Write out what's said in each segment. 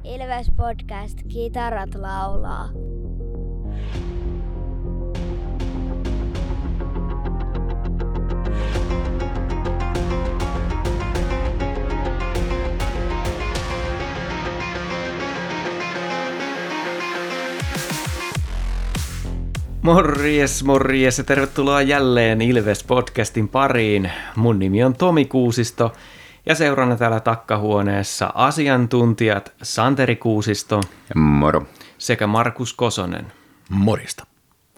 Ilves Podcast, kitarat laulaa. Morjes ja tervetuloa jälleen Ilves-podcastin pariin. Mun nimi on Tomi Kuusisto ja seurana täällä takkahuoneessa asiantuntijat Santeri Kuusisto Moro. Sekä Markus Kosonen. Morista.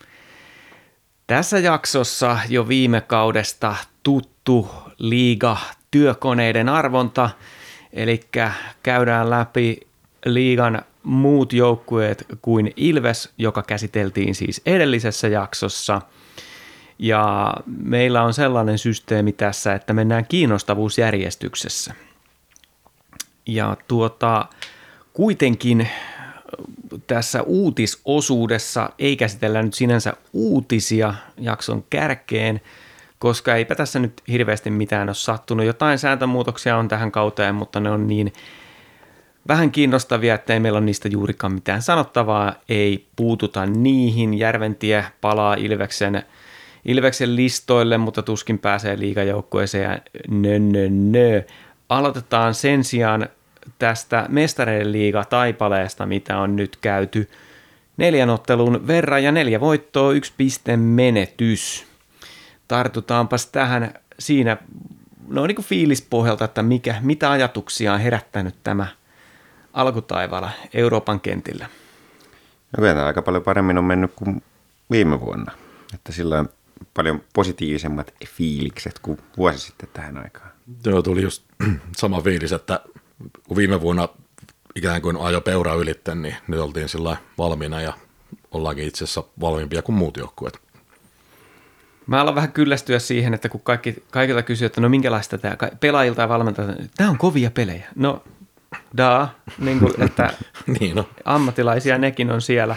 Tässä jaksossa jo viime kaudesta tuttu liiga työkoneiden arvonta, eli käydään läpi liigan muut joukkueet kuin Ilves, joka käsiteltiin siis edellisessä jaksossa. Ja meillä on sellainen systeemi tässä, että mennään kiinnostavuusjärjestyksessä. Ja kuitenkin tässä uutisosuudessa ei käsitellä nyt sinänsä uutisia jakson kärkeen, koska eipä tässä nyt hirveästi mitään ole sattunut. Jotain sääntömuutoksia on tähän kauteen, mutta ne on niin vähän kiinnostavia, että ei meillä ole niistä juurikaan mitään sanottavaa, ei puututa niihin. Järventie palaa Ilveksen listoille, mutta tuskin pääsee liigajoukkueeseen. Aloitetaan sen sijaan tästä Mestareiden liiga-taipaleesta, mitä on nyt käyty 4 ottelun verran ja 4 voittoa, 1 pisteen menetys. Tartutaanpas tähän siinä niin kuin fiilispohjalta, että mitä ajatuksia on herättänyt tämä alkutaivaalla Euroopan kentillä. No kyllä aika paljon paremmin on mennyt kuin viime vuonna. Että sillä on paljon positiivisemmat fiilikset kuin vuosi sitten tähän aikaan. Joo, tuli just sama fiilis, että kun viime vuonna ikään kuin ajo peura ylitte, niin nyt oltiin sillä valmiina ja ollaankin itse asiassa valmiimpia kuin muut joukkueet. Mä alan vähän kyllästyä siihen, että kun kaikilta kysyy, että no minkälaista tämä pelaajilta ja valmentajilta, tämä on kovia pelejä. No niin kuin, että niin no. Ammattilaisia nekin on siellä.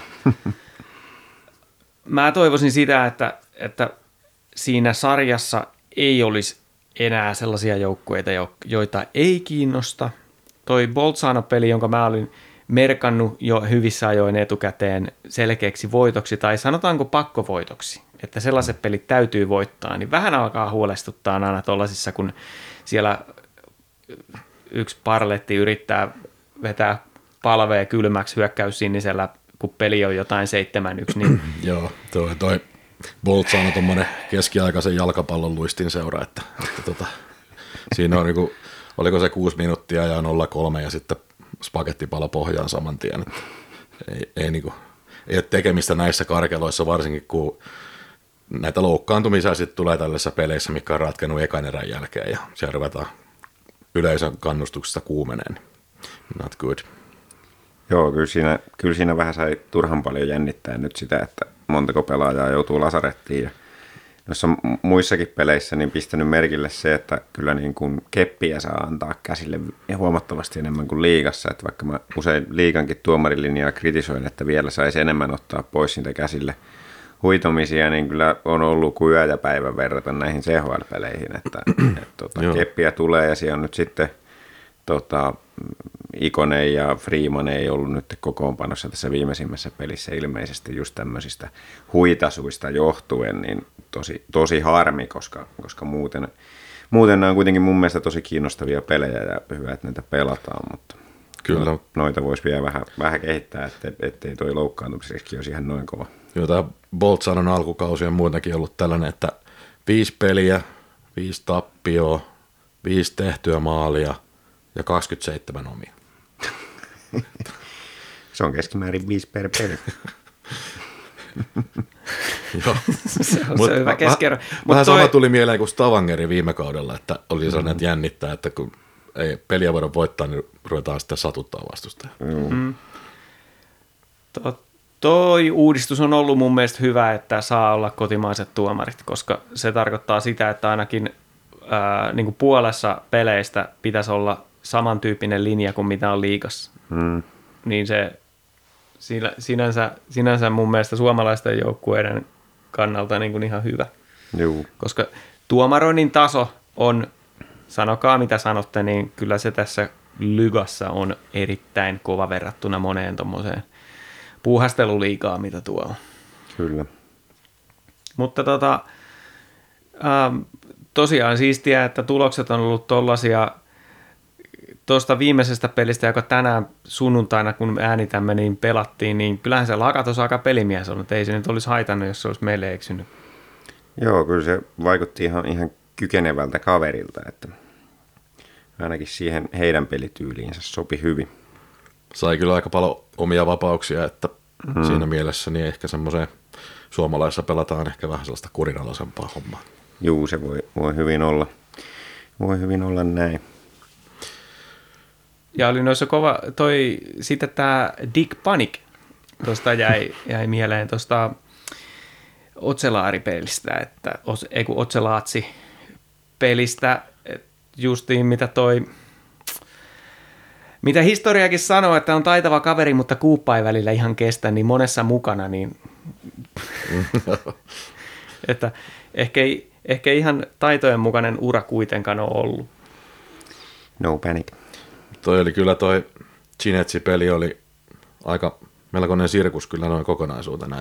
Mä toivoisin sitä, että siinä sarjassa ei olisi enää sellaisia joukkueita, joita ei kiinnosta. Toi Bolzano-peli, jonka mä olin merkannut jo hyvissä ajoin etukäteen selkeäksi voitoksi, tai sanotaanko pakkovoitoksi, että sellaiset pelit täytyy voittaa, niin vähän alkaa huolestuttaa aina tuollaisissa, kun siellä yksi parletti yrittää vetää palvea kylmäksi hyökkäys sinisellä, kun peli on jotain 7-1. Niin Joo, toi Boltzano on tuommoinen keskiaikaisen jalkapallon luistin seura, että siinä on niinku, oliko se 6 minuuttia ja 0-3 ja sitten spagettipala pohjaan saman tien. Että ei ole tekemistä näissä karkeloissa, varsinkin kun näitä loukkaantumisia sitten tulee tällaisissa peleissä, mikä on ratkennut ekan erän jälkeen ja siellä ruvetaan yleisön kannustuksesta kuumeneen. Not good. Joo, kyllä siinä vähän sai turhan paljon jännittää nyt sitä, että montako pelaajaa joutuu lasarettiin. Ja noissa muissakin peleissä niin pistänyt merkille se, että kyllä niin kuin keppiä saa antaa käsille huomattavasti enemmän kuin liigassa. Että vaikka mä usein liigankin tuomarilinjaa kritisoin, että vielä saisi enemmän ottaa pois siitä käsille huitomisia, niin kyllä on ollut kuin yö ja päivän verrata näihin CHL-peleihin, että keppiä tulee ja siellä on nyt sitten Ikonen ja Freeman ei ollut nyt kokoonpanossa tässä viimeisimmässä pelissä ilmeisesti just tämmöisistä huitasuista johtuen, niin tosi harmi, koska muuten nämä on kuitenkin mun mielestä tosi kiinnostavia pelejä ja hyvä, että näitä pelataan, mutta kyllä. Noita voisi vielä vähän kehittää, ettei toi loukkaantumisriski olisi ihan noin kova. Joo, tämä Boltsanon alkukausi on muutenkin ollut tällainen, että 5 peliä, 5 tappioa, 5 tehtyä maalia ja 27 omia. Se on keskimäärin 5 per peli. Joo. se on hyvä keskero. Vähän sama tuli mieleen kuin Stavangerin viime kaudella, että oli sellainen, että jännittää, että kun ei peliä voida voittaa, niin ruvetaan sitten satuttaa vastustajaa. Toi uudistus on ollut mun mielestä hyvä, että saa olla kotimaiset tuomarit, koska se tarkoittaa sitä, että ainakin niin kuin puolessa peleistä pitäisi olla samantyyppinen linja kuin mitä on liigassa. Niin se sinänsä mun mielestä suomalaisten joukkueiden kannalta niin kuin ihan hyvä. Juu. Koska tuomaroinnin taso on, sanokaa mitä sanotte, niin kyllä se tässä Lygassa on erittäin kova verrattuna moneen tuommoiseen puuhasteluliigaan, mitä tuo on. Kyllä. Mutta tosiaan siistiä, että tulokset on ollut tollaisia tuosta viimeisestä pelistä, joka tänään sunnuntaina, kun äänitämme, niin pelattiin, niin kyllähän se Lakatos aika pelimies on, että ei se nyt olisi haitannut, jos se olisi meille eksynyt. Joo, kyllä se vaikutti ihan kykenevältä kaverilta, että ainakin siihen heidän pelityyliinsä sopi hyvin. Sai kyllä aika paljon omia vapauksia, että siinä mielessä niin ehkä semmoiseen suomalaisessa pelataan ehkä vähän sellaista kurinalaisempaa hommaa. Juu, se voi hyvin olla. Voi hyvin olla näin. Ja oli noissa kova, sitten tämä Dick Panic, tuosta jäi mieleen tuosta Otselaari-pelistä, Otselaatsi-pelistä, justiin mitä historiakin sanoo, että on taitava kaveri, mutta kuuppa ei välillä ihan kestä, niin monessa mukana, niin että ehkä ihan taitojen mukainen ura kuitenkaan on ollut. No panic. Toi Chinetsi-peli oli aika melkoinen sirkus kyllä noin kokonaisuutena.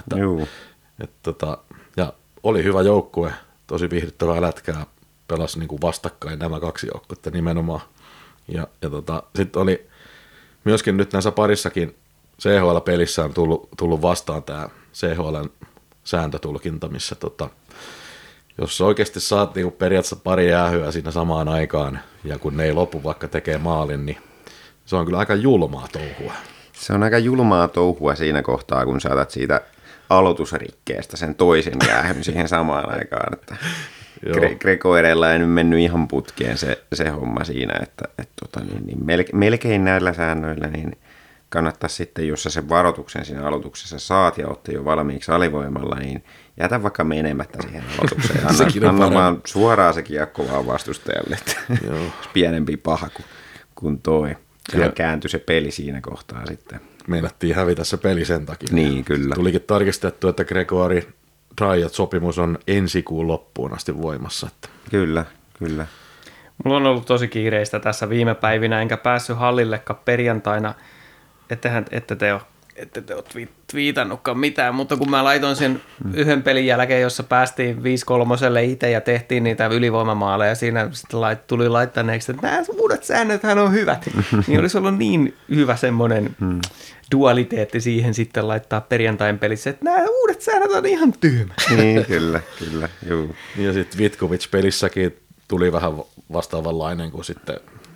Ja oli hyvä joukkue, tosi viihdyttävää lätkää, pelasi niin kuin vastakkain nämä kaksi joukkuetta nimenomaan. Ja sitten oli myöskin nyt näissä parissakin CHL-pelissä on tullut vastaan tämä CHLn sääntötulkinta, missä jos oikeasti saat niin periaatteessa pari jäähyä siinä samaan aikaan, ja kun ne ei lopu vaikka tekee maalin, niin se on kyllä aika julmaa touhua. Se on aika julmaa touhua siinä kohtaa, kun saatat siitä aloitusrikkeestä sen toisen jäähyn siihen samaan aikaan. Että Gregoirella ei nyt mennyt ihan putkeen se homma siinä, että melkein näillä säännöillä niin kannattaa sitten, jos sä sen varoituksen siinä aloituksessa saat ja ootte jo valmiiksi alivoimalla, niin jätä vaikka menemättä siihen aloitukseen. Anna vaan suoraan se kiekko vaan vastustajalle, että pienempi paha kuin toi. Kyllä kääntyi se peli siinä kohtaa sitten. Meinattiin hävitä se peli sen takia. Niin, kyllä. Tulikin tarkistettu, että Gregori Triad-sopimus on ensi kuun loppuun asti voimassa. Että. Kyllä. Mulla on ollut tosi kiireistä tässä viime päivinä, enkä päässyt hallillekaan perjantaina, ette te ole twiitannutkaan mitään, mutta kun mä laitoin sen yhden pelin jälkeen, jossa päästiin 5-3 itse ja tehtiin niitä ylivoimamaaleja, siinä sitten tuli laittaneeksi, että nämä uudet säännöthän on hyvät, niin olisi ollut niin hyvä semmoinen dualiteetti siihen sitten laittaa perjantain pelissä, että nämä uudet säännöt on ihan tyhmät. Niin, kyllä, juu. Ja sitten Vitkovic-pelissäkin tuli vähän vastaavanlainen kuin sitten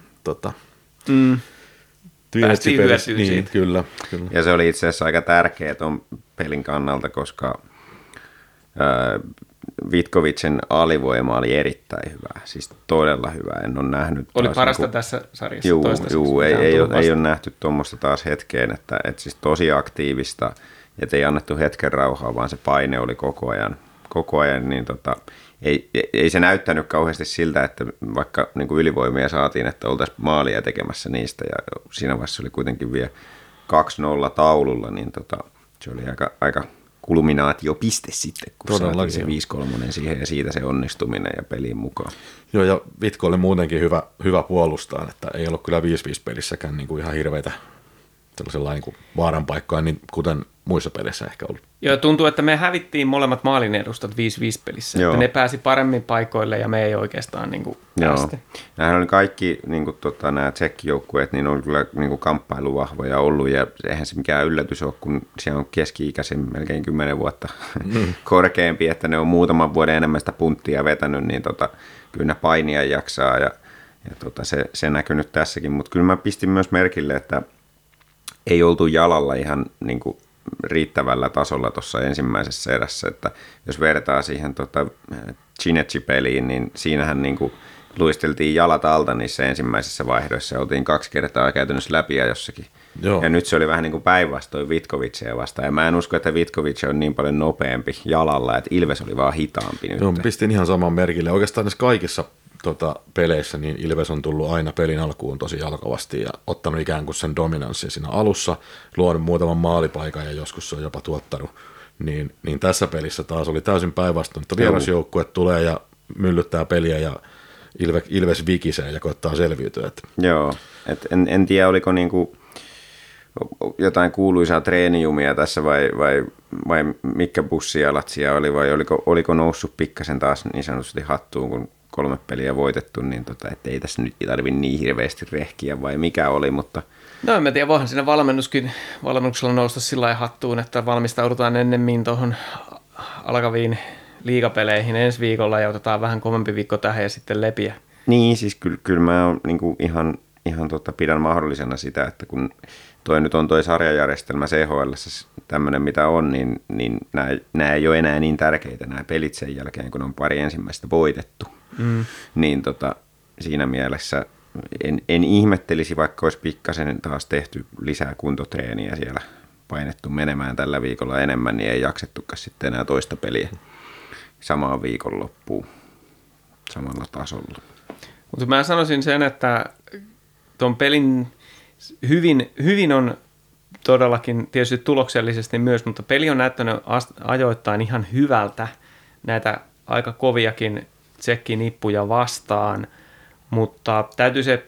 Päästiin hyötyyn niin, siitä. Kyllä. Ja se oli itse asiassa aika tärkeä tuon pelin kannalta, koska Vitkovicin alivoima oli erittäin hyvä, siis todella hyvä. En ole nähnyt. Oli parasta tässä sarjassa toistaiseksi. Juu, ei ole nähty tuommoista taas hetkeen, että siis tosi aktiivista, että ei annettu hetken rauhaa, vaan se paine oli koko ajan niin ei se näyttänyt kauheasti siltä, että vaikka niin kuin ylivoimia saatiin, että oltaisiin maalia tekemässä niistä, ja siinä vaiheessa oli kuitenkin vielä 2-0 taululla, niin se oli aika kulminaatiopiste sitten, kun saatiin se 5-3 siihen, ja siitä se onnistuminen ja peliin mukaan. Joo, ja Vitko oli muutenkin hyvä puolustaa, että ei ollut kyllä 5-5 pelissäkään niin kuin ihan hirveitä sellaisella niin kuin vaaran paikkaa, niin kuten muissa peleissä ehkä ollut. Joo, tuntuu, että me hävittiin molemmat maalin edustat 5-5 pelissä. Että ne pääsi paremmin paikoille ja me ei oikeastaan niin kuin päästä. Nämähän oli kaikki niin kuin, nämä tsekkijoukkueet, niin on kyllä niin kuin kamppailuvahvoja ollut ja eihän se mikään yllätys ole, kun siellä on keski-ikäisen melkein 10 vuotta korkeampi, että ne on muutaman vuoden enemmän sitä punttia vetänyt, niin kyllä ne painia jaksaa ja se näkyy nyt tässäkin, mutta kyllä mä pistin myös merkille, että ei oltu jalalla ihan niin kuin riittävällä tasolla tuossa ensimmäisessä erässä, että jos vertaa siihen Chinetsi-peliin, niin siinähän niin kuin luisteltiin jalat alta niissä ensimmäisissä vaihdoissa ja oltiin 2 kertaa käytännössä läpi ja jossakin. Joo. Ja nyt se oli vähän niin kuin päinvastoin Vitkovicia vastaan. Ja mä en usko, että Vitkovic on niin paljon nopeampi jalalla, että Ilves oli vaan hitaampi nyt. Joo, pistin ihan saman merkille. Oikeastaan näissä kaikissa peleissä niin Ilves on tullut aina pelin alkuun tosi jalkavasti ja ottanut ikään kuin sen dominanssin siinä alussa, luonut muutaman maalipaikan ja joskus se on jopa tuottanut. Niin tässä pelissä taas oli täysin päinvastoin, että vierasjoukkue tulee ja myllyttää peliä ja Ilves vikisee ja koittaa selviytyä. Että. Joo, en tiedä oliko niinku jotain kuuluisaa treenijumia tässä vai mitkä bussijalat siellä oli vai oliko noussut pikkasen taas niin sanotusti hattuun, kun 3 peliä voitettu, niin että ei tässä nyt tarvitse niin hirveästi rehkiä vai mikä oli, mutta... No en mä tiedä, voihan siinä valmennuksella nousta sillä lailla hattuun, että valmistaudutaan ennemmin tuohon alkaviin liigapeleihin ensi viikolla ja otetaan vähän kovempi viikko tähän ja sitten lepiä. Niin, siis kyllä mä oon niinku ihan pidän mahdollisena sitä, että kun toi nyt on toi sarjajärjestelmä CHL:ssä tämmöinen mitä on, niin nämä ei ole enää niin tärkeitä nämä pelit sen jälkeen, kun on pari ensimmäistä voitettu. Niin siinä mielessä en ihmettelisi, vaikka olisi pikkasen taas tehty lisää kuntotreeniä siellä painettu menemään tällä viikolla enemmän, niin ei jaksettukaan sitten enää toista peliä samaan viikonloppuun samalla tasolla. Mutta mä sanoisin sen, että tuon pelin hyvin on todellakin tietysti tuloksellisesti myös, mutta peli on näyttänyt ajoittain ihan hyvältä näitä aika koviakin tsekkinippuja vastaan, mutta täytyy se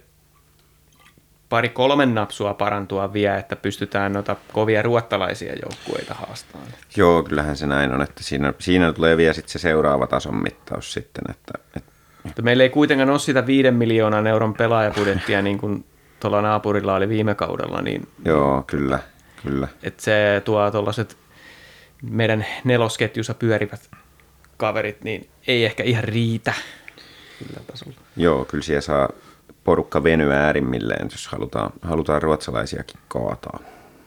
2-3 napsua parantua vielä, että pystytään noita kovia ruottalaisia joukkueita haastamaan. Joo, kyllähän se näin on, että siinä tulee vielä sitten se seuraava tason mittaus sitten. Että meillä ei kuitenkaan ole sitä 5 miljoonan euron pelaajabudjettia niin kuin tuolla naapurilla oli viime kaudella. Niin, joo, kyllä. Että se tuo tuollaiset meidän nelosketjussa pyörivät kaverit, niin ei ehkä ihan riitä sillä tasolla. Joo, kyllä siellä saa porukka venyä äärimmilleen, jos halutaan ruotsalaisiakin kaataa.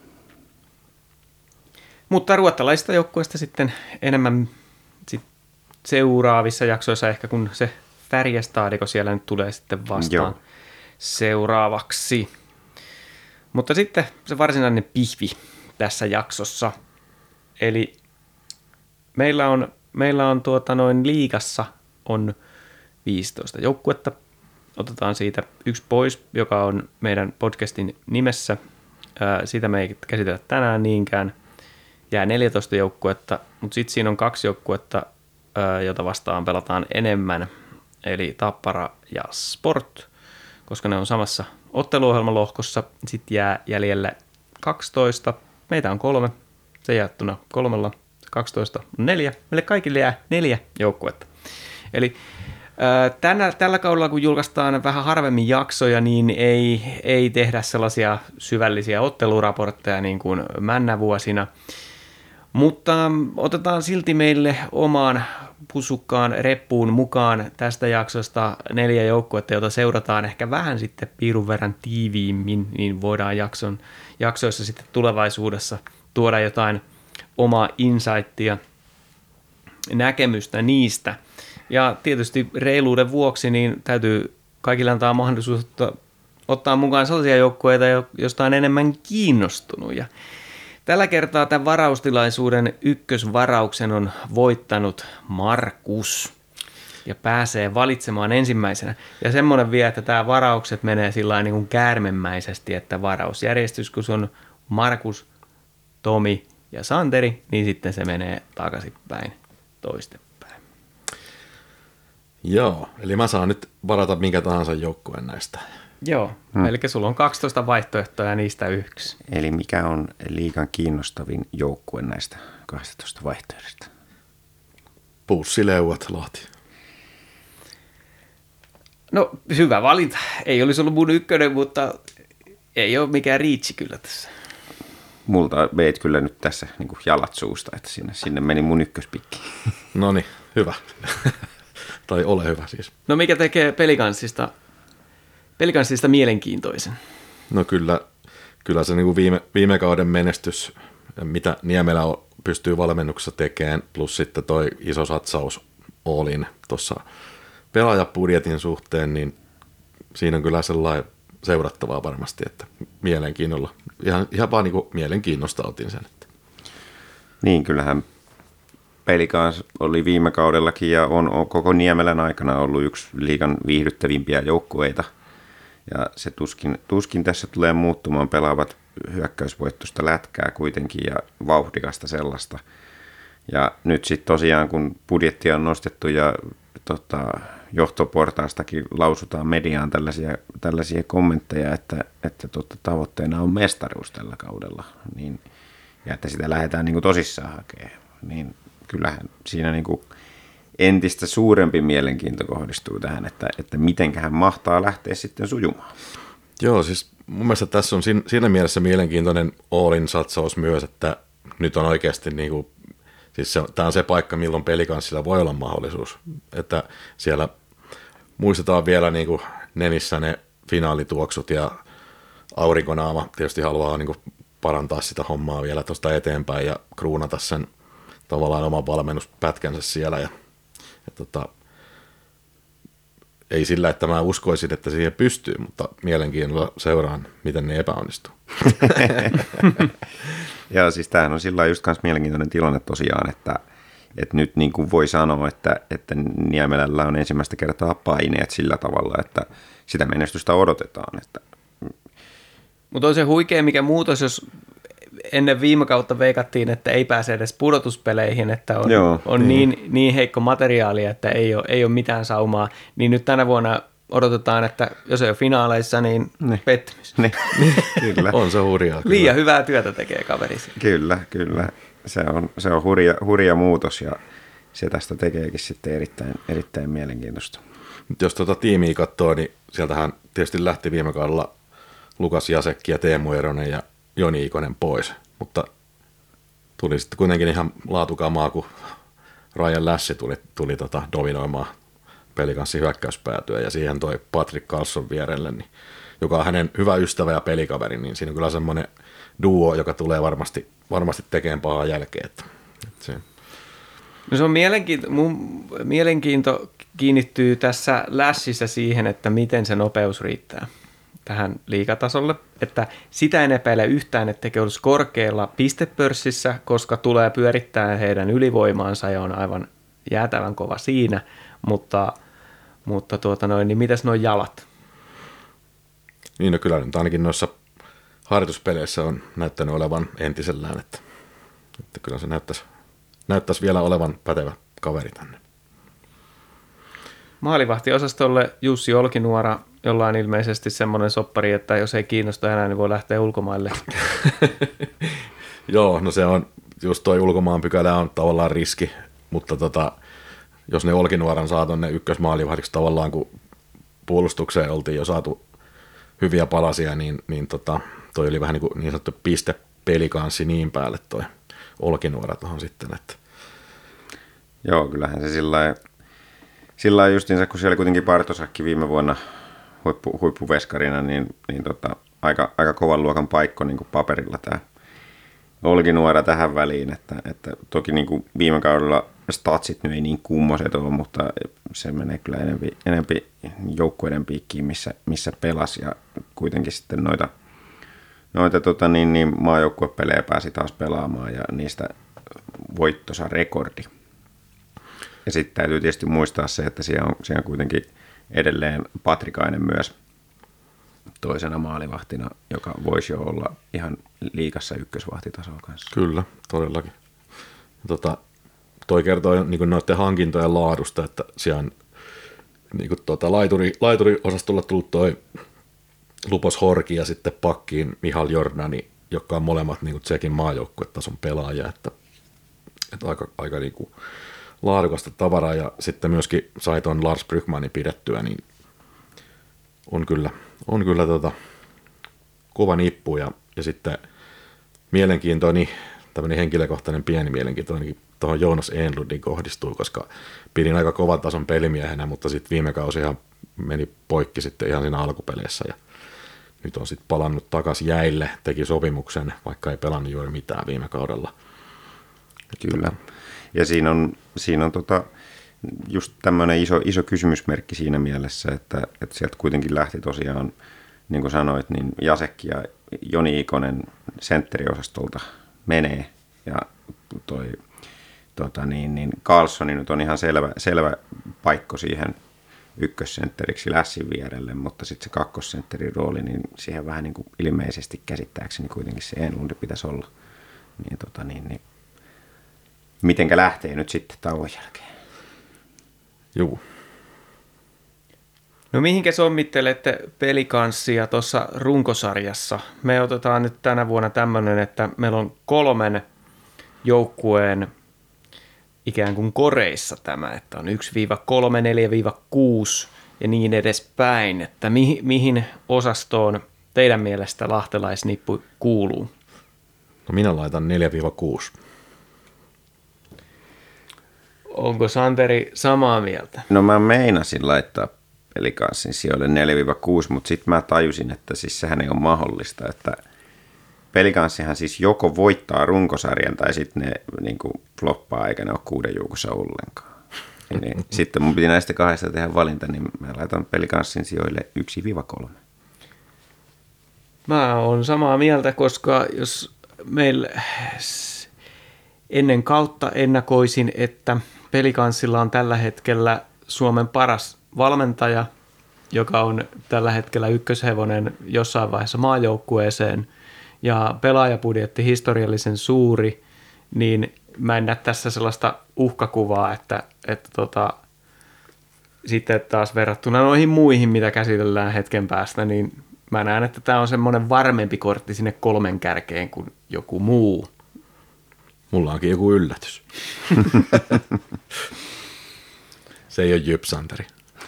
Mutta ruottalaisista joukkueista sitten enemmän seuraavissa jaksoissa ehkä, kun se Färjestad, kun siellä nyt tulee sitten vastaan seuraavaksi. Mutta sitten se varsinainen pihvi tässä jaksossa. Eli meillä on liigassa on 15 joukkuetta. Otetaan siitä yksi pois, joka on meidän podcastin nimessä. Sitä me ei käsitellä tänään niinkään. Jää 14 joukkuetta, mutta sitten siinä on 2 joukkuetta, jota vastaan pelataan enemmän. Eli Tappara ja Sport, koska ne on samassa otteluohjelmalohkossa. Sitten jää jäljelle 12. Meitä on 3. Se jaettuna 3, 12 on 4. Meille kaikille jää 4 joukkuetta. Eli tällä kaudella, kun julkaistaan vähän harvemmin jaksoja, niin ei tehdä sellaisia syvällisiä otteluraportteja niin kuin männävuosina. Mutta otetaan silti meille omaan pusukkaan reppuun mukaan tästä jaksosta 4 joukkuetta, jota seurataan ehkä vähän sitten piirun verran tiiviimmin, niin voidaan jaksoissa sitten tulevaisuudessa tuoda jotain omaa insightia, näkemystä niistä. Ja tietysti reiluuden vuoksi niin täytyy kaikille antaa mahdollisuus ottaa mukaan sellaisia joukkueita, joista on enemmän kiinnostunut. Ja tällä kertaa tämän varaustilaisuuden ykkösvarauksen on voittanut Markus ja pääsee valitsemaan ensimmäisenä. Ja semmoinen vielä, että tämä varaukset menee sillä niin kuin käärmemäisesti, että varausjärjestys, kun se on Markus, Tomi ja Santeri, niin sitten se menee takaisinpäin toistepäin. Joo, eli mä saan nyt varata minkä tahansa joukkueen näistä. Joo, eli sulla on 12 vaihtoehtoa ja niistä yksi. Eli mikä on liigan kiinnostavin joukkue näistä 12 vaihtoehdosta? Pussileuat, Lahti. No, hyvä valinta. Ei olisi ollut mun ykkönen, mutta ei ole mikään riitsi kyllä tässä. Multa veit kyllä nyt tässä niin kuin jalat suusta, että sinne meni mun ykköspikki. No niin, hyvä. Tai ole hyvä siis. No mikä tekee pelikanssista mielenkiintoisen? No kyllä se niin kuin viime kauden menestys, mitä Niemelä pystyy valmennuksessa tekemään, plus sitten toi iso satsaus Oolin tuossa pelaajapudjetin suhteen, niin siinä on kyllä sellainen seurattavaa varmasti, että mielenkiinnolla, ihan vaan niin kuin mielenkiinnosta otin sen. Että. Niin, kyllähän Pelikans oli viime kaudellakin ja on koko Niemelän aikana ollut yksi liigan viihdyttävimpiä joukkueita. Ja se tuskin tässä tulee muuttumaan, pelaavat hyökkäysvoittoista lätkää kuitenkin ja vauhdikasta sellaista. Ja nyt sitten tosiaan, kun budjettia on nostettu ja johtoportaastakin lausutaan mediaan tällaisia kommentteja, että tavoitteena on mestaruus tällä kaudella, niin, ja että sitä lähdetään niin kuin tosissaan hakemaan, niin kyllähän siinä niin kuin entistä suurempi mielenkiinto kohdistuu tähän, että mitenköhän mahtaa lähteä sitten sujumaan. Joo, siis mun mielestä tässä on siinä mielessä mielenkiintoinen all-in satsaus myös, että nyt on oikeasti niin kuin, siis tämä on se paikka, milloin Pelicansilla voi olla mahdollisuus, että siellä muistetaan vielä niin kuin nenissä ne finaalituoksut ja Aurinkonaama tietysti haluaa niin kuin parantaa sitä hommaa vielä tuosta eteenpäin ja kruunata sen tavallaan oman valmennuspätkänsä siellä ja ei sillä, että mä uskoisin, että siihen pystyy, mutta mielenkiinnolla seuraan, miten ne epäonnistuu. Ja siis tämähän on sillä just myös mielenkiintoinen tilanne tosiaan, että nyt niin kuin voi sanoa, että Niemelällä on ensimmäistä kertaa paineet sillä tavalla, että sitä menestystä odotetaan. Mutta on se huikea mikä muutos, jos ennen viime kautta veikattiin, että ei pääse edes pudotuspeleihin, että on niin heikko materiaalia, että ei ole mitään saumaa, niin nyt tänä vuonna odotetaan, että jos ei ole finaaleissa, niin pettymys. Kyllä. On se hurjaa. Liian hyvää työtä tekee kaveri. Kyllä. Se on hurja muutos ja se tästä tekeekin sitten erittäin mielenkiintoista. Jos tuota tiimiä katsoo, niin sieltähän tietysti lähti viime kaudella Lukas Jasekki ja Teemu Eronen ja Joni Ikonen pois, mutta tuli sitten kuitenkin ihan laatukamaa, kun Ryan Lassi tuli dominoimaan Pelicansin hyökkäyspäätyä ja siihen toi Patrick Carlson vierelle, niin, joka on hänen hyvä ystävä ja pelikaveri, niin siinä on kyllä semmoinen duo, joka tulee varmasti tekemään pahaa jälkeen. Että se. No se on mielenkiinto kiinnittyy tässä Lassissa siihen, että miten se nopeus riittää tähän liigatasolle, että sitä en epäile yhtään, etteikö olisi korkealla pistepörssissä, koska tulee pyörittää heidän ylivoimaansa ja on aivan jäätävän kova siinä, mutta niin mitäs nuo jalat? Niin no kyllä nyt ainakin noissa harjoituspeleissä on näyttänyt olevan entisellään, että kyllä se näyttäisi vielä olevan pätevä kaveri tänne. Maalivahtiosastolle Jussi Olkinuora, jolla on ilmeisesti semmoinen soppari, että jos ei kiinnosta enää, niin voi lähteä ulkomaille. Joo, no se on, just toi ulkomaan pykälä on tavallaan riski, mutta jos ne Olkinuoran saa tonne ykkösmaalivahdiksi tavallaan, kun puolustukseen oltiin jo saatu hyviä palasia, niin toi oli vähän niin sanottu pistepelikanssi niin päälle toi Olkinuora tuohon sitten. Että. Joo, kyllähän se sillä justiinsa, kun siellä kuitenkin Partosakki viime vuonna huippuveskarina, niin aika kovan luokan paikko niin kuin paperilla tämä Olkinuora tähän väliin, että toki niin kuin viime kaudella statsit nyt ei niin kummoiset ole, mutta se menee kyllä enempi joukkueiden piikkiin, missä pelasi ja kuitenkin sitten noita maajoukkuepelejä pääsi taas pelaamaan ja niistä voittosa rekordi. Ja sitten täytyy tietysti muistaa se, että siellä on kuitenkin edelleen Patrikainen myös toisena maalivahtina, joka voisi jo olla ihan liigassa ykkösvahtitasoa kanssa. Kyllä, todellakin. Toi kertoo niin noiden hankintojen laadusta, että siellä on niin laituriosastolla tullut toi Lupos Horki ja sitten pakkiin Mihal Jordani, jotka on molemmat niin Tsekin maajoukkuetason pelaajia, että aika niin kuin laadukasta tavaraa ja sitten myöskin sai tuon Lars Brygmanin pidettyä, niin on kyllä kova nippu ja sitten mielenkiintoinen, tämmöinen henkilökohtainen pieni mielenkiintoinenkin tuohon Jonas Enlundin kohdistuu, koska pidin aika kovan tason pelimiehenä, mutta sitten viime kausihan meni poikki sitten ihan siinä alkupeleissä ja nyt on sitten palannut takaisin jäille, teki sopimuksen, vaikka ei pelannut juuri mitään viime kaudella. Kyllä. Ja siinä on just tämmöinen iso kysymysmerkki siinä mielessä, että sieltä kuitenkin lähti tosiaan, niin kuin sanoit, niin Jasekki ja Joni Ikonen sentteriosastolta menee. Ja Carlsson nyt on ihan selvä paikko siihen ykkössentteriksi Lässin vierelle, mutta sitten se kakkossentterin rooli, niin siihen vähän niin kuin ilmeisesti käsittääkseni kuitenkin se Enlundi pitäisi olla. Niin, mitenkä lähtee nyt sitten tauon jälkeen? Joo. No mihinkä sommittelette pelikanssia tuossa runkosarjassa? Me otetaan nyt tänä vuonna tämmöinen, että meillä on 3 joukkueen ikään kuin koreissa tämä, että on 1-3, 4-6 ja niin edespäin, että mihin osastoon teidän mielestä lahtelaisnippu kuuluu? No minä laitan 4-6. Onko Santeri samaa mieltä? No mä meinasin laittaa pelikanssin sijoille 4-6, mutta sitten mä tajusin, että siis sehän ei ole mahdollista, että pelikanssihan siis joko voittaa runkosarjan tai sitten ne niin kuin floppaa eikä ne ole 6 joukossa ollenkaan. Niin, sitten mun piti näistä 2 tehdä valinta, niin mä laitan pelikanssin sijoille 1-3. Mä oon samaa mieltä, koska jos meillä ennen kautta ennakoisin, että pelikanssilla on tällä hetkellä Suomen paras valmentaja, joka on tällä hetkellä ykköshevonen jossain vaiheessa maajoukkueeseen ja pelaajabudjetti historiallisen suuri, niin mä en näe tässä sellaista uhkakuvaa, että sitten taas verrattuna noihin muihin, mitä käsitellään hetken päästä, niin mä näen, että tämä on semmoinen varmempi kortti sinne 3 kärkeen kuin joku muu. Mulla onkin joku yllätys. Se ei ole Jypsanteri.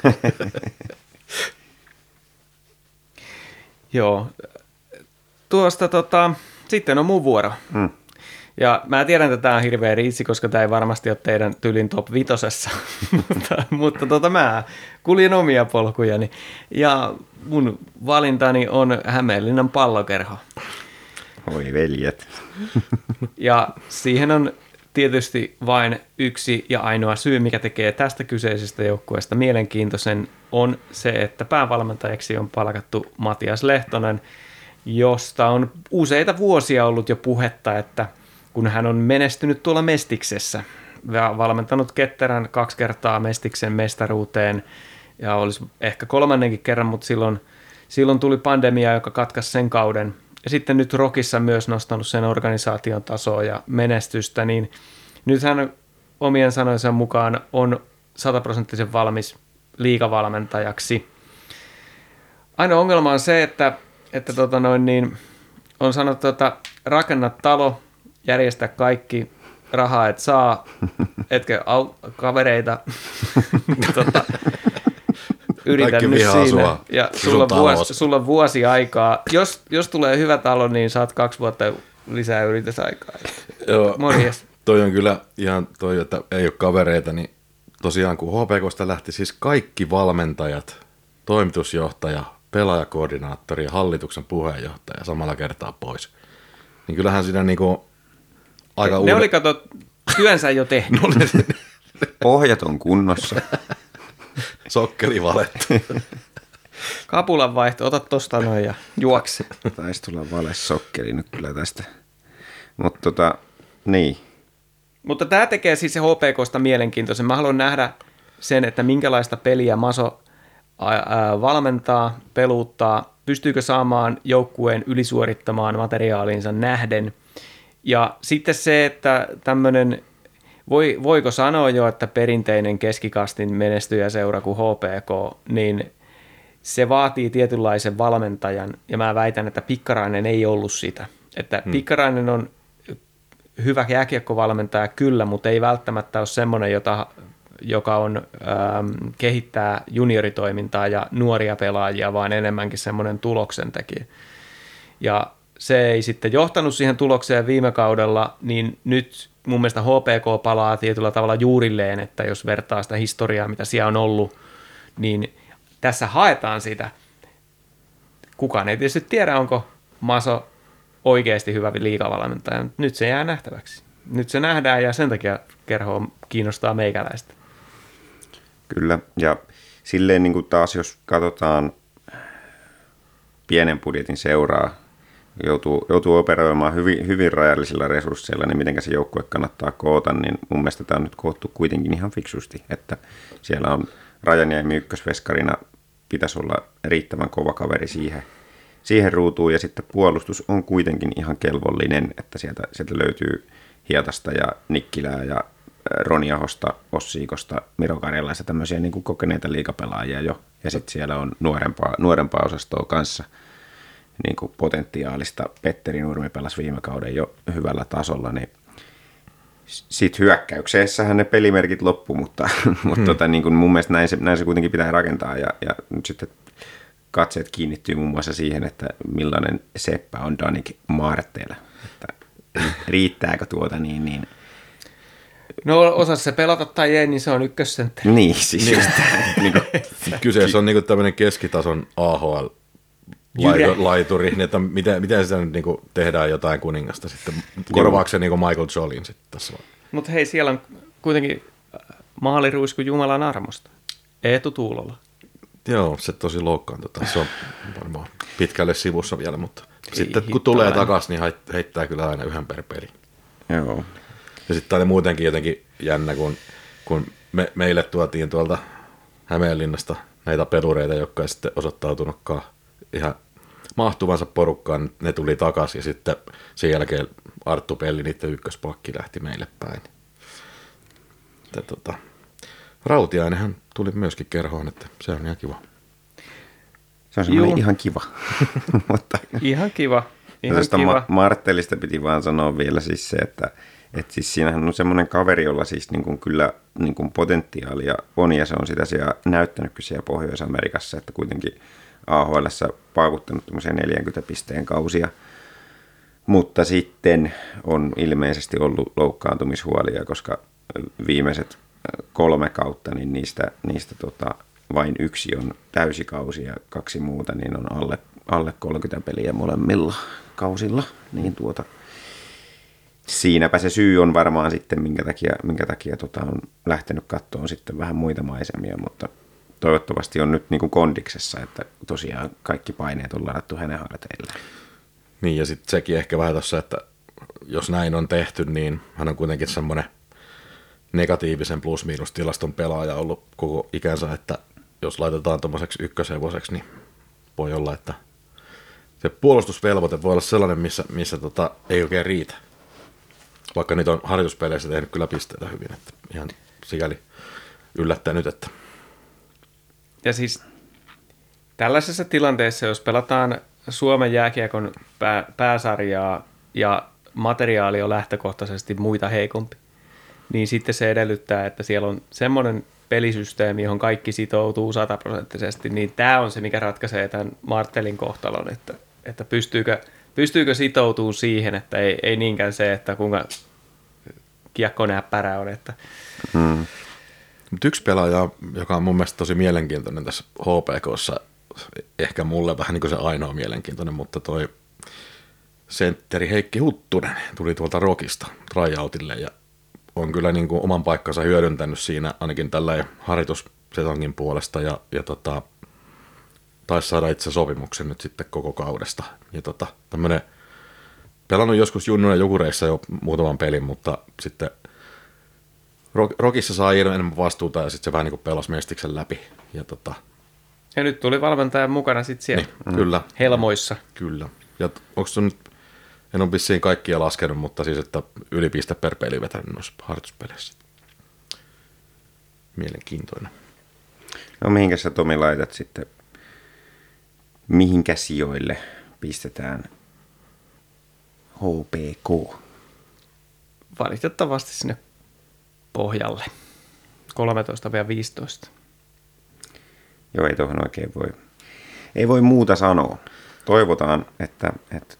Joo. Tuosta sitten on mun vuoro. Ja mä tiedän, että tämä on hirveä riitsi, koska tämä ei varmasti ole teidän tylin top 5, mutta mä kuljen omia polkujani. Ja mun valintani on Hämeenlinnan Pallokerho. Oi veljet. Ja siihen on tietysti vain yksi ja ainoa syy, mikä tekee tästä kyseisestä joukkueesta mielenkiintoisen, on se, että päävalmentajaksi on palkattu Matias Lehtonen, josta on useita vuosia ollut jo puhetta, että kun hän on menestynyt tuolla Mestiksessä ja valmentanut ketterän 2 kertaa Mestiksen mestaruuteen ja olisi ehkä 3. kerran, mutta silloin tuli pandemia, joka katkaisi sen kauden. Ja sitten nyt Rokissa myös nostanut sen organisaation tasoa ja menestystä, niin nyt hän omien sanojensa mukaan on 100% valmis liigavalmentajaksi. Ainoa ongelma on se, että on sanottu, että rakenna talo, järjestä kaikki, rahaa et saa, etkä kavereita, yritä kaikki nyt siinä. Sua. Ja sulla on vuosi aikaa. Jos tulee hyvä talo, niin saat 2 vuotta lisää yritysaikaa. Joo, morjes. Toi on kyllä ihan toi, että ei ole kavereita, niin tosiaan kun HPK:sta lähti siis kaikki valmentajat, toimitusjohtaja, pelaajakoordinaattori ja hallituksen puheenjohtaja samalla kertaa pois. Niin kyllähän siinä niinku aika Ne oli kato työnsä jo tehnyt. Pohjat on kunnossa. Sokkeli valettu. Kapulan vaihto, ota tosta noin ja juokse. Taisi tulla valesokkeli nyt kyllä tästä. Mutta niin. Mutta tämä tekee siis se HPK:sta mielenkiintoisen. Mä haluan nähdä sen, että minkälaista peliä Maso valmentaa, peluuttaa, pystyykö saamaan joukkueen ylisuorittamaan materiaalinsa nähden. Ja sitten se, että tämmöinen, voiko sanoa jo, että perinteinen keskikastin menestyjäseura kuin HPK, niin se vaatii tietynlaisen valmentajan, ja mä väitän, että Pikkarainen ei ollut sitä. Että Pikkarainen on hyvä jääkiekkovalmentaja kyllä, mutta ei välttämättä ole semmoinen, joka on kehittää junioritoimintaa ja nuoria pelaajia, vaan enemmänkin semmoinen tuloksentekijä. Ja se ei sitten johtanut siihen tulokseen viime kaudella, niin nyt mun mielestä HPK palaa tietyllä tavalla juurilleen, että jos vertaa sitä historiaa, mitä siellä on ollut, niin tässä haetaan sitä. Kukaan ei tietysti tiedä, onko Maso oikeasti hyvä liigavalmentaja. Nyt se jää nähtäväksi. Nyt se nähdään ja sen takia kerho kiinnostaa meikäläistä. Kyllä, ja silleen niin kuin taas jos katsotaan pienen budjetin seuraa, joutuu operoimaan hyvin rajallisilla resursseilla, niin miten se joukkue kannattaa koota, niin mun mielestä tämä on nyt koottu kuitenkin ihan fiksusti, että siellä on Rajaniemi ykkösveskarina, pitäisi olla riittävän kova kaveri siihen ruutuun, ja sitten puolustus on kuitenkin ihan kelvollinen, että sieltä löytyy Hietasta ja Nikkilää ja Roni Ahosta, Ossiikosta, Miro Karjalaista, tämmöisiä niin kuin kokeneita liigapelaajia Ja sitten siellä on nuorempaa osastoa kanssa niin kuin potentiaalista. Petteri Nurmi pelasi viime kauden jo hyvällä tasolla, niin sitten hyökkäyksessähän ne pelimerkit loppu, mutta niin kuin mun mielestä näin se kuitenkin pitää rakentaa. Ja nyt sitten katseet kiinnittyy muun muassa siihen, että millainen seppä on Danik Martel. Että riittääkö tuota niin. No osasi se pelata tai ei, niin se on ykkössentteri. Niin, siis just niin kuin, Kyseessä on niinku tämmöinen keskitason AHL-laituri, niin että miten sitä nyt niinku tehdään jotain kuningasta sitten. Korvaako se niinku Michael Jolin sitten tässä vai? Mutta hei, siellä on kuitenkin maaliruisku Jumalan armosta. Eetu Tuulola. Joo, se tosi loukkaantui. Se on varmaan pitkälle sivussa vielä, mutta Ei sitten kun hittoa tulee enää. takaisin, niin heittää kyllä aina yhden per peli. joo. Ja sitten tämä oli muutenkin jotenkin jännä, kun meille tuotiin tuolta Hämeenlinnasta näitä pelureita, jotka ei sitten osoittautunutkaan ihan mahtuvansa porukkaan. Ne tuli takaisin ja sitten sen jälkeen Arttu Pelli, niiden ykköspakki, lähti meille päin. Rautiainenhan tuli myöskin kerhoon, että se on ihan kiva. Se on semmoinen ihan kiva. Mutta Ihan kiva. Ihan tästä kiva. Marttelista piti vaan sanoa vielä siis se, että siis siinähän on semmoinen kaveri, jolla siis niin kuin kyllä niin kuin potentiaalia on, ja se on sitä siellä näyttänytkin siellä Pohjois-Amerikassa, että kuitenkin AHL:ssä paukuttanut tämmöisiä 40 pisteen kausia, mutta sitten on ilmeisesti ollut loukkaantumishuolia, koska viimeiset 3 kautta, niin niistä vain 1 on täysikausi ja 2 muuta niin on alle 30 peliä molemmilla kausilla, niin siinäpä se syy on varmaan sitten, minkä takia on lähtenyt kattoon sitten vähän muita maisemia, mutta toivottavasti on nyt niin kuin kondiksessa, että tosiaan kaikki paineet on ladattu hänen harteilleen. Niin, ja sitten sekin ehkä vähän tuossa, että jos näin on tehty, niin hän on kuitenkin semmoinen negatiivisen plus-miinus-tilaston pelaaja ollut koko ikänsä, että jos laitetaan tuommoiseksi ykköshevoseksi, niin voi olla, että se puolustusvelvoite voi olla sellainen, missä ei oikein riitä. Vaikka niitä on harjoituspeleissä tehnyt kyllä pisteitä hyvin, että ihan sikäli yllättänyt, että Ja siis tällaisessa tilanteessa, jos pelataan Suomen jääkiekon pääsarjaa ja materiaali on lähtökohtaisesti muita heikompi, niin sitten se edellyttää, että siellä on semmoinen pelisysteemi, johon kaikki sitoutuu 100%, niin tämä on se, mikä ratkaisee tämän Marttelin kohtalon, että pystyykö sitoutumaan siihen, että ei niinkään se, että kuinka kiekkonäppärä on. Että. Mutta yksi pelaaja, joka on mun mielestä tosi mielenkiintoinen tässä HPK:ssa, ehkä mulle vähän niin kuin se ainoa mielenkiintoinen, mutta toi sentteri Heikki Huttunen tuli tuolta Rokista tryoutille ja on kyllä niin kuin oman paikkansa hyödyntänyt siinä ainakin tällä harjoitussetongin puolesta ja taisi saada itse sopimuksen nyt sitten koko kaudesta. Ja tämmöinen pelannut joskus junnuna Jukureissa jo muutaman pelin, mutta sitten Rokissa saa enemmän vastuuta ja sitten se vähän niin kuin pelasi mestiksen läpi. Ja nyt tuli valmentajan mukana sitten siellä Kyllä. helmoissa. Kyllä. Ja onko se nyt, en ole vissiin kaikkia laskenut, mutta siis, että yli piste per peli vetänyt noissa harjoituspeleissä. Mielenkiintoinen. No mihinkä sä Tomi laitat sitten, mihinkä sijoille pistetään HPK? Valitettavasti sinne pohjalle. 13-15. Joo, ei tuohon oikein ei voi muuta sanoa. Toivotaan, että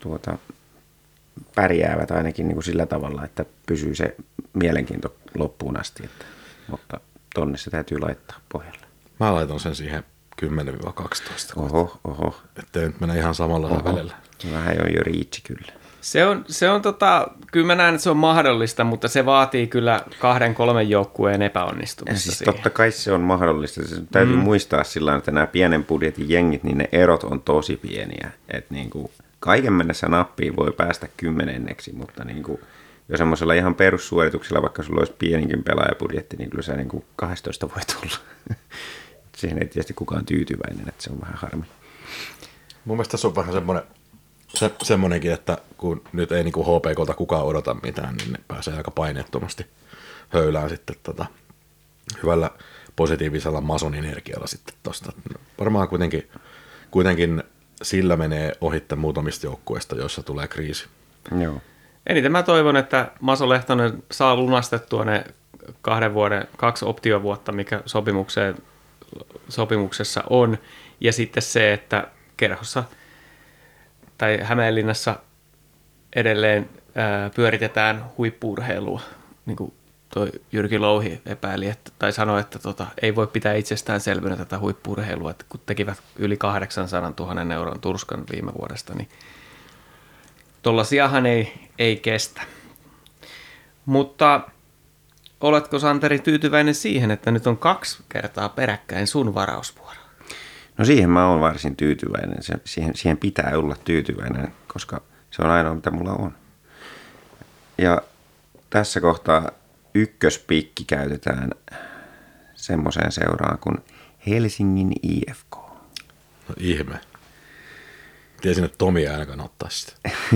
pärjäävät ainakin niin kuin sillä tavalla, että pysyy se mielenkiinto loppuun asti. Mutta tonne se täytyy laittaa pohjalle. Mä laitan sen siihen 10-12. Oho. Ettei nyt mene ihan samalla välillä. Vähän on jo riitsi kyllä. Kyllä mä näen, että se on mahdollista, mutta se vaatii kyllä 2-3 joukkueen epäonnistumista Siis siihen. totta kai se on mahdollista. Se täytyy muistaa sillä että nämä pienen budjetin jengit, niin ne erot on tosi pieniä. Että niin kuin kaiken mennessä nappiin voi päästä 10, mutta niin kuin, jo semmoisella ihan perussuorituksella, vaikka sulla olisi pieninkin pelaajabudjetti, niin kyllä se niin kuin 12 voi tulla. Siihen ei tietysti kukaan tyytyväinen, että se on vähän harmi. Mun mielestä tässä on vähän semmoinenkin, että kun nyt ei niinku HPK:lta kukaan odota mitään, niin ne pääsee aika paineettomasti höylään sitten hyvällä positiivisella mason energialla sitten tosta. Varmaan kuitenkin sillä menee ohitte muutamista joukkueista, joissa tulee kriisi. Joo. Eniten mä toivon, että Maso Lehtonen saa lunastettua ne 2 optiovuotta, mikä sopimuksessa on. Ja sitten se, että Kerhossa tai Hämeenlinnassa edelleen pyöritetään huippu-urheilua. Niin kuin toi Jyrki Louhi epäili, tai sanoi, että ei voi pitää itsestäänselvänä tätä huippu-urheilua, että kun tekivät yli 800 000 euron turskan viime vuodesta, niin tollasiahan ei kestä. Mutta oletko, Santeri, tyytyväinen siihen, että nyt on 2 kertaa peräkkäin sun varausvuoro? No siihen mä oon varsin tyytyväinen. Siihen pitää olla tyytyväinen, koska se on ainoa, mitä mulla on. Ja tässä kohtaa ykköspikki käytetään semmoiseen seuraan kuin Helsingin IFK. No ihme. Tiesin, että Tomi ei ainakaan ottaa sitä.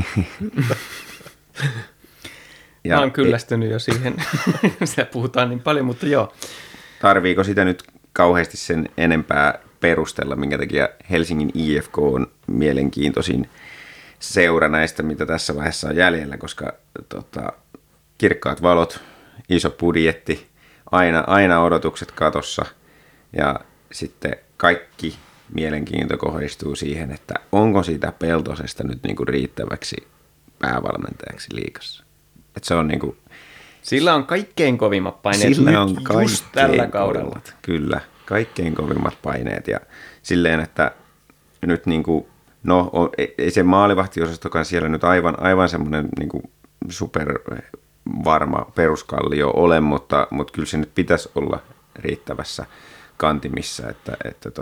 Mä oon kyllästynyt jo siihen. Sitä puhutaan niin paljon, mutta joo. Tarviiko sitä nyt kauheasti sen enempää perustella, minkä takia Helsingin IFK on mielenkiintoisin seura näistä, mitä tässä vaiheessa on jäljellä, koska kirkkaat valot, iso budjetti, aina odotukset katossa ja sitten kaikki mielenkiinto kohdistuu siihen, että onko siitä Peltosesta nyt niinku riittäväksi päävalmentajaksi liigassa. Et se on niinku, sillä on kaikkein kovimmat paineet sillä nyt on just tällä kaudella. kovimmat, kyllä, kaikkein kovimmat paineet ja silleen, että nyt niinku, no ei se maalivahtiosastokaan siellä nyt aivan semmoinen niinku super varma peruskallio ole, mutta kyllä se nyt pitäisi olla riittävässä kantimissa, että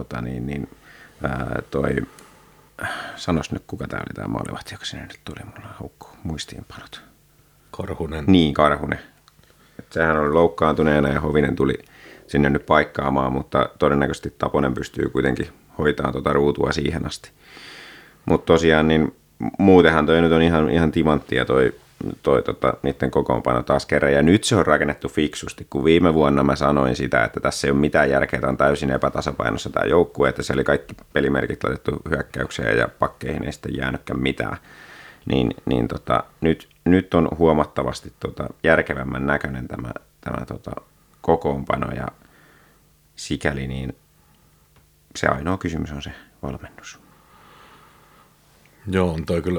sanos nyt kuka tämä oli tämä maalivahti, joka sinne nyt tuli, mulla haukkuu muistiinpanot. Karhunen. Niin, Karhunen. Et sehän oli loukkaantuneena ja Hovinen tuli sinne nyt paikkaamaan, mutta todennäköisesti Taponen pystyy kuitenkin hoitamaan ruutua siihen asti. Mutta tosiaan, niin muutenhan toi nyt on ihan timanttia toi niiden kokoonpano taas kerran. Ja nyt se on rakennettu fiksusti, kun viime vuonna mä sanoin sitä, että tässä ei ole mitään järkeä, tämä on täysin epätasapainossa tämä joukkue, että se oli kaikki pelimerkit laitettu hyökkäykseen ja pakkeihin ei sitten jäänytkään mitään. Nyt on huomattavasti järkevämmän näköinen tämä kokoonpano ja sikäli niin se ainoa kysymys on se valmennus. Joo, on toi kyllä.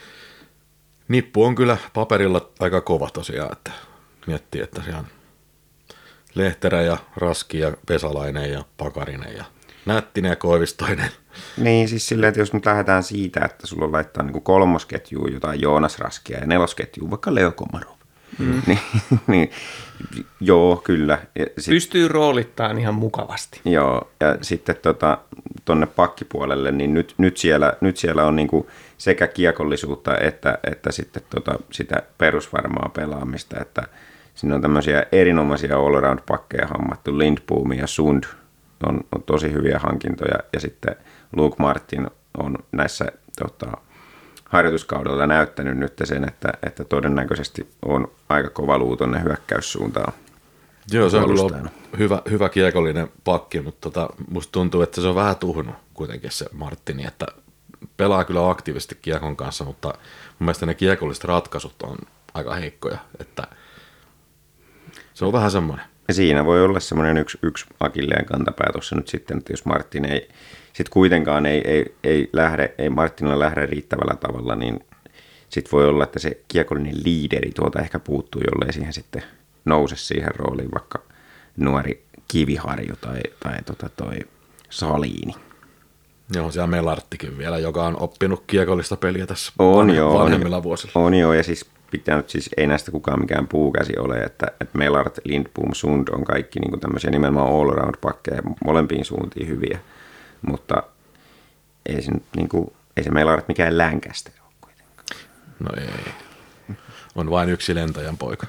Nippu on kyllä paperilla aika kova tosiaan, että miettii, että siellä on Lehterä ja Raski ja Vesalainen ja Pakarinen ja Nättinen ja Koivistoinen. Niin, siis silleen, että jos nyt lähdetään siitä, että sulla on laittaa niin kuin kolmosketjuun jotain Joonas Raskia ja nelosketjuun vaikka Leo Komarov. Niin, joo, kyllä. Pystyy roolittamaan ihan mukavasti. Joo, ja sitten tonne pakkipuolelle, niin nyt siellä on niinku sekä kiekollisuutta että sitten sitä perusvarmaa pelaamista, että siinä on tämmöisiä erinomaisia all-around-pakkeja hammattu, Lindboom ja Sund on tosi hyviä hankintoja, ja sitten Luke Martin on näissä harjoituskaudella näyttänyt nyt sen, että todennäköisesti on aika kova luu tonne hyökkäyssuuntaan. Joo, se on kyllä hyvä kiekollinen pakki, mutta musta tuntuu, että se on vähän tuhunut kuitenkin se Martini, että pelaa kyllä aktiivisesti kiekon kanssa, mutta mun mielestä ne kiekolliset ratkaisut on aika heikkoja, että se on vähän semmoinen. Ja siinä voi olla semmoinen yksi akilleen kantapää tuossa nyt sitten, että jos Martin ei sitten kuitenkaan ei Martinilla lähde riittävällä tavalla, niin sitten voi olla, että se kiekollinen liideri tuolta ehkä puuttuu, jollei siihen sitten nouse siihen rooliin vaikka nuori Kiviharju tai toi Saliini. Joo, siellä Melarttikin vielä, joka on oppinut kiekollista peliä tässä vanhemmilla vuosilla. On joo, ja siis ei näistä kukaan mikään puukäsi ole, että Melart, Lindboom, Sund on kaikki niin kuin tämmöisiä nimenomaan all-around-pakkeja, molempiin suuntiin hyviä, mutta ei se Melart mikään länkästä ole kuitenkaan. No ei, on vain yksi lentäjän poika.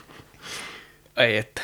Ei, että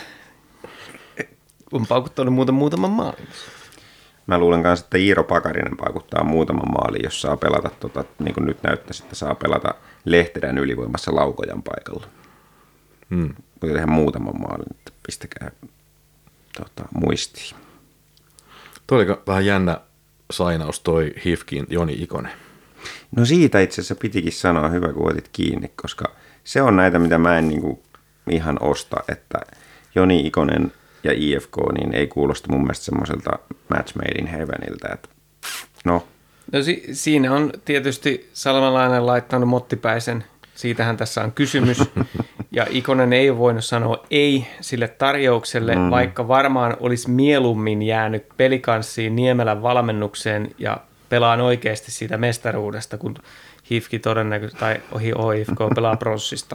on paukuttanut muutaman maalin. Mä luulen kanssa, että Iiro Pakarinen paukuttaa muutaman maalin, jos saa pelata, niin kuin nyt näyttäisi, että saa pelata Lehterän ylivoimassa Laukojan paikalla. Voi tehdä muutaman maalin, että pistäkää muistiin. Tuo oli vähän jännä sainaus toi HIFKin Joni Ikonen. No siitä itse asiassa pitikin sanoa, hyvä kun otit kiinni, koska se on näitä, mitä mä en niinku ihan osta, että Joni Ikonen ja IFK niin ei kuulosta mun mielestä semmoiselta match made in heaveniltä, että no. No siinä on tietysti Salmelainen laittanut mottipäisen, siitähän tässä on kysymys, ja Ikonen ei voinut sanoa ei sille tarjoukselle, vaikka varmaan olisi mieluummin jäänyt pelikanssiin Niemelän valmennukseen ja pelaan oikeasti siitä mestaruudesta, kun HIFK todennäköisesti, tai OIFK pelaa pronssista.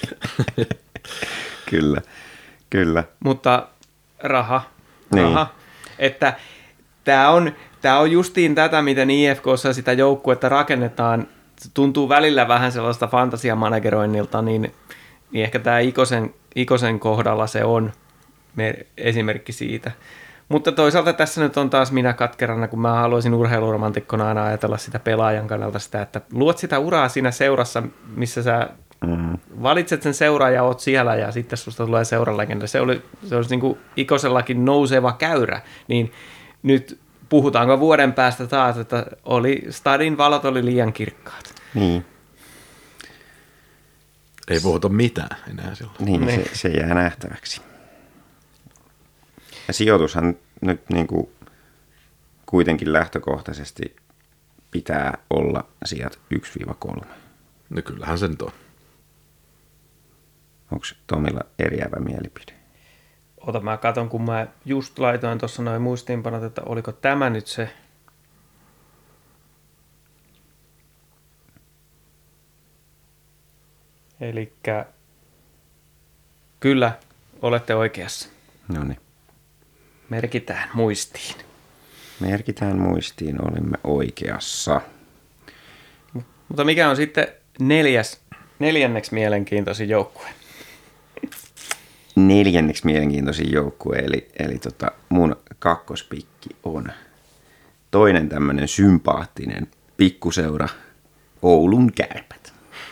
Kyllä. Mutta raha. Niin. Että tämä on justiin tätä, miten IFK:ssa sitä joukkuetta rakennetaan. Se tuntuu välillä vähän sellaista fantasiamanageroinnilta, niin ehkä tämä Ikosen kohdalla se on esimerkki siitä. Mutta toisaalta tässä nyt on taas minä katkerana, kun mä haluaisin urheiluromantikkona aina ajatella sitä pelaajan kannalta sitä, että luot sitä uraa siinä seurassa, missä sä valitset sen seuraa ja oot siellä ja sitten susta tulee seuralegenda. Se olisi niin kuin Ikosellakin nouseva käyrä, niin nyt puhutaanko vuoden päästä taas, että stadin valot oli liian kirkkaat. Niin. Ei puhuta mitään enää silloin. Niin. Se jää nähtäväksi. Ja sijoitushan nyt niin kuin kuitenkin lähtökohtaisesti pitää olla sijat 1-3. No kyllähän se nyt on. Onko Tomilla eriävä mielipide? Ota mä katon, kun mä just laitoin tuossa noin muistiinpanot, että oliko tämä nyt se. Elikkä kyllä olette oikeassa. No niin. Merkitään muistiin. Olimme oikeassa. Mutta mikä on sitten neljänneksi mielenkiintoisin joukkue? Neljänneksi mielenkiintoisin joukkue, eli mun kakkospikki on toinen tämmöinen sympaattinen pikkuseura, Oulun Kärpät.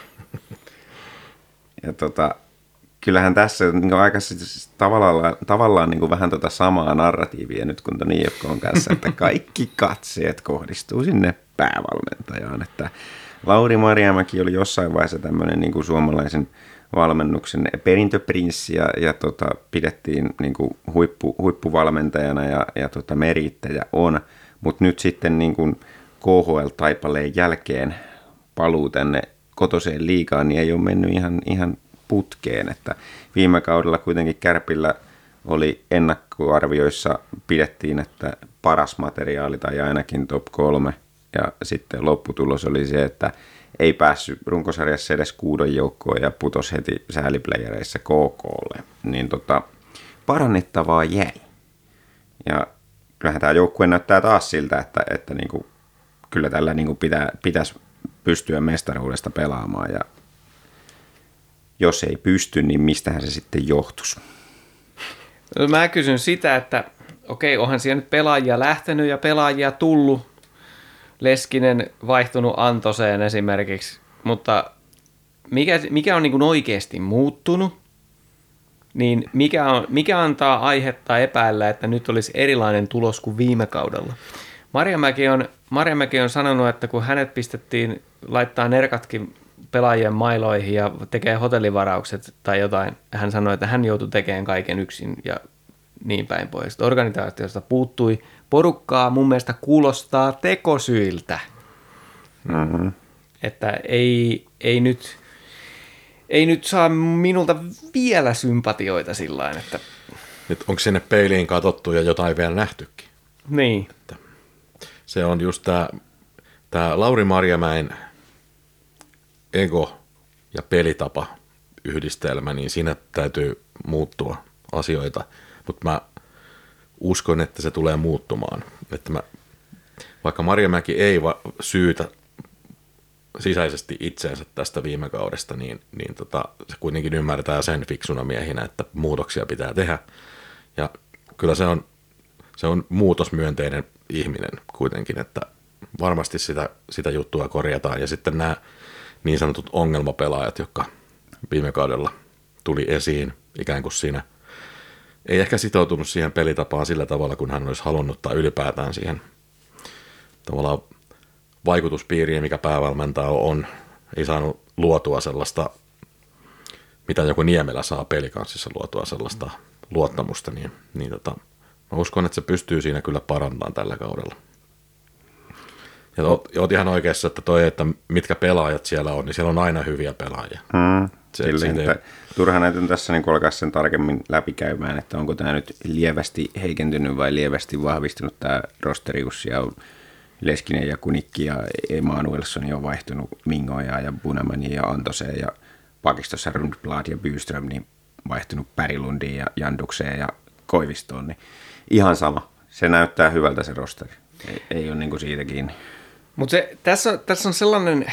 Ja kyllähän tässä niin aika tavallaan niin vähän samaa narratiivia nyt kun ton IFK:n kanssa, että kaikki katseet kohdistuu sinne päävalmentajaan. Että Lauri Marjamäki oli jossain vaiheessa tämmöinen niin suomalaisen valmennuksen perintöprinssi ja pidettiin niin huippuvalmentajana ja merittäjä on, mutta nyt sitten niin KHL-taipaleen jälkeen paluu tänne kotoseen liigaan, niin ei ole mennyt ihan putkeen, että viime kaudella kuitenkin Kärpillä oli ennakkoarvioissa pidettiin, että paras materiaali tai ainakin top 3 ja sitten lopputulos oli se, että ei päässyt runkosarjassa edes 6 joukkoon ja putosi heti sääliplayereissa KK:lle, niin parannettavaa jäi. Ja kyllähän tämä joukkue näyttää taas siltä, että niinku, kyllä tällä niinku pitäisi pystyä mestaruudesta pelaamaan ja jos ei pysty, niin mistähän se sitten johtuisi? Mä kysyn sitä, että okei, onhan siellä nyt pelaajia lähtenyt ja pelaajia tullut. Leskinen vaihtunut Antoseen esimerkiksi, mutta mikä on niin kuin oikeasti muuttunut, niin mikä antaa aihetta epäillä, että nyt olisi erilainen tulos kuin viime kaudella. Marjamäki on sanonut, että kun hänet pistettiin laittaa nerkatkin pelaajien mailoihin ja tekee hotellivaraukset tai jotain, hän sanoi, että hän joutui tekemään kaiken yksin ja niin päin pois. Organisaatiosta puuttui porukkaa, mun mielestä kuulostaa tekosyiltä. Mm-hmm. Että ei nyt saa minulta vielä sympatioita sillain, että nyt onko sinne peiliin katsottu ja jotain vielä nähtykin? niin. Että se on just tämä Lauri Marjamäen ego ja pelitapa yhdistelmä, niin siinä täytyy muuttua asioita, mutta mä uskon, että se tulee muuttumaan. Että vaikka Marjamäki ei syytä sisäisesti itseensä tästä viime kaudesta, niin se kuitenkin ymmärtää sen fiksuna miehinä, että muutoksia pitää tehdä. Ja kyllä se on muutosmyönteinen ihminen kuitenkin, että varmasti sitä juttua korjataan. Ja sitten nämä niin sanotut ongelmapelaajat, jotka viime kaudella tuli esiin ikään kuin siinä ei ehkä sitoutunut siihen pelitapaan sillä tavalla, kun hän olisi halunnut, tai ylipäätään siihen tavallaan vaikutuspiiriin, mikä päävalmentaja on. Ei saanut luotua sellaista, mitä joku Niemelä saa pelikanssissa luotua sellaista luottamusta, niin mä uskon, että se pystyy siinä kyllä parantamaan tällä kaudella. Ja oot ihan oikeassa, että mitkä pelaajat siellä on, niin siellä on aina hyviä pelaajia. Turha näitä on tässä niin alkaa sen tarkemmin läpikäymään, että onko tämä nyt lievästi heikentynyt vai lievästi vahvistunut tämä rosteri, kun siellä on Leskinen ja Kunikki ja Emanuelsson on vaihtunut Mingoja ja Bunamania ja Antoseen ja pakistossa Rundblad ja Byström niin vaihtunut Pärilundiin ja Jandukseen ja Koivistoon, niin ihan sama. Se näyttää hyvältä se rosteri. Ei ole niin kuin siitä kiinni. Mutta tässä on sellainen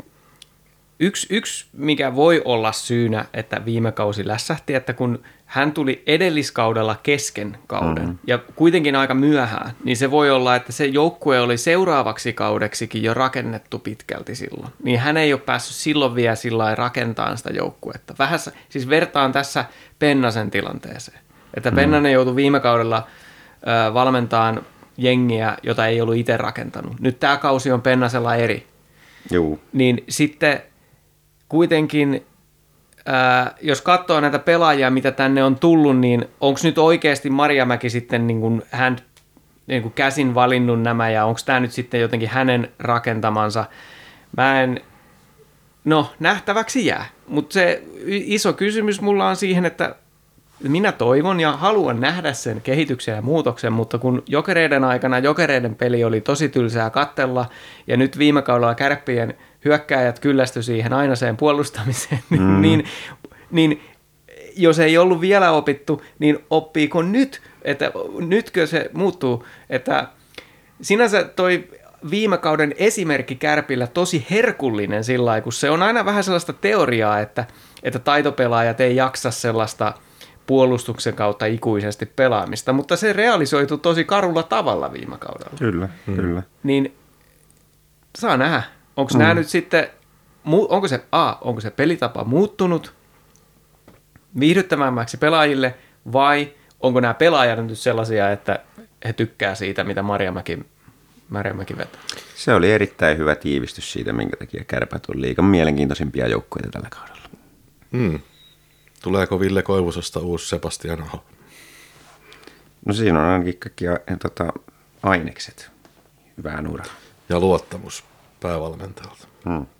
yksi, mikä voi olla syynä, että viime kausi lässähti, että kun hän tuli edelliskaudella kesken kauden ja kuitenkin aika myöhään, niin se voi olla, että se joukkue oli seuraavaksi kaudeksikin jo rakennettu pitkälti silloin. Niin hän ei ole päässyt silloin vielä sillä lailla rakentamaan sitä joukkuetta. Vähän siis vertaan tässä Pennasen tilanteeseen. Että Pennanen joutui viime kaudella valmentamaan jengiä, jota ei ollut itse rakentanut. Nyt tämä kausi on Pennasella eri. Juu. Niin sitten kuitenkin, jos katsoo näitä pelaajia, mitä tänne on tullut, niin onko nyt oikeasti Marjamäki sitten niin kuin hän niin kuin käsin valinnut nämä ja onko tämä nyt sitten jotenkin hänen rakentamansa? Nähtäväksi jää. Mutta se iso kysymys mulla on siihen, että minä toivon ja haluan nähdä sen kehityksen ja muutoksen, mutta kun Jokereiden aikana Jokereiden peli oli tosi tylsää katsella ja nyt viime kaudella Kärppien hyökkääjät kyllästyi siihen ainoaseen puolustamiseen, niin jos ei ollut vielä opittu, niin oppiiko nyt, että nytkö se muuttuu, että sinänsä toi viime kauden esimerkki Kärpillä tosi herkullinen sillä lailla, kun se on aina vähän sellaista teoriaa, että taitopelaajat ei jaksa sellaista puolustuksen kautta ikuisesti pelaamista, mutta se realisoitu tosi karulla tavalla viime kaudella. Kyllä. Niin saa nähdä. Onko nämä nyt sitten, onko se pelitapa muuttunut viihdyttävämmäksi pelaajille vai onko nämä pelaajat nyt sellaisia, että he tykkää siitä, mitä Marjamäki vetää? Se oli erittäin hyvä tiivistys siitä, minkä takia Kärpät on liigan mielenkiintoisimpia joukkueita tällä kaudella. Tuleeko Ville Koivusesta uusi Sebastian Aho? No siinä on ainakin kaikki ainekset. Hyvää nuraa. Ja luottamus päävalmentajalta.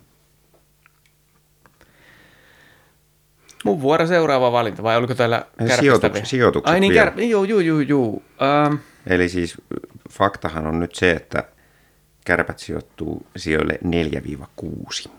Mun vuoro seuraava valinta, vai oliko täällä Kärpistä? Sijoitukset ai niin, vielä. Joo. Eli siis faktahan on nyt se, että Kärpät sijoittuu sijoille 4-6.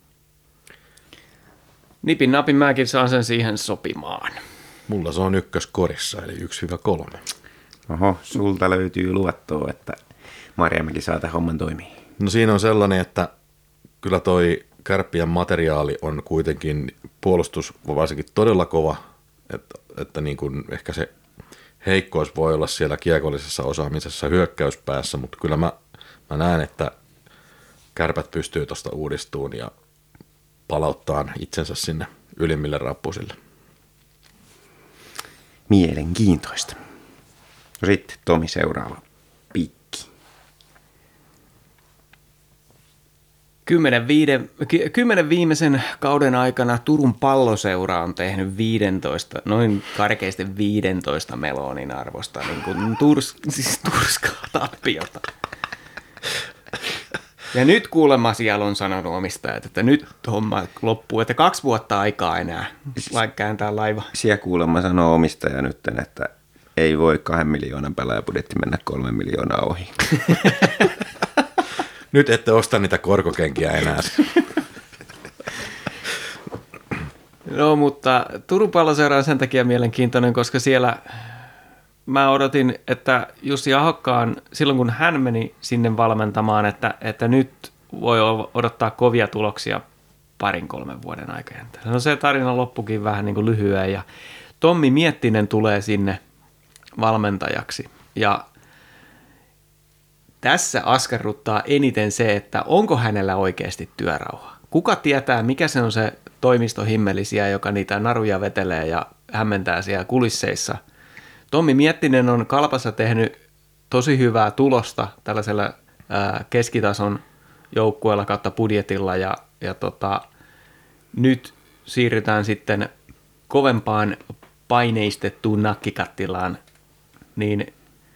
Nipin napin mäkin saan sen siihen sopimaan. Mulla se on ykköskorissa, eli 1-3. Oho, sulta löytyy luottoa, että Marjamäki saa tämän homman toimii. No siinä on sellainen, että kyllä toi Kärppien materiaali on kuitenkin puolustus varsinkin todella kova, että niin kuin ehkä se heikkous voi olla siellä kiekollisessa osaamisessa hyökkäyspäässä, mutta kyllä mä näen, että Kärpät pystyy tuosta uudistumaan ja palauttaa itsensä sinne ylimmille rappusille. Mielenkiintoista. No sitten Tomi seuraava pikki. 10 viimeisen kauden aikana Turun Palloseura on tehnyt noin karkeasti 15 meloonin arvosta niin kuin turskaa tappiota. Ja nyt kuulemma siellä on sanonut omistajat, että nyt homma loppuu, että 2 vuotta aikaa enää kääntää laiva. Siellä kuulemma sanoo omistaja nyt, että ei voi 2 miljoonan pelaajabudjetti mennä 3 miljoonaa ohi. Nyt ette osta niitä korkokenkiä enää. No, mutta Turun Palloseura on sen takia mielenkiintoinen, koska siellä mä odotin, että Jussi Ahokkaan, silloin kun hän meni sinne valmentamaan, että nyt voi odottaa kovia tuloksia 2-3 vuoden aikajänteellä. No se tarina loppukin vähän niin kuin lyhyen ja Tommi Miettinen tulee sinne valmentajaksi ja tässä askarruttaa eniten se, että onko hänellä oikeasti työrauha. Kuka tietää, mikä se on se toimistohimmelisiä, joka niitä naruja vetelee ja hämmentää siellä kulisseissa. Tommi Miettinen on Kalpassa tehnyt tosi hyvää tulosta tällaisella keskitason joukkueella kautta budjetilla ja nyt siirrytään sitten kovempaan paineistettuun nakkikattilaan, niin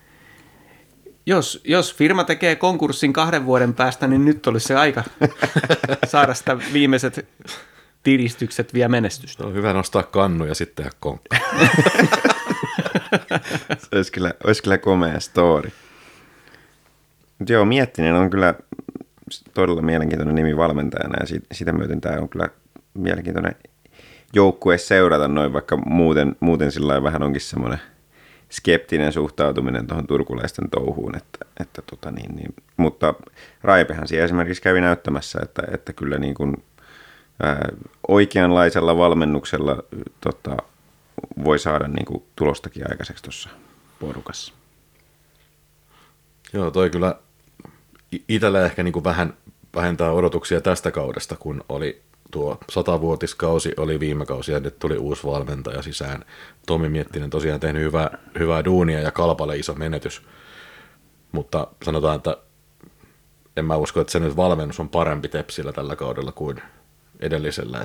jos firma tekee konkurssin 2 vuoden päästä, niin nyt olisi se aika saada sitä viimeiset tiristykset vielä menestystä. On hyvä nostaa kannu ja sitten tehdä konkka. olisi kyllä komea story. Mutta joo, Miettinen on kyllä todella mielenkiintoinen nimi valmentajana ja sitä myöten tämä on kyllä mielenkiintoinen joukkue seurata noin, vaikka muuten sillä lailla vähän onkin semmoinen skeptinen suhtautuminen tuohon turkulaisten touhuun, mutta Raipehan siellä esimerkiksi kävi näyttämässä, että kyllä niin kuin, oikeanlaisella valmennuksella voi saada niin kuin tulostakin aikaiseksi tuossa porukassa. Joo, toi kyllä itsellä ehkä niin kuin vähän vähentää odotuksia tästä kaudesta, kun oli tuo 100-vuotiskausi oli viime kausi ja nyt tuli uusi valmentaja sisään. Tommi Miettinen tosiaan tehnyt hyvää duunia ja Kalpalle iso menetys, mutta sanotaan, että en mä usko, että se nyt valmennus on parempi Tepsillä tällä kaudella kuin edellisellä.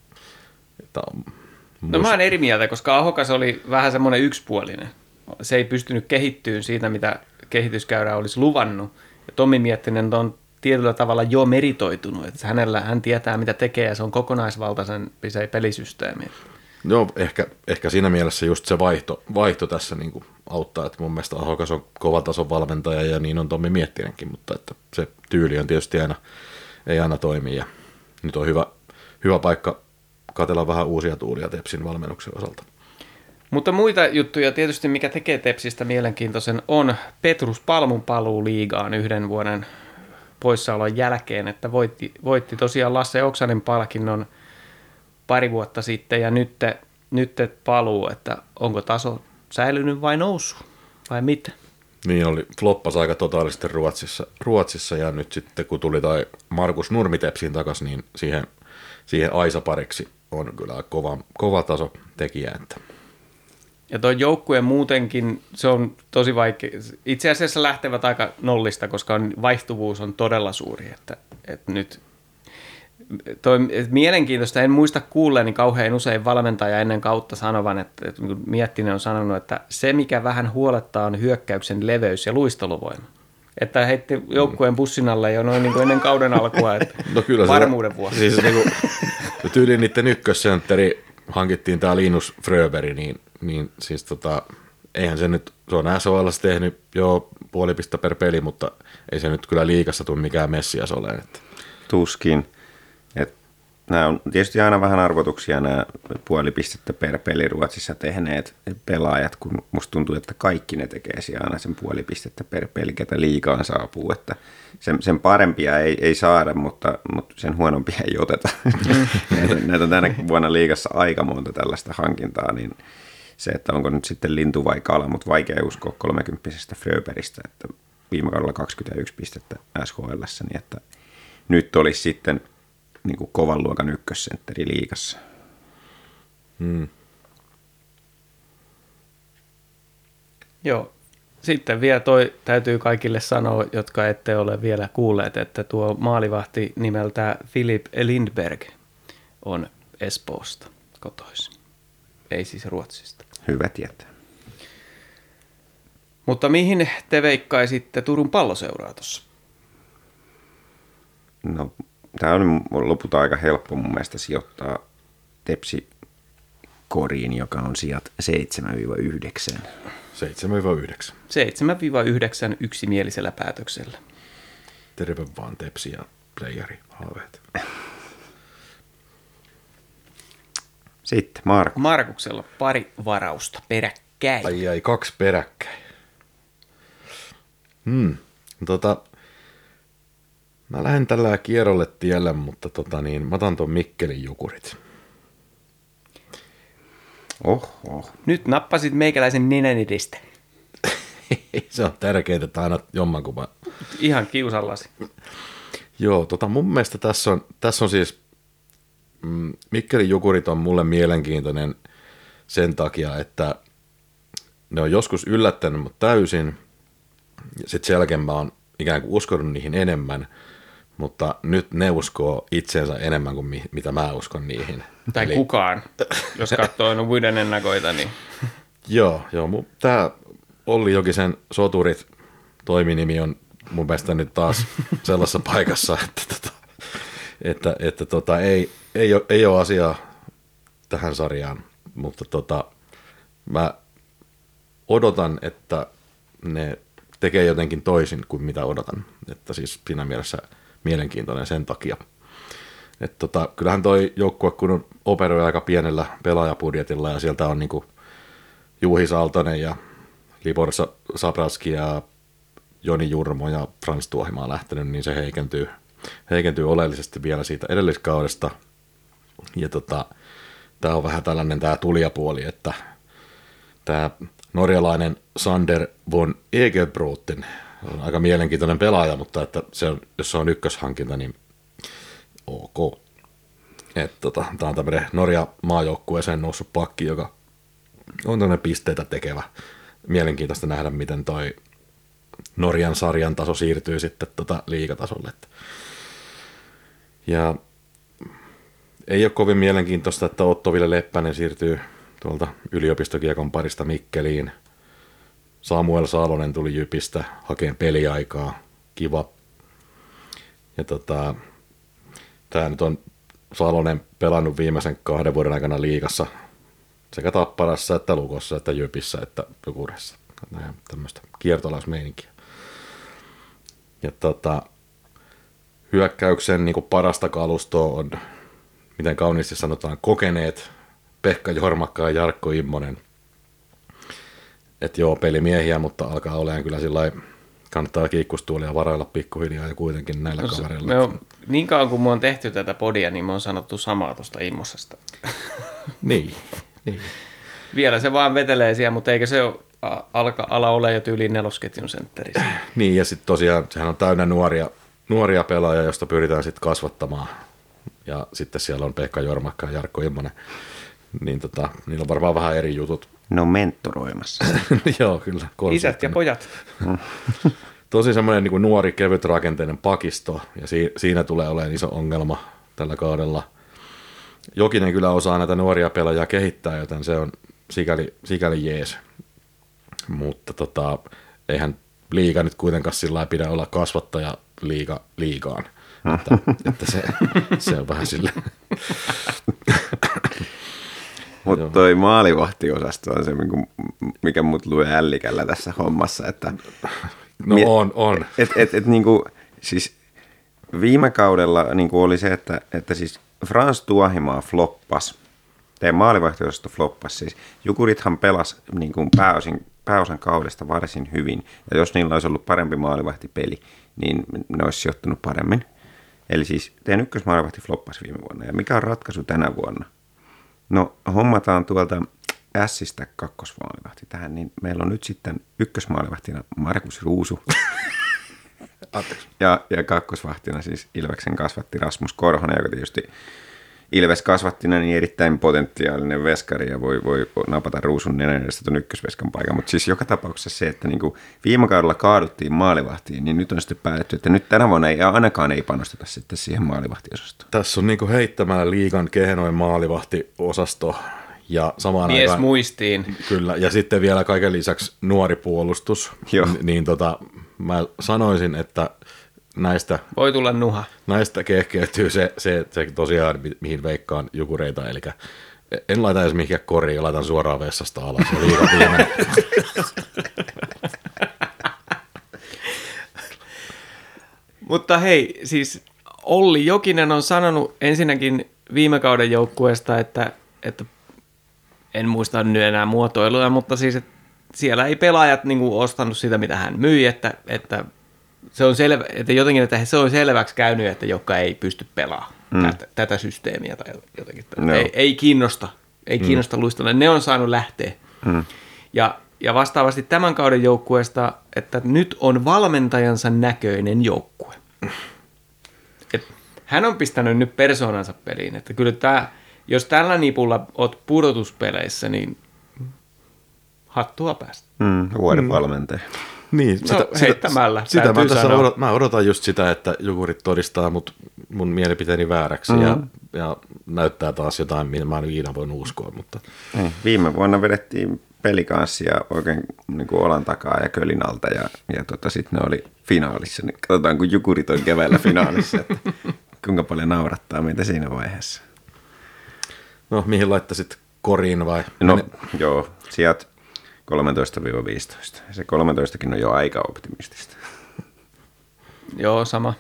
No mä oon eri mieltä, koska Ahokas oli vähän semmoinen yksipuolinen. Se ei pystynyt kehittyyn siitä, mitä kehityskäyrä olisi luvannut. Ja Tommi Miettinen on tietyllä tavalla jo meritoitunut, että hän tietää, mitä tekee, ja se on kokonaisvaltaisempi se pelisysteemi. Joo, ehkä siinä mielessä just se vaihto tässä niin kuin auttaa, että mun mielestä Ahokas on kova tason valmentaja, ja niin on Tommi Miettinenkin, mutta että se tyyli on tietysti ei aina toimi, ja nyt on hyvä paikka katsella vähän uusia tuulia Tepsin valmennuksen osalta. Mutta muita juttuja tietysti, mikä tekee Tepsistä mielenkiintoisen, on Petrus Palmun paluu liigaan 1 vuoden poissaolon jälkeen, että voitti tosiaan Lasse Oksanen palkinnon pari vuotta sitten, ja nyt paluu, että onko taso säilynyt vai noussut, vai mitä? Niin oli, floppasi aika totaalisesti Ruotsissa, ja nyt sitten kun tuli tai Markus Nurmi Tepsiin takaisin, niin siihen Aisa-pariksi on kyllä kova taso tekijä. Että. Ja tuo joukkue muutenkin, se on tosi vaikea. Itse asiassa lähtevät aika nollista, koska vaihtuvuus on todella suuri. Että nyt mielenkiintoista, en muista kuulleeni kauhean usein valmentaja ennen kautta sanovan, että Miettinen on sanonut, että se mikä vähän huolettaa on hyökkäyksen leveys ja luisteluvoima. Että heitti joukkueen bussin alle jo noin niin kuin ennen kauden alkua, että no kyllä varmuuden vuoksi. Siis niin kuin, tyyliin niiden ykkössentteri hankittiin tämä Linus Fröberg, niin siis eihän se nyt, se on SHL:ssä tehnyt jo 0,5 pistettä per peli, mutta ei se nyt kyllä liigassa tule mikään messias ole. Että. Tuskin. Nämä on tietysti aina vähän arvotuksia nämä 0,5 pistettä per peli Ruotsissa tehneet pelaajat, kun musta tuntuu, että kaikki ne tekee siellä aina sen 0,5 pistettä per peli, ketä liigaan saapuu. Että sen parempia ei saada, mutta sen huonompia ei oteta. Näitä on tänä vuonna liigassa aika monta tällaista hankintaa, niin se, että onko nyt sitten lintu vai kala, mutta vaikea uskoa 30-pisestä Fröbergistä, että viime kaudella 21 pistettä SHL:ssä, niin että nyt olisi sitten niin kuin kovan luokan ykkössentteri liigassa. Joo. Sitten vielä täytyy kaikille sanoa, jotka ette ole vielä kuulleet, että tuo maalivahti nimeltä Philip Lindberg on Espoosta kotoisin. Ei siis Ruotsista. Hyvä tietää. Mutta mihin te veikkaisitte Turun Palloseuraa tuossa? No, tämä on lopulta aika helppo mun mielestä sijoittaa Tepsi koriin, joka on sijat 7-9. 7-9. 7-9 yksimielisellä päätöksellä. Terve vaan Tepsi ja playeri haaveet. Sitten Markus. Markuksella pari varausta peräkkäin. Ai 2 peräkkäin. Mä lähden tällä kierrolle tielle, mutta mä otan ton Mikkelin Jukurit. Oho. Nyt nappasit meikäläisen nenän edestä. Se on tärkeää, että aina jommankumman. Ihan kiusallasi. Joo, mun mielestä tässä on siis, Mikkelin Jukurit on mulle mielenkiintoinen sen takia, että ne on joskus yllättänyt mut täysin, sitten sen jälkeen mä oon ikään kuin uskonut niihin enemmän, mutta nyt ne uskoo itseensä enemmän kuin mitä mä uskon niihin. Tai eli kukaan, jos katsoo muiden ennakoita, niin... Joo, tää Olli Jokisen Soturit toiminimi on mun mielestä nyt taas sellaisessa paikassa, että ei ole asiaa tähän sarjaan, mutta mä odotan, että ne tekee jotenkin toisin kuin mitä odotan, että siis siinä mielessä mielenkiintoinen sen takia. Että kyllähän toi joukkue kun operoi aika pienellä pelaajapudjetilla ja sieltä on niinku Juhi Saltonen ja Libor Sabraski ja Joni Jurmo ja Frans Tuohimaa lähtenyt, niin se heikentyy oleellisesti vielä siitä edelliskaudesta. Ja tämä on vähän tällainen tämä tulijapuoli, että tämä norjalainen Sander von Egebroten on aika mielenkiintoinen pelaaja, mutta että jos se on ykköshankinta, niin ok. Tämä on tämmöinen Norja-maajoukkueeseen noussut pakki, joka on tämmöinen pisteitä tekevä. Mielenkiintoista nähdä, miten toi Norjan sarjan taso siirtyy sitten liigatasolle. Ja ei ole kovin mielenkiintoista, että Otto Ville Leppänen siirtyy tuolta yliopistokiekon parista Mikkeliin. Samuel Salonen tuli Jypistä hakeen peliaikaa. Kiva. Ja tämä nyt on Salonen pelannut viimeisen 2 vuoden aikana liigassa sekä Tapparassa, että Lukossa, että Jypissä, että Jukuressa. Tämmöistä kiertolaismeininkiä. Ja hyökkäyksen niin kuin parasta kalustoa on, miten kauniisti sanotaan, kokeneet Pekka Jormakka ja Jarkko Immonen. Että joo, pelimiehiä, mutta alkaa olemaan kyllä sillä kannattaa kiikkustuolia varailla pikkuhiljaa ja kuitenkin näillä kavereilla. Niin kauan kuin me on tehty tätä podia, niin me on sanottu samaa tuosta Immosesta. Niin. Vielä se vaan vetelee siellä, mutta eikä se ala ole jo tyyliin 4-ketjun sentterissä. Niin, ja sitten tosiaan sehän on täynnä nuoria pelaajia, joista pyritään sitten kasvattamaan. Ja sitten siellä on Pekka Jormakka ja Jarkko Immonen. Niin niillä on varmaan vähän eri jutut. Ne on mentoroimassa. Joo, kyllä. Isät ja pojat. Tosi semmoinen niin nuori, kevyt rakenteinen pakisto, ja siinä tulee olemaan iso ongelma tällä kaudella. Jokinen kyllä osaa näitä nuoria pelaajia kehittää, joten se on sikäli jees. Mutta eihän liiga nyt kuitenkaan sillä pidä olla kasvattaja liigaan. Että se on vähän silleen. Mutta toi maalivahtiosasto on se, mikä mut lue ällikällä tässä hommassa. Että no on. Niinku, siis viime kaudella niinku oli se, että siis Frans Tuohimaa floppas. Teidän maalivahtiosasto floppas siis. Jukurithan pelasi niinku pääosan kaudesta varsin hyvin. Ja jos niillä olisi ollut parempi maalivahtipeli, niin ne olisi sijoittunut paremmin. Eli siis teidän ykkösmaalivahti floppasi viime vuonna. Ja mikä on ratkaisu tänä vuonna? No hommataan tuolta Ässistä kakkosmaalivahti tähän, niin meillä on nyt sitten ykkösmaalivahtina Markus Ruusu. ja kakkosvahtina siis Ilveksen kasvatti Rasmus Korhonen, joka tietysti Ilves kasvattina niin erittäin potentiaalinen veskari ja voi napata Ruusun nenän edestä tuon ykkösveskan paikan. Mutta siis joka tapauksessa se, että niinku viime kaudella kaaduttiin maalivahtiin, niin nyt on sitten päätetty, että nyt tänä vuonna ainakaan ei panosteta sitten siihen maalivahtiosastoon. Tässä on niinku heittämällä liigan kehnoin maalivahtiosasto ja samaan mies aikaan muistiin. Kyllä, ja sitten vielä kaiken lisäksi nuori puolustus. Niin mä sanoisin, että näistä voi tulla nuha. Näistä kehkeytyy se tosiaan, mihin veikkaan Jukureita, eli en laita edes mihinkään koriin, laitan suoraan vessasta alas. Mutta hei, siis Olli Jokinen on sanonut ensinnäkin viime kauden joukkueesta, että en muista nyt enää muotoiluja, mutta siis että siellä ei pelaajat niinku ostanut sitä, mitä hän myi, että se on selvä, että jotenkin että se on selväksi käynyt, että joka ei pysty pelaamaan tätä systeemiä tai jotenkin. No. Ei kiinnosta luistella. Ne on saanut lähteä. Ja vastaavasti tämän kauden joukkueesta, että nyt on valmentajansa näköinen joukkue. Hän on pistänyt nyt persoonansa peliin. Että kyllä jos tällä nipulla oot pudotuspeleissä, niin hattua päästä. Vuoden valmentaja. Niin, heittämällä, sitä täytyy sanoa. mä odotan just sitä, että Jukurit todistaa mun mielipiteeni vääräksi ja näyttää taas jotain, mitä mä en ikinä voinut uskoa. Mutta... Viime vuonna vedettiin pelikanssia oikein niin kuin olan takaa ja kölin alta ja sitten ne oli finaalissa. Niin katsotaan, kun Jukurit on keväällä finaalissa, että kuinka paljon naurattaa meitä siinä vaiheessa. No, mihin laittaisit koriin vai? No, joo, sijat 13-15. Se 13kin on jo aika optimistista. Joo, sama.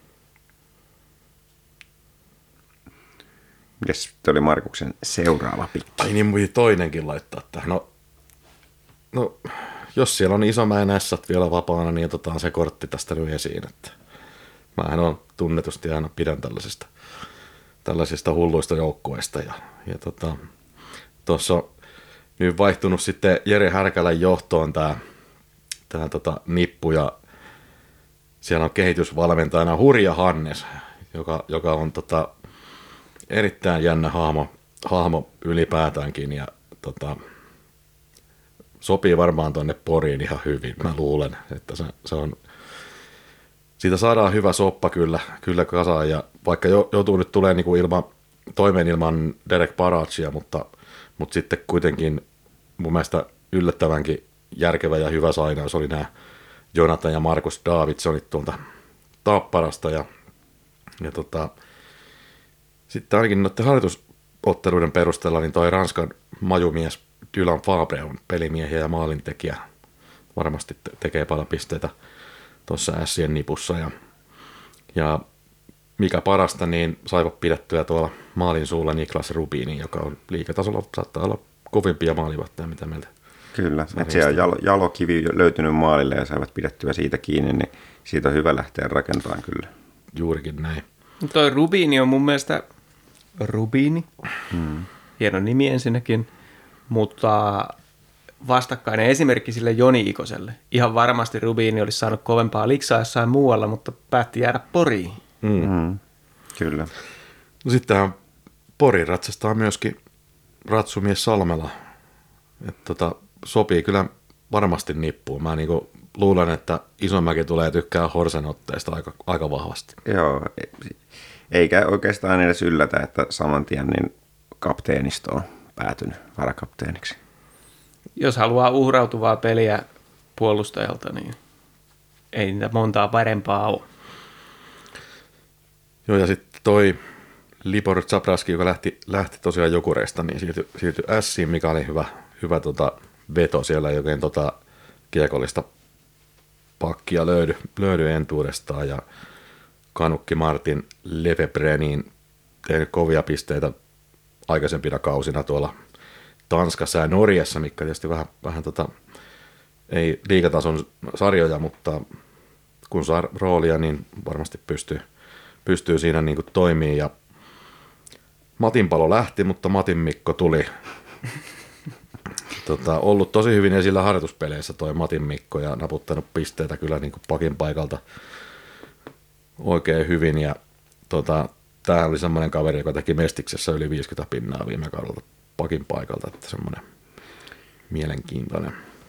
Mites oli Markuksen seuraava pikki? Ai niin, mun toinenkin laittaa tähän. No, jos siellä on Isomäen ässät vielä vapaana, niin otetaan se kortti tästä nyt esiin. Että mähän on tunnetusti aina pidän tällaisista hulluista joukkueista. Ja tuossa on nyt vaihtunut sitten Jere Härkälän johtoon tämä nippu, ja siellä on kehitysvalmentajana Hurja Hannes, joka on erittäin jännä hahmo ylipäätäänkin, ja sopii varmaan tuonne Poriin ihan hyvin. Mä luulen, että se on, siitä saadaan hyvä soppa kyllä kasaan, ja vaikka joutuu nyt tulemaan niin toimeen ilman Derek Baraccia, mutta sitten kuitenkin mun mielestä yllättävänkin järkevä ja hyvä sainaus oli nämä Jonathan ja Markus Davidsonit tuolta Tapparasta, ja sitten ainakin noiden harjoitusotteluiden perusteella niin toi Ranskan majumies Dylan Fabre on pelimiehiä ja maalintekijä. Varmasti tekee paljon pisteitä tuossa Ässien nipussa. Ja mikä parasta, niin saivat pidettyä tuolla maalin suulla Niklas Rubinin, joka on liigatasolla saattaa olla kovimpia maalivahtoja, mitä meiltä. Kyllä, että siellä on jalokivi löytynyt maalille ja saivat pidettyä siitä kiinni, niin siitä on hyvä lähteä rakentamaan kyllä. Juurikin näin. Toi Rubini on mun mielestä hieno nimi ensinnäkin, mutta vastakkainen esimerkki sille Joni Ikoselle. Ihan varmasti Rubini olisi saanut kovempaa liksaa jossain muualla, mutta päätti jäädä Poriin. Kyllä. No sittenhän Pori ratsastaa myöskin ratsumies Salmela. Sopii kyllä varmasti nippuun. Mä niinku luulen, että Isomäki tulee tykkää Horsen otteesta aika vahvasti. Joo, eikä oikeastaan edes yllätä, että saman tien niin kapteenisto on päätynyt varakapteeniksi. Jos haluaa uhrautuvaa peliä puolustajalta, niin ei niitä montaa parempaa ole. Joo, ja sitten toi Libor Zabraski, joka lähti tosiaan Jukureista, niin siirtyi Ässiin, mikä oli hyvä veto. Siellä ei oikein kiekollista pakkia löydy entuudestaan, ja Kanukki Martin Lefebvre tehnyt kovia pisteitä aikaisempina kausina tuolla Tanskassa ja Norjassa, mikä tietysti vähän ei liigatason sarjoja, mutta kun saa roolia, niin varmasti pystyy siinä niin kuin toimimaan. Ja Matin Palo lähti, mutta Matin Mikko tuli. Ollut tosi hyvin esillä harjoituspeleissä toi Matin Mikko ja naputtanut pisteitä kyllä niin kuin pakin paikalta oikein hyvin. Ja tämähän oli semmoinen kaveri, joka teki Mestiksessä yli 50 pinnaa viime kaudella pakin paikalta, että semmoinen mielenkiintoinen.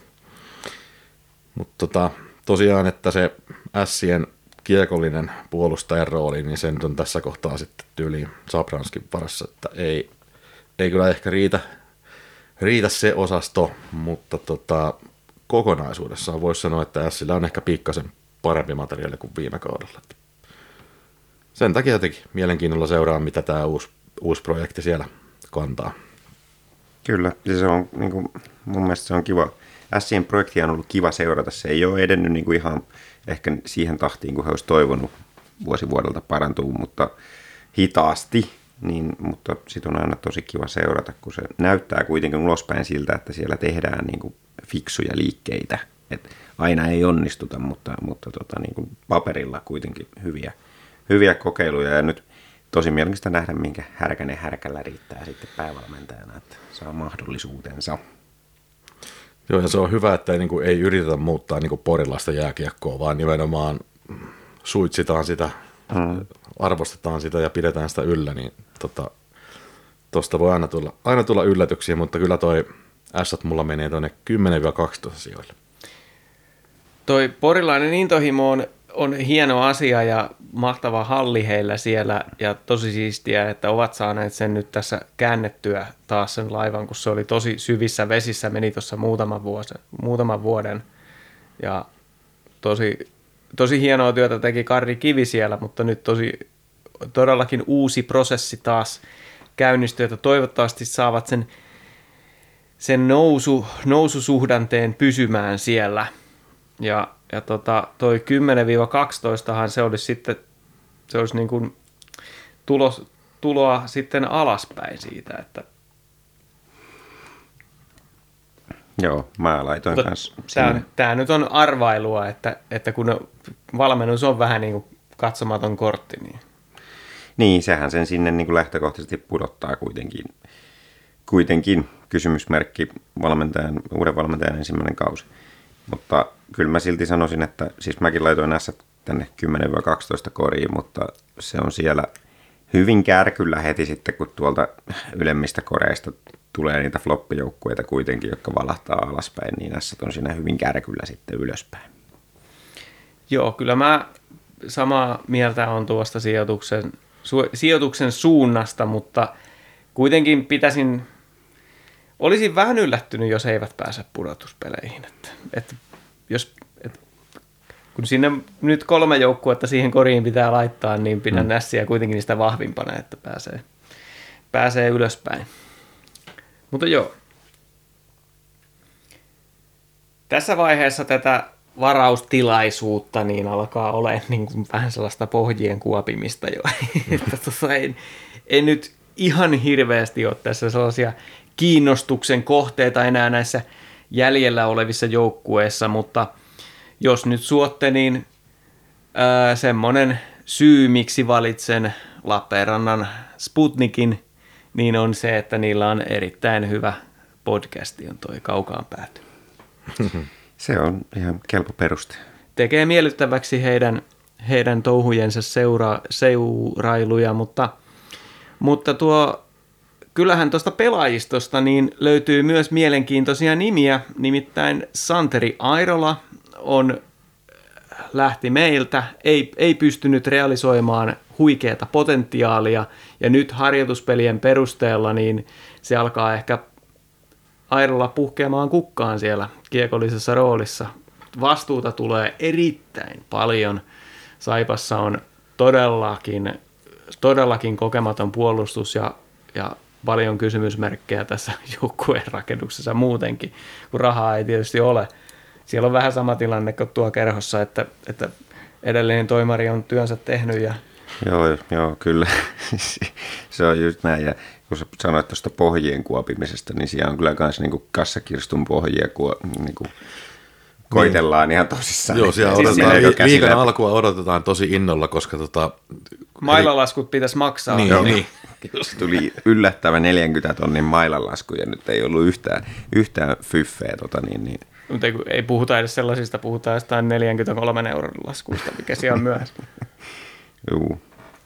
Mutta tosiaan, että se Ässien kiekollinen puolustajan rooli, niin sen on tässä kohtaa sitten tyyliin Zabranskin varassa, että ei kyllä ehkä riitä se osasto, mutta kokonaisuudessaan voisi sanoa, että Ässillä on ehkä pikkasen parempi materiaali kuin viime kaudella. Sen takia jotenkin mielenkiinnolla seuraa, mitä tämä uusi projekti siellä kantaa. Kyllä, ja se on niin kuin, mun mielestä se on kiva. Ässien projektia on ollut kiva seurata. Se ei ole edennyt niin kuin ihan ehkä siihen tahtiin, kun he olisi toivonut vuosi vuodelta parantuu, mutta hitaasti. Mutta sitten on aina tosi kiva seurata, kun se näyttää kuitenkin ulospäin siltä, että siellä tehdään niin kuin fiksuja liikkeitä. Et aina ei onnistuta, mutta niin kuin paperilla kuitenkin hyviä kokeiluja. Ja nyt tosi mielenkiintoista nähdä, minkä Härkänen Härkällä riittää sitten päävalmentajana, että saa mahdollisuutensa. Joo, ja se on hyvä, että ei yritetä muuttaa porilaista jääkiekkoa, vaan nimenomaan suitsitaan sitä, arvostetaan sitä ja pidetään sitä yllä, niin tuosta voi aina tulla yllätyksiä, mutta kyllä toi Ässät mulla menee tuonne 10-12 sijoille. Toi porilainen intohimo on hieno asia ja mahtava halli heillä siellä ja tosi siistiä, että ovat saaneet sen nyt tässä käännettyä taas sen laivan, kun se oli tosi syvissä vesissä, meni tuossa muutaman vuoden ja tosi hienoa työtä teki Karri Kivi siellä, mutta nyt todellakin uusi prosessi taas käynnistyy, että toivottavasti saavat sen noususuhdanteen pysymään siellä. Ja toi 10-12han se olisi niin kuin tuloa sitten alaspäin siitä, että Joo, mä laitoin kanssa. Tämä nyt on arvailua, että kun valmennus on vähän niin kuin katsomaton kortti, niin Niin, sehän sen sinne niin kuin lähtökohtaisesti pudottaa kuitenkin kysymysmerkki uuden valmentajan ensimmäinen kausi. Mutta kyllä mä silti sanoisin, että siis mäkin laitoin näissä tänne 10-12 koriin, mutta se on siellä hyvin kärkyllä heti sitten, kun tuolta ylemmistä koreista tulee niitä floppijoukkueita kuitenkin, jotka valahtaa alaspäin, niin näissä on siinä hyvin kärkyllä sitten ylöspäin. Joo, kyllä mä samaa mieltä on tuosta sijoituksen suunnasta, mutta kuitenkin olisin vähän yllättynyt, jos he eivät pääse pudotuspeleihin. Kun sinne nyt 3 joukkuetta siihen koriin pitää laittaa, niin pidän Nässiä kuitenkin sitä vahvimpana, että pääsee ylöspäin. Mutta joo. Tässä vaiheessa tätä varaustilaisuutta niin alkaa olemaan niin kuin vähän sellaista pohjien kuopimista jo. Ei nyt ihan hirveästi ole tässä sellaisia kiinnostuksen kohteita enää näissä jäljellä olevissa joukkueissa, mutta jos nyt suotte, niin semmoinen syy, miksi valitsen Lappeenrannan Sputnikin, niin on se, että niillä on erittäin hyvä podcasti, on toi Kaukaan pääty. Se on ihan kelpo peruste. Tekee miellyttäväksi heidän touhujensa seurailuja, mutta kyllähän tuosta pelaajistosta niin löytyy myös mielenkiintoisia nimiä, nimittäin Santeri Airola lähti meiltä, ei pystynyt realisoimaan huikeata potentiaalia ja nyt harjoituspelien perusteella niin se alkaa ehkä Airola puhkeamaan kukkaan siellä kiekollisessa roolissa. Vastuuta tulee erittäin paljon. Saipassa on todellakin kokematon puolustus ja paljon kysymysmerkkejä tässä joukkueen rakennuksessa muutenkin, kun rahaa ei tietysti ole. Siellä on vähän sama tilanne kuin tuo kerhossa, että edellinen toimari on työnsä tehnyt. Joo, kyllä. Se on just näin. Ja kun sä sanoit tuosta pohjien kuopimisesta, niin siellä on kyllä myös niin kassakirstun pohjia, niin koitellaan ihan tosissaan. Joo, siellä odotetaan liigan alkua odotetaan tosi innolla, koska mailalaskut pitäisi maksaa. Niin. Tuli yllättävä 40 tonnin mailalasku ja nyt ei ollut yhtään fyffeä. Niin. Mutta ei puhuta edes sellaisista, puhutaan jostain 43 euron laskuista, mikä siellä on myöhässä. Joo.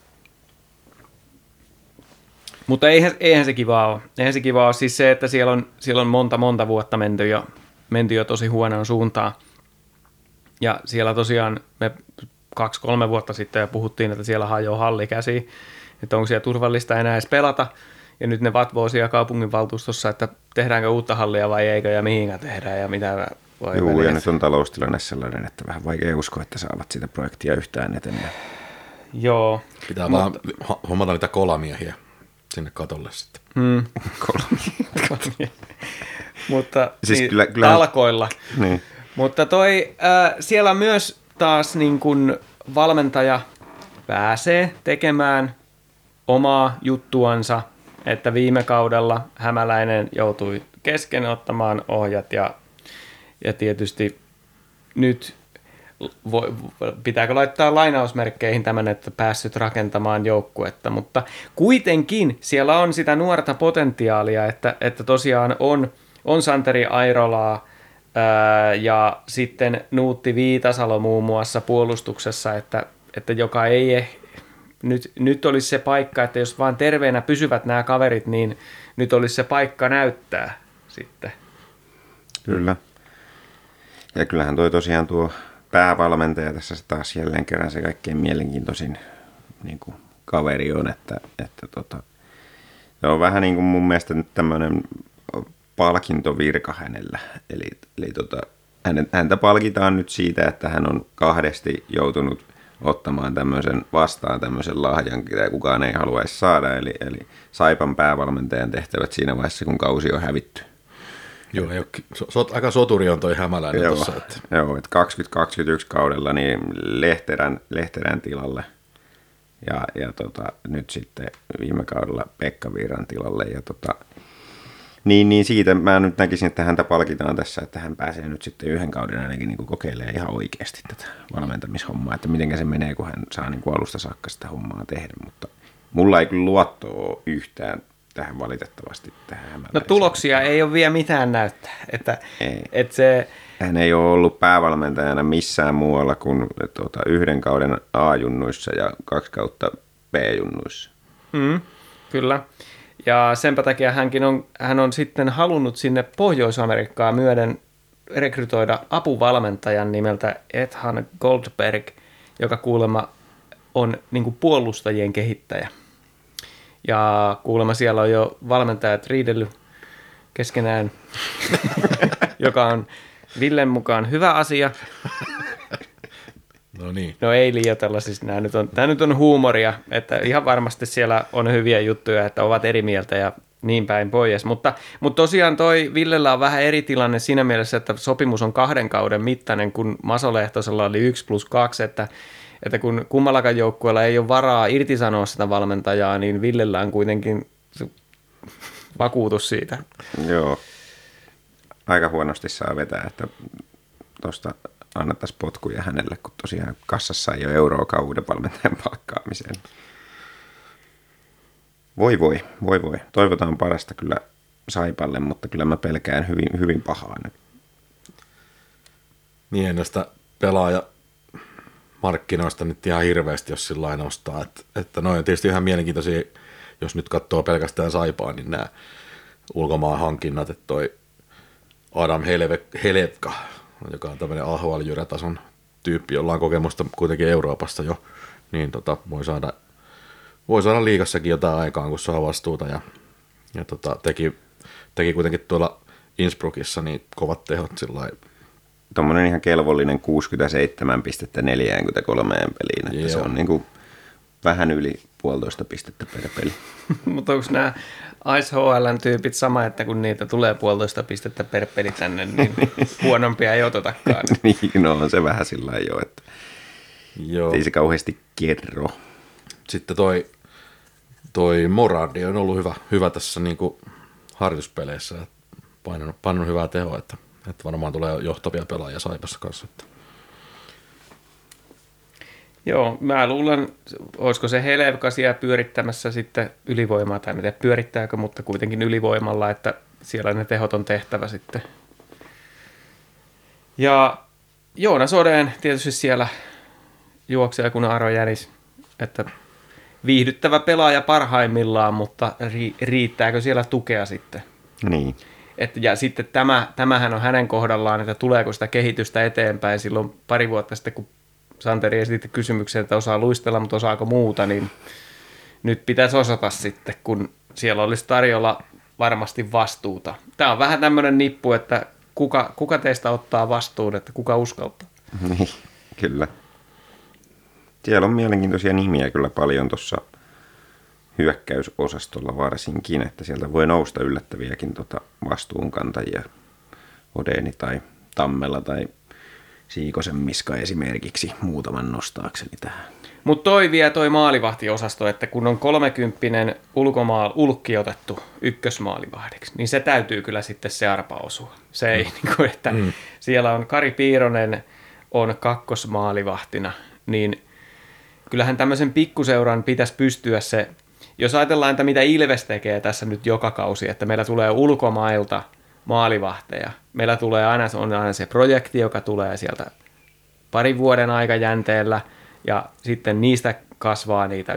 Mutta eihän se kiva ole. Eihän se kiva ole siis se, että siellä on monta vuotta menty jo tosi huonoon suuntaan. Ja siellä tosiaan me 2-3 vuotta sitten jo puhuttiin, että siellä hajoaa halli käsiin, että onko siellä turvallista enää edes pelata. Ja nyt ne vatvoo siellä kaupunginvaltuustossa, että tehdäänkö uutta hallia vai eikö ja mihinkä tehdään ja mitä voi. Joo, ja nyt on taloustilanne sellainen, että vähän vaikea uskoa, että saavat sitä projektia yhtään eteenpäin. Joo. Pitää vaan hommata niitä kolamiehiä sinne katolle sitten. Kolamiehiä. Mutta siis niin, kyllä talkoilla. Niin. Mutta siellä myös taas niin kun valmentaja pääsee tekemään omaa juttuansa, että viime kaudella Hämäläinen joutui kesken ottamaan ohjat ja tietysti nyt pitääkö laittaa lainausmerkkeihin tämän, että päässyt rakentamaan joukkuetta, mutta kuitenkin siellä on sitä nuorta potentiaalia, että tosiaan on Santeri Airolaa ja sitten Nuutti Viitasalo muun muassa puolustuksessa, että joka ei nyt olisi se paikka, että jos vaan terveenä pysyvät nämä kaverit, niin nyt olisi se paikka näyttää sitten Kyllä. Ja kyllähän tosiaan tuo päävalmentaja tässä taas jälleen kerran se kaikkein mielenkiintoisin niin kuin kaveri on, että se on vähän niin kuin mun mielestä nyt tämmöinen palkintovirka hänellä. Eli häntä palkitaan nyt siitä, että hän on kahdesti joutunut ottamaan vastaan tämmöisen lahjan, mitä kukaan ei haluaisi saada, eli Saipan päävalmentajan tehtävät siinä vaiheessa, kun kausi on hävitty. Joo, aika soturi on toi Hämäläinen tuossa. Joo, että 2021 kaudella niin Lehterän tilalle ja nyt sitten viime kaudella Pekka Virran tilalle. Ja niin siitä mä nyt näkisin, että häntä palkitaan tässä, että hän pääsee nyt sitten yhden kauden ainakin niin kuin kokeilemaan ihan oikeasti tätä valmentamishommaa, että miten se menee, kun hän saa niin kuin alusta saakka sitä hommaa tehdä, mutta mulla ei kyllä luottoa yhtään tähän valitettavasti. No tuloksia ei ole vielä mitään näyttää. Hän ei ole ollut päävalmentajana missään muualla kuin yhden kauden A-junnuissa ja 2 kautta B-junnuissa. Kyllä. Ja senpä takia hän on sitten halunnut sinne Pohjois-Amerikkaan myöden rekrytoida apuvalmentajan nimeltä Ethan Goldberg, joka kuulemma on niin kuin puolustajien kehittäjä. Ja kuulemma siellä on jo valmentajat riidellyt keskenään, joka on Villen mukaan hyvä asia. No niin. No ei liioitella, siis tämä nyt on huumoria, että ihan varmasti siellä on hyviä juttuja, että ovat eri mieltä ja niin päin pois. Mutta tosiaan toi Villellä on vähän eri tilanne siinä mielessä, että sopimus on 2 kauden mittainen, kun Maso Lehtosella oli 1+2, että kun kummallakaan joukkueella ei ole varaa irtisanoa sitä valmentajaa, niin Villellä on kuitenkin vakuutus siitä. Joo, aika huonosti saa vetää, että tuosta annettaisiin potkuja hänelle, kun tosiaan kassassa ei ole euroakaan uuden valmentajan palkkaamiseen. Voi. Toivotaan parasta kyllä Saipalle, mutta kyllä mä pelkään hyvin, hyvin pahaa nyt. Niin, näistä pelaajamarkkinoista nyt ihan hirveästi, jos sillä lailla nostaa. Että noin on tietysti ihan mielenkiintoisia, jos nyt katsoo pelkästään Saipaa, niin nämä ulkomaan hankinnat, että toi Adam Helevka, joka on tämmöinen AHL-jyrätason tyyppi, jolla on kokemusta kuitenkin Euroopasta jo, niin voi saada liigassakin jotain aikaan, kun saa vastuuta. Ja teki kuitenkin tuolla Innsbruckissa niin kovat tehot sillä. Tuommoinen ihan kelvollinen 67 pistettä 43 peliin, että se on niin kuin vähän yli 1,5 pistettä per peli. Mutta onko nämä Ice HL-tyypit sama, että kun niitä tulee 1,5 pistettä per peli tänne, niin huonompia ei ototakaan? Niin, no on se vähän sillä lailla jo, että ei se kauheasti kerro. Sitten toi Moradi on ollut hyvä tässä niin kuin harjoituspeleissä, painanut hyvää tehoa, että varmaan tulee johtavia pelaajia Saipassa kanssa. Joo, mä luulen, olisiko se Helevka siellä pyörittämässä sitten ylivoimaa, tai miten pyörittääkö, mutta kuitenkin ylivoimalla, että siellä ne tehot on tehtävä sitten. Ja Joonas Odeen tietysti siellä juoksee kun Aro Jänis, että viihdyttävä pelaaja parhaimmillaan, mutta riittääkö siellä tukea sitten? Niin. Ja sitten tämähän on hänen kohdallaan, että tuleeko sitä kehitystä eteenpäin. Silloin pari vuotta sitten, kun Santeri esitti kysymyksen, että osaa luistella, mutta osaako muuta, niin nyt pitäisi osata sitten, kun siellä olisi tarjolla varmasti vastuuta. Tämä on vähän tämmöinen nippu, että kuka teistä ottaa vastuun, että kuka uskaltaa. Niin, kyllä. Siellä on mielenkiintoisia nimiä kyllä paljon tuossa hyökkäysosastolla varsinkin, että sieltä voi nousta yllättäviäkin vastuunkantajia, Odeni tai Tammela tai Siikosen Miska esimerkiksi muutaman nostaakseni tähän. Mutta toi maalivahtiosasto, että kun on 30 ulkki otettu ykkösmaalivahdiksi, niin se täytyy kyllä sitten se arpa osua. Se ei, että siellä on Kari Piironen on kakkosmaalivahtina, niin kyllähän tämmöisen pikkuseuran pitäisi pystyä se, jos ajatellaan, että mitä Ilves tekee tässä nyt joka kausi, että meillä tulee ulkomailta maalivahteja. Meillä tulee aina se projekti, joka tulee sieltä parin vuoden aikajänteellä, ja sitten niistä kasvaa niitä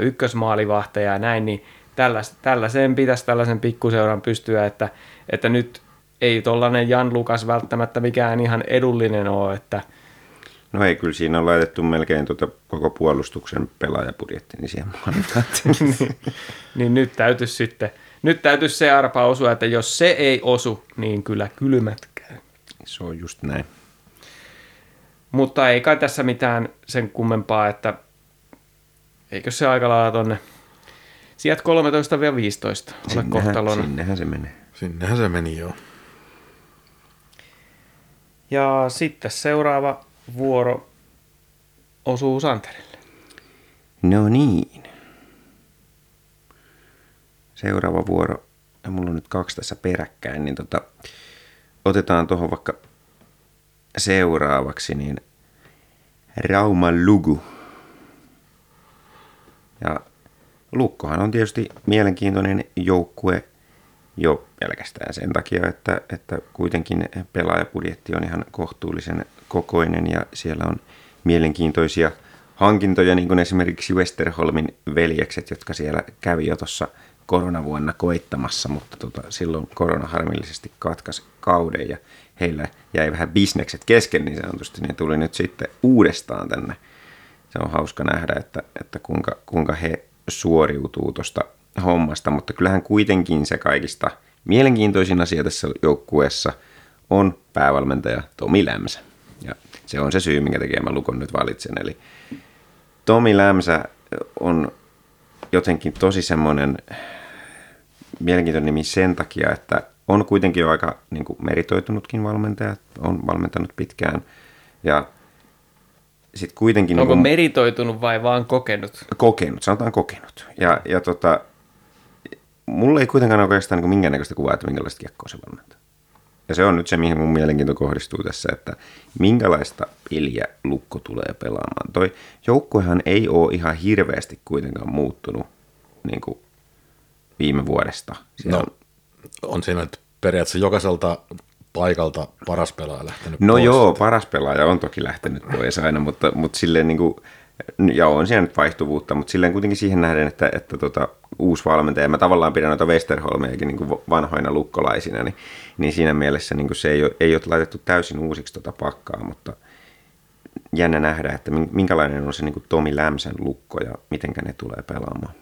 ykkösmaalivahteja ja näin, niin tällaisen pitäisi tällaisen pikkuseuran pystyä, että nyt ei tollainen Jan Lukas välttämättä mikään ihan edullinen ole, että No ei, kyllä siinä on laitettu melkein koko puolustuksen pelaajapudjetti, niin siihen niin nyt täytyisi se arpa osua, että jos se ei osu, niin kyllä kylmät käy. Se on just näin. Mutta ei kai tässä mitään sen kummempaa, että eikö se aika lailla tonne sijat 13-15 ole kohtalona. Sinnehän se menee. Sinnehän se meni, joo. Ja sitten seuraava vuoro osuu Santerille. No niin. Seuraava vuoro, ja mulla on nyt 2 tässä peräkkäin, niin otetaan tuohon vaikka seuraavaksi, niin Rauman Lugu. Ja Lukkohan on tietysti mielenkiintoinen joukkue jo pelkästään sen takia, että kuitenkin pelaajapudjetti on ihan kohtuullisen kokoinen ja siellä on mielenkiintoisia hankintoja, niin kuin esimerkiksi Westerholmin veljekset, jotka siellä kävi jo tuossa koronavuonna koittamassa, mutta silloin korona harmillisesti katkaisi kauden ja heillä jäi vähän bisnekset kesken, niin sanotusti ne tuli nyt sitten uudestaan tänne. Se on hauska nähdä, että kuinka he suoriutuu tuosta hommasta, mutta kyllähän kuitenkin se kaikista mielenkiintoisin asia tässä joukkueessa on päävalmentaja Tomi Lämsä. Ja se on se syy, minkä takia mä Lukon nyt valitsen. Eli Tomi Lämsä on jotenkin tosi semmoinen mielenkiintoinen nimi sen takia, että on kuitenkin jo aika niin kuin meritoitunutkin valmentaja, on valmentanut pitkään ja sitten kuitenkin... Onko meritoitunut vai vaan kokenut? Kokenut, sanotaan kokenut. Ja mulla ei kuitenkaan oikeastaan niin minkäännäköistä kuvaa, että minkälaista kiekkoa se valmentaa. Ja se on nyt se, mihin mun mielenkiinto kohdistuu tässä, että minkälaista peliä Lukko tulee pelaamaan. Toi joukkuehan ei ole ihan hirveästi kuitenkaan muuttunut niin kuin viime vuodesta. No, on siinä, että periaatteessa jokaiselta paikalta paras pelaaja lähtenyt no pois. Joo, paras pelaaja on toki lähtenyt pois aina, mutta silleen niin kuin, ja on siellä nyt vaihtuvuutta, mutta silleen kuitenkin siihen nähden, että uusi valmentaja, mä tavallaan pidän noita Westerholmejakin niin kuin vanhoina lukkolaisina, niin siinä mielessä niin kuin se ei ole laitettu täysin uusiksi pakkaa, mutta jännä nähdä, että minkälainen on se niin kuin Tomi Lämsän Lukko ja mitenkä ne tulee pelaamaan.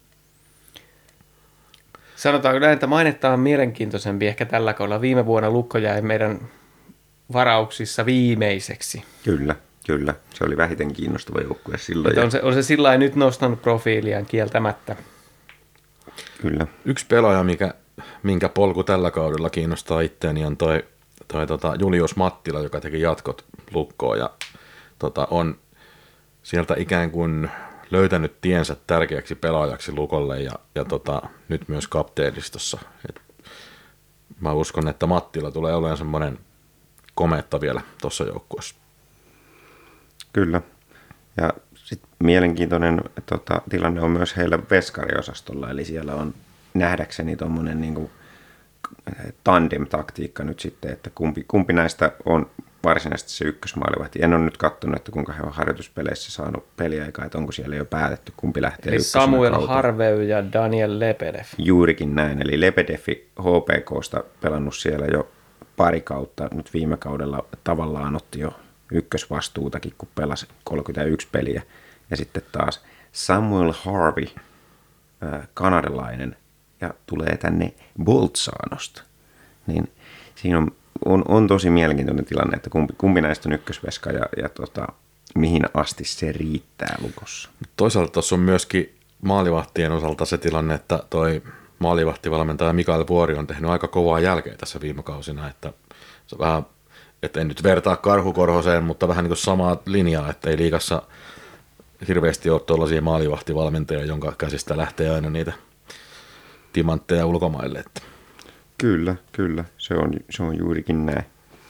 Sanotaanko näin, että mainetta on mielenkiintoisempi ehkä tällä kaudella. Viime vuonna Lukko jäi meidän varauksissa viimeiseksi. Kyllä. Se oli vähiten kiinnostava joukkue silloin. On se sillä lailla nyt nostanut profiiliaan kieltämättä. Kyllä. Yksi pelaaja, minkä polku tällä kaudella kiinnostaa itseäni, on toi Julius Mattila, joka teki jatkot Lukkoon ja on sieltä ikään kuin löytänyt tiensä tärkeäksi pelaajaksi Lukolle ja nyt myös kapteenistossa. Mä uskon, että Mattila tulee olemaan semmoinen komeetta vielä tuossa joukkueessa. Kyllä. Ja sitten mielenkiintoinen tilanne on myös heillä veskariosastolla, eli siellä on nähdäkseni tuommoinen niinku tandem-taktiikka nyt sitten, että kumpi näistä on varsinaisesti se ykkösmaalivahti. En ole nyt katsonut, että kuinka he on harjoituspeleissä saanut peliaikaa, että onko siellä jo päätetty, kumpi lähtee eli ykkösenä Samuel kautta. Harveu ja Daniel Lebedev. Juurikin näin, eli Lebedefi HPKsta pelannut siellä jo pari kautta, nyt viime kaudella tavallaan otti jo ykkösvastuutakin, kun pelasi 31 peliä. Ja sitten taas Samuel Harvey, kanadalainen, ja tulee tänne Bolzanosta. Niin siinä on tosi mielenkiintoinen tilanne, että kumpi näistä on ykkösveska ja mihin asti se riittää Lukossa. Toisaalta tuossa on myöskin maalivahtien osalta se tilanne, että toi maalivahtivalmentaja Mikael Vuori on tehnyt aika kovaa jälkeä tässä viime kausina, että se vähän, että en nyt vertaa Karhu Korhoseen, mutta vähän niin kuin samaa linjaa, että ei liigassa hirveästi ole tuollaisia maalivahtivalmentajia, jonka käsistä lähtee aina niitä timantteja ulkomaille. Että. Kyllä. Se on juurikin näin.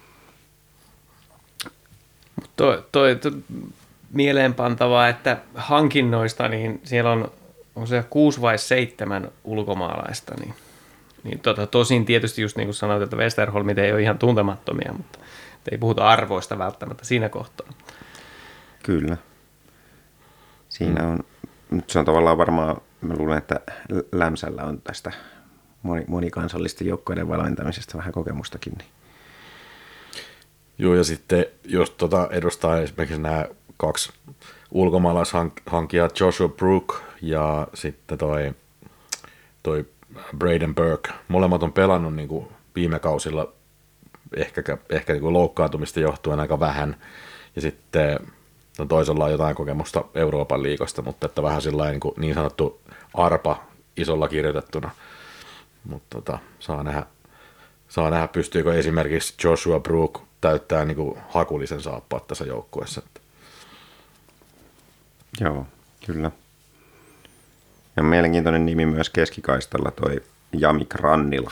Toi mieleenpantavaa, että hankinnoista, niin siellä on se 6 vai 7 ulkomaalaista, niin tosin tietysti just niin kuin sanoit, että Westerholmit ei ole ihan tuntemattomia, mutta ei puhuta arvoista välttämättä siinä kohtaa. Kyllä. Siinä on, nyt se on tavallaan varmaan, mä luulen, että Lämsällä on tästä monikansallisten joukkoiden valmentamisesta vähän kokemustakin. Niin. Joo, ja sitten jos edustaa esimerkiksi nämä 2 ulkomaalaishankijaa, Joshua Brook ja sitten toi Braden Burke. Molemmat on pelannut niin kuin viime kausilla ehkä niin kuin loukkaantumista johtuen aika vähän, ja sitten toisella on jotain kokemusta Euroopan liigasta, mutta että vähän niin sanottu arpa isolla kirjoitettuna. Mutta saa nähdä, pystyykö esimerkiksi Joshua Brook täyttää niin kuin hakullisen saappaat tässä joukkueessa. Joo, kyllä. Ja mielenkiintoinen nimi myös keskikaistalla toi Jamik Rannila,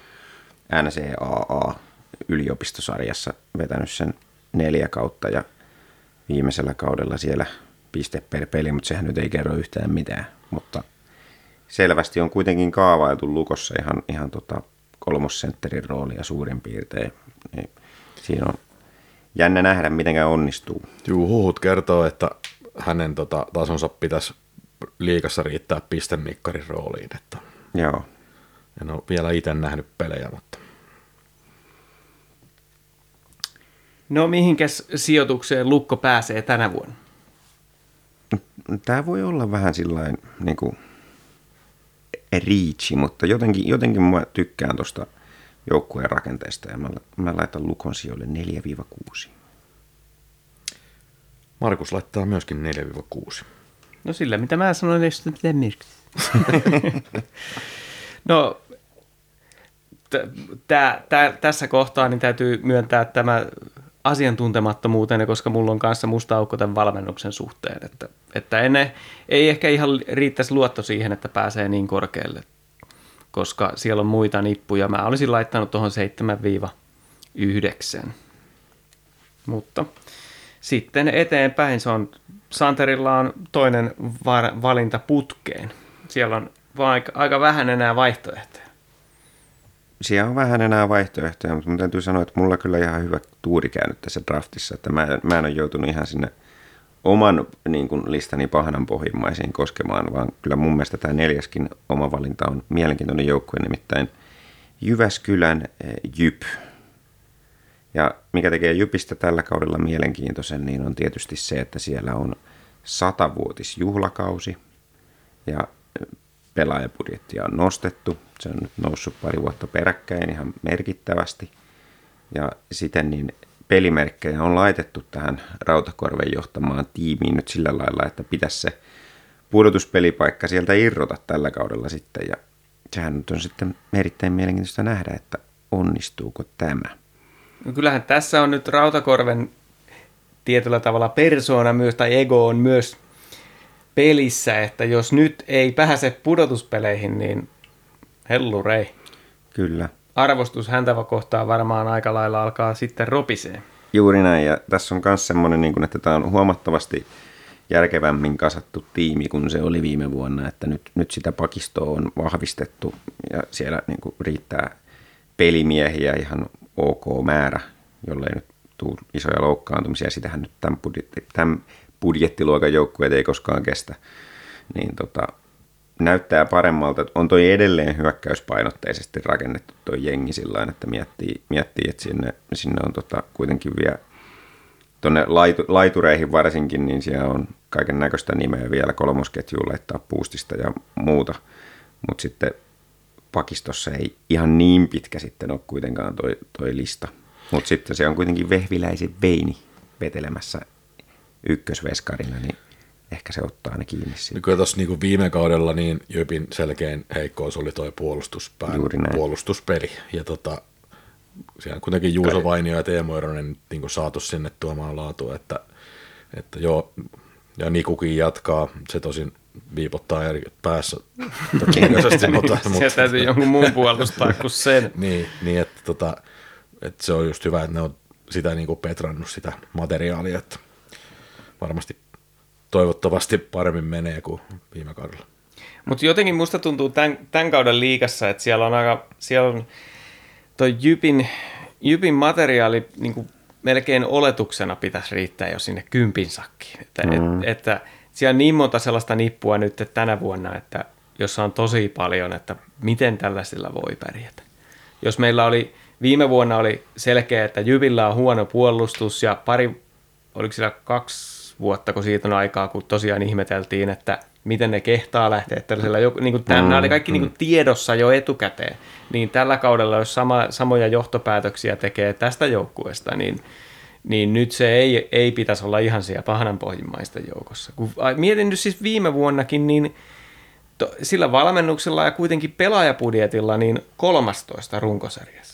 NCAA yliopistosarjassa vetänyt sen 4 kautta ja viimeisellä kaudella siellä piste per peli, mutta sehän nyt ei kerro yhtään mitään. Mutta selvästi on kuitenkin kaavailtu Lukossa ihan kolmossentterin roolia suurin piirtein. Niin siinä on jännä nähdä, miten onnistuu. Juu, huhut kertoo, että hänen tasonsa pitäisi liigassa riittää pistemikkarin rooliin. Että Joo. en ole vielä itse nähnyt pelejä, mutta... No mihinkäs sijoitukseen Lukko pääsee tänä vuonna? Tämä voi olla vähän sillain niin kuin reachi, mutta jotenkin mä tykkään tuosta joukkueen rakenteesta ja mä laitan Lukon sijoille 4-6. Markus laittaa myöskin 4-6. No sillä, mitä mä sanoin, ei sitä mitään merkitystä. No, tässä kohtaa niin täytyy myöntää tämä asiantuntemattomuuteni, koska mulla on kanssa musta aukko tämän valmennuksen suhteen. Että ei ehkä ihan riittäisi luotto siihen, että pääsee niin korkealle, koska siellä on muita nippuja. Mä olisin laittanut tuohon 7-9. Mutta sitten eteenpäin Santerilla on toinen valinta putkeen. Siellä on aika vähän enää vaihtoehtoja. Siellä on vähän enää vaihtoehtoja, mutta mun täytyy sanoa, että mulla kyllä ihan hyvä tuuri käynyt tässä draftissa, että mä en ole joutunut ihan sinne oman niin kuin, listani pahanan pohjimmaisiin koskemaan, vaan kyllä mun mielestä tämä 4. oma valinta on mielenkiintoinen joukkue, nimittäin Jyväskylän Jyp. Ja mikä tekee Jypistä tällä kaudella mielenkiintoisen, niin on tietysti se, että siellä on 100-vuotisjuhlakausi ja pelaajabudjettia on nostettu. Se on nyt noussut pari vuotta peräkkäin ihan merkittävästi. Ja siten niin pelimerkkejä on laitettu tähän Rautakorven johtamaan tiimiin nyt sillä lailla, että pitäisi se pudotuspelipaikka sieltä irrota tällä kaudella sitten. Ja sehän nyt on sitten erittäin mielenkiintoista nähdä, että onnistuuko tämä. No kyllähän tässä on nyt Rautakorven tietyllä tavalla persoona myös, tai ego on myös pelissä, että jos nyt ei pääse pudotuspeleihin, niin hellurei. Kyllä. Arvostus häntä kohtaan varmaan aika lailla alkaa sitten ropisee. Juuri näin, ja tässä on myös semmoinen, että tämä on huomattavasti järkevämmin kasattu tiimi kuin se oli viime vuonna, että nyt sitä pakistoa on vahvistettu ja siellä riittää pelimiehiä ihan ok määrä, jollei nyt tule isoja loukkaantumisia. Sitähän nyt tämän budjettiluokan joukkueet ei koskaan kestä. Niin näyttää paremmalta. On toi edelleen hyökkäyspainotteisesti rakennettu toi jengi sillain, että miettii että sinne on kuitenkin vielä tuonne laitureihin varsinkin, niin siellä on kaiken näköistä nimeä vielä kolmosketjuun laittaa puustista ja muuta, mutta sitten pakistossa ei ihan niin pitkä sitten ole kuitenkaan toi lista. Mutta sitten se on kuitenkin Vehviläisen Veini vetelemässä ykkösveskarina, niin ehkä se ottaa ne kiinni siitä. Kyllä tuossa niin viime kaudella niin Jypin selkein heikkous oli toi puolustuspeli. Ja siellä on kuitenkin Juuso Vainio ja Teemu Eronen niin saatu sinne tuomaan laatua, että joo, ja Nikukin jatkaa, se tosin viipottaa eri päässä todennäköisesti, mutta sieltä täytyy jonkun muun puolustaa kuin sen. niin että se on just hyvä, että ne on sitä niin kuin petrannut sitä materiaalia, että varmasti toivottavasti paremmin menee kuin viime kaudella. Mutta jotenkin musta tuntuu tämän kauden liigassa, että siellä on toi Jypin materiaali niin kuin melkein oletuksena pitäisi riittää jo sinne 10 sakkiin. Että siellä on niin monta sellaista nippua nyt tänä vuonna, että jossa on tosi paljon, että miten tällaisilla voi pärjätä. Jos meillä oli, viime vuonna oli selkeä, että Jyvillä on huono puolustus ja oliko siellä 2 vuotta, kun siitä on aikaa, kun tosiaan ihmeteltiin, että miten ne kehtaa lähteä tällaisella, niin kuin nämä oli kaikki niin kuin tiedossa jo etukäteen, niin tällä kaudella, jos samoja johtopäätöksiä tekee tästä joukkueesta, niin nyt se ei pitäisi olla ihan siellä pahananpohjimmaisten joukossa. Kun mietin nyt siis viime vuonnakin, niin sillä valmennuksella ja kuitenkin pelaajapudjetilla niin 13 runkosarjassa.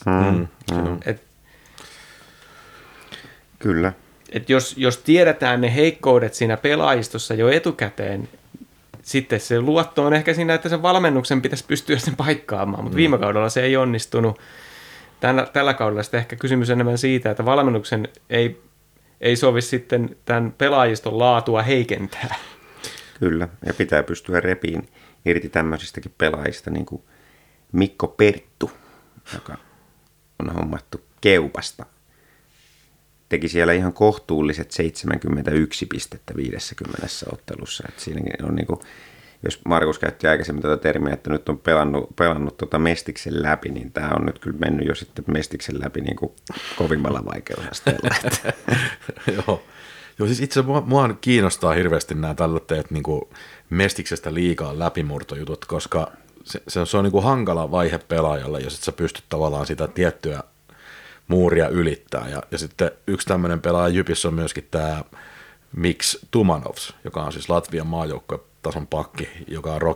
Kyllä. Et jos tiedetään ne heikkoudet siinä pelaajistossa jo etukäteen, sitten se luotto on ehkä siinä, että sen valmennuksen pitäisi pystyä sen paikkaamaan, mutta viime kaudella se ei onnistunut. Tällä kaudella sitten ehkä kysymys enemmän siitä, että valmennuksen ei sovi sitten tämän pelaajiston laatua heikentää. Kyllä, ja pitää pystyä repiin irti tämmöisistäkin pelaajista, niin kuin Mikko Perttu, joka on hommattu Keupasta. Teki siellä ihan kohtuulliset 71 pistettä 50 ottelussa. Et siinäkin on niin kuin, jos Markus käytti aikaisemmin tätä termiä, että nyt on pelannut Mestiksen läpi, niin tämä on nyt kyllä mennyt jo sitten Mestiksen läpi niin kuin kovimmalla vaikeusasteella. Joo, siis itse mua kiinnostaa hirveästi nämä tällaiset niin kuin Mestiksestä liigaan läpimurtojutut, koska se on niin kuin hankala vaihe pelaajalle, jos et sä pystyt tavallaan sitä tiettyä muuria ylittää. Ja sitten yksi tämmöinen pelaaja Jypissä on myöskin tämä Mix Tumanovs, joka on siis Latvian maajoukkuetason pakki, joka on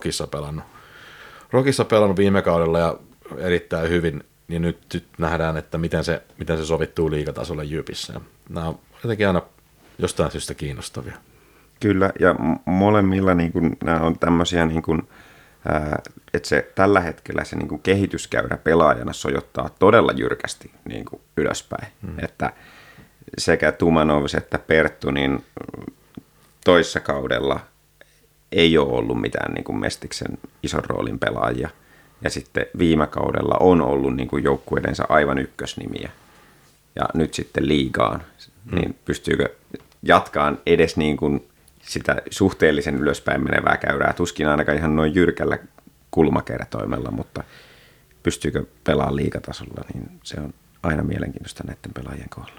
Rokissa pelannut viime kaudella ja erittäin hyvin, niin nyt nähdään, että miten se sovittuu liigatasolle Jypissä. Ja nämä on jotenkin aina jostain syystä kiinnostavia. Kyllä, ja molemmilla niin kuin, nämä on tämmöisiä, niin kuin, että se, tällä hetkellä se niin kuin kehityskäyrä pelaajana sojottaa todella jyrkästi niin kuin ylöspäin. Että sekä Tumanovs että Perttu niin toissa kaudella ei ole ollut mitään niin kuin Mestiksen ison roolin pelaajia. Ja sitten viime kaudella on ollut niin kuin joukkueidensa aivan ykkösnimiä. Ja nyt sitten liigaan, niin pystyykö jatkaan edes niin kuin sitä suhteellisen ylöspäin menevää käyrää. Tuskin ainakaan ihan noin jyrkällä kulmakertoimella, mutta pystyykö pelaamaan liigatasolla, niin se on aina mielenkiintoista näiden pelaajien kohdalla.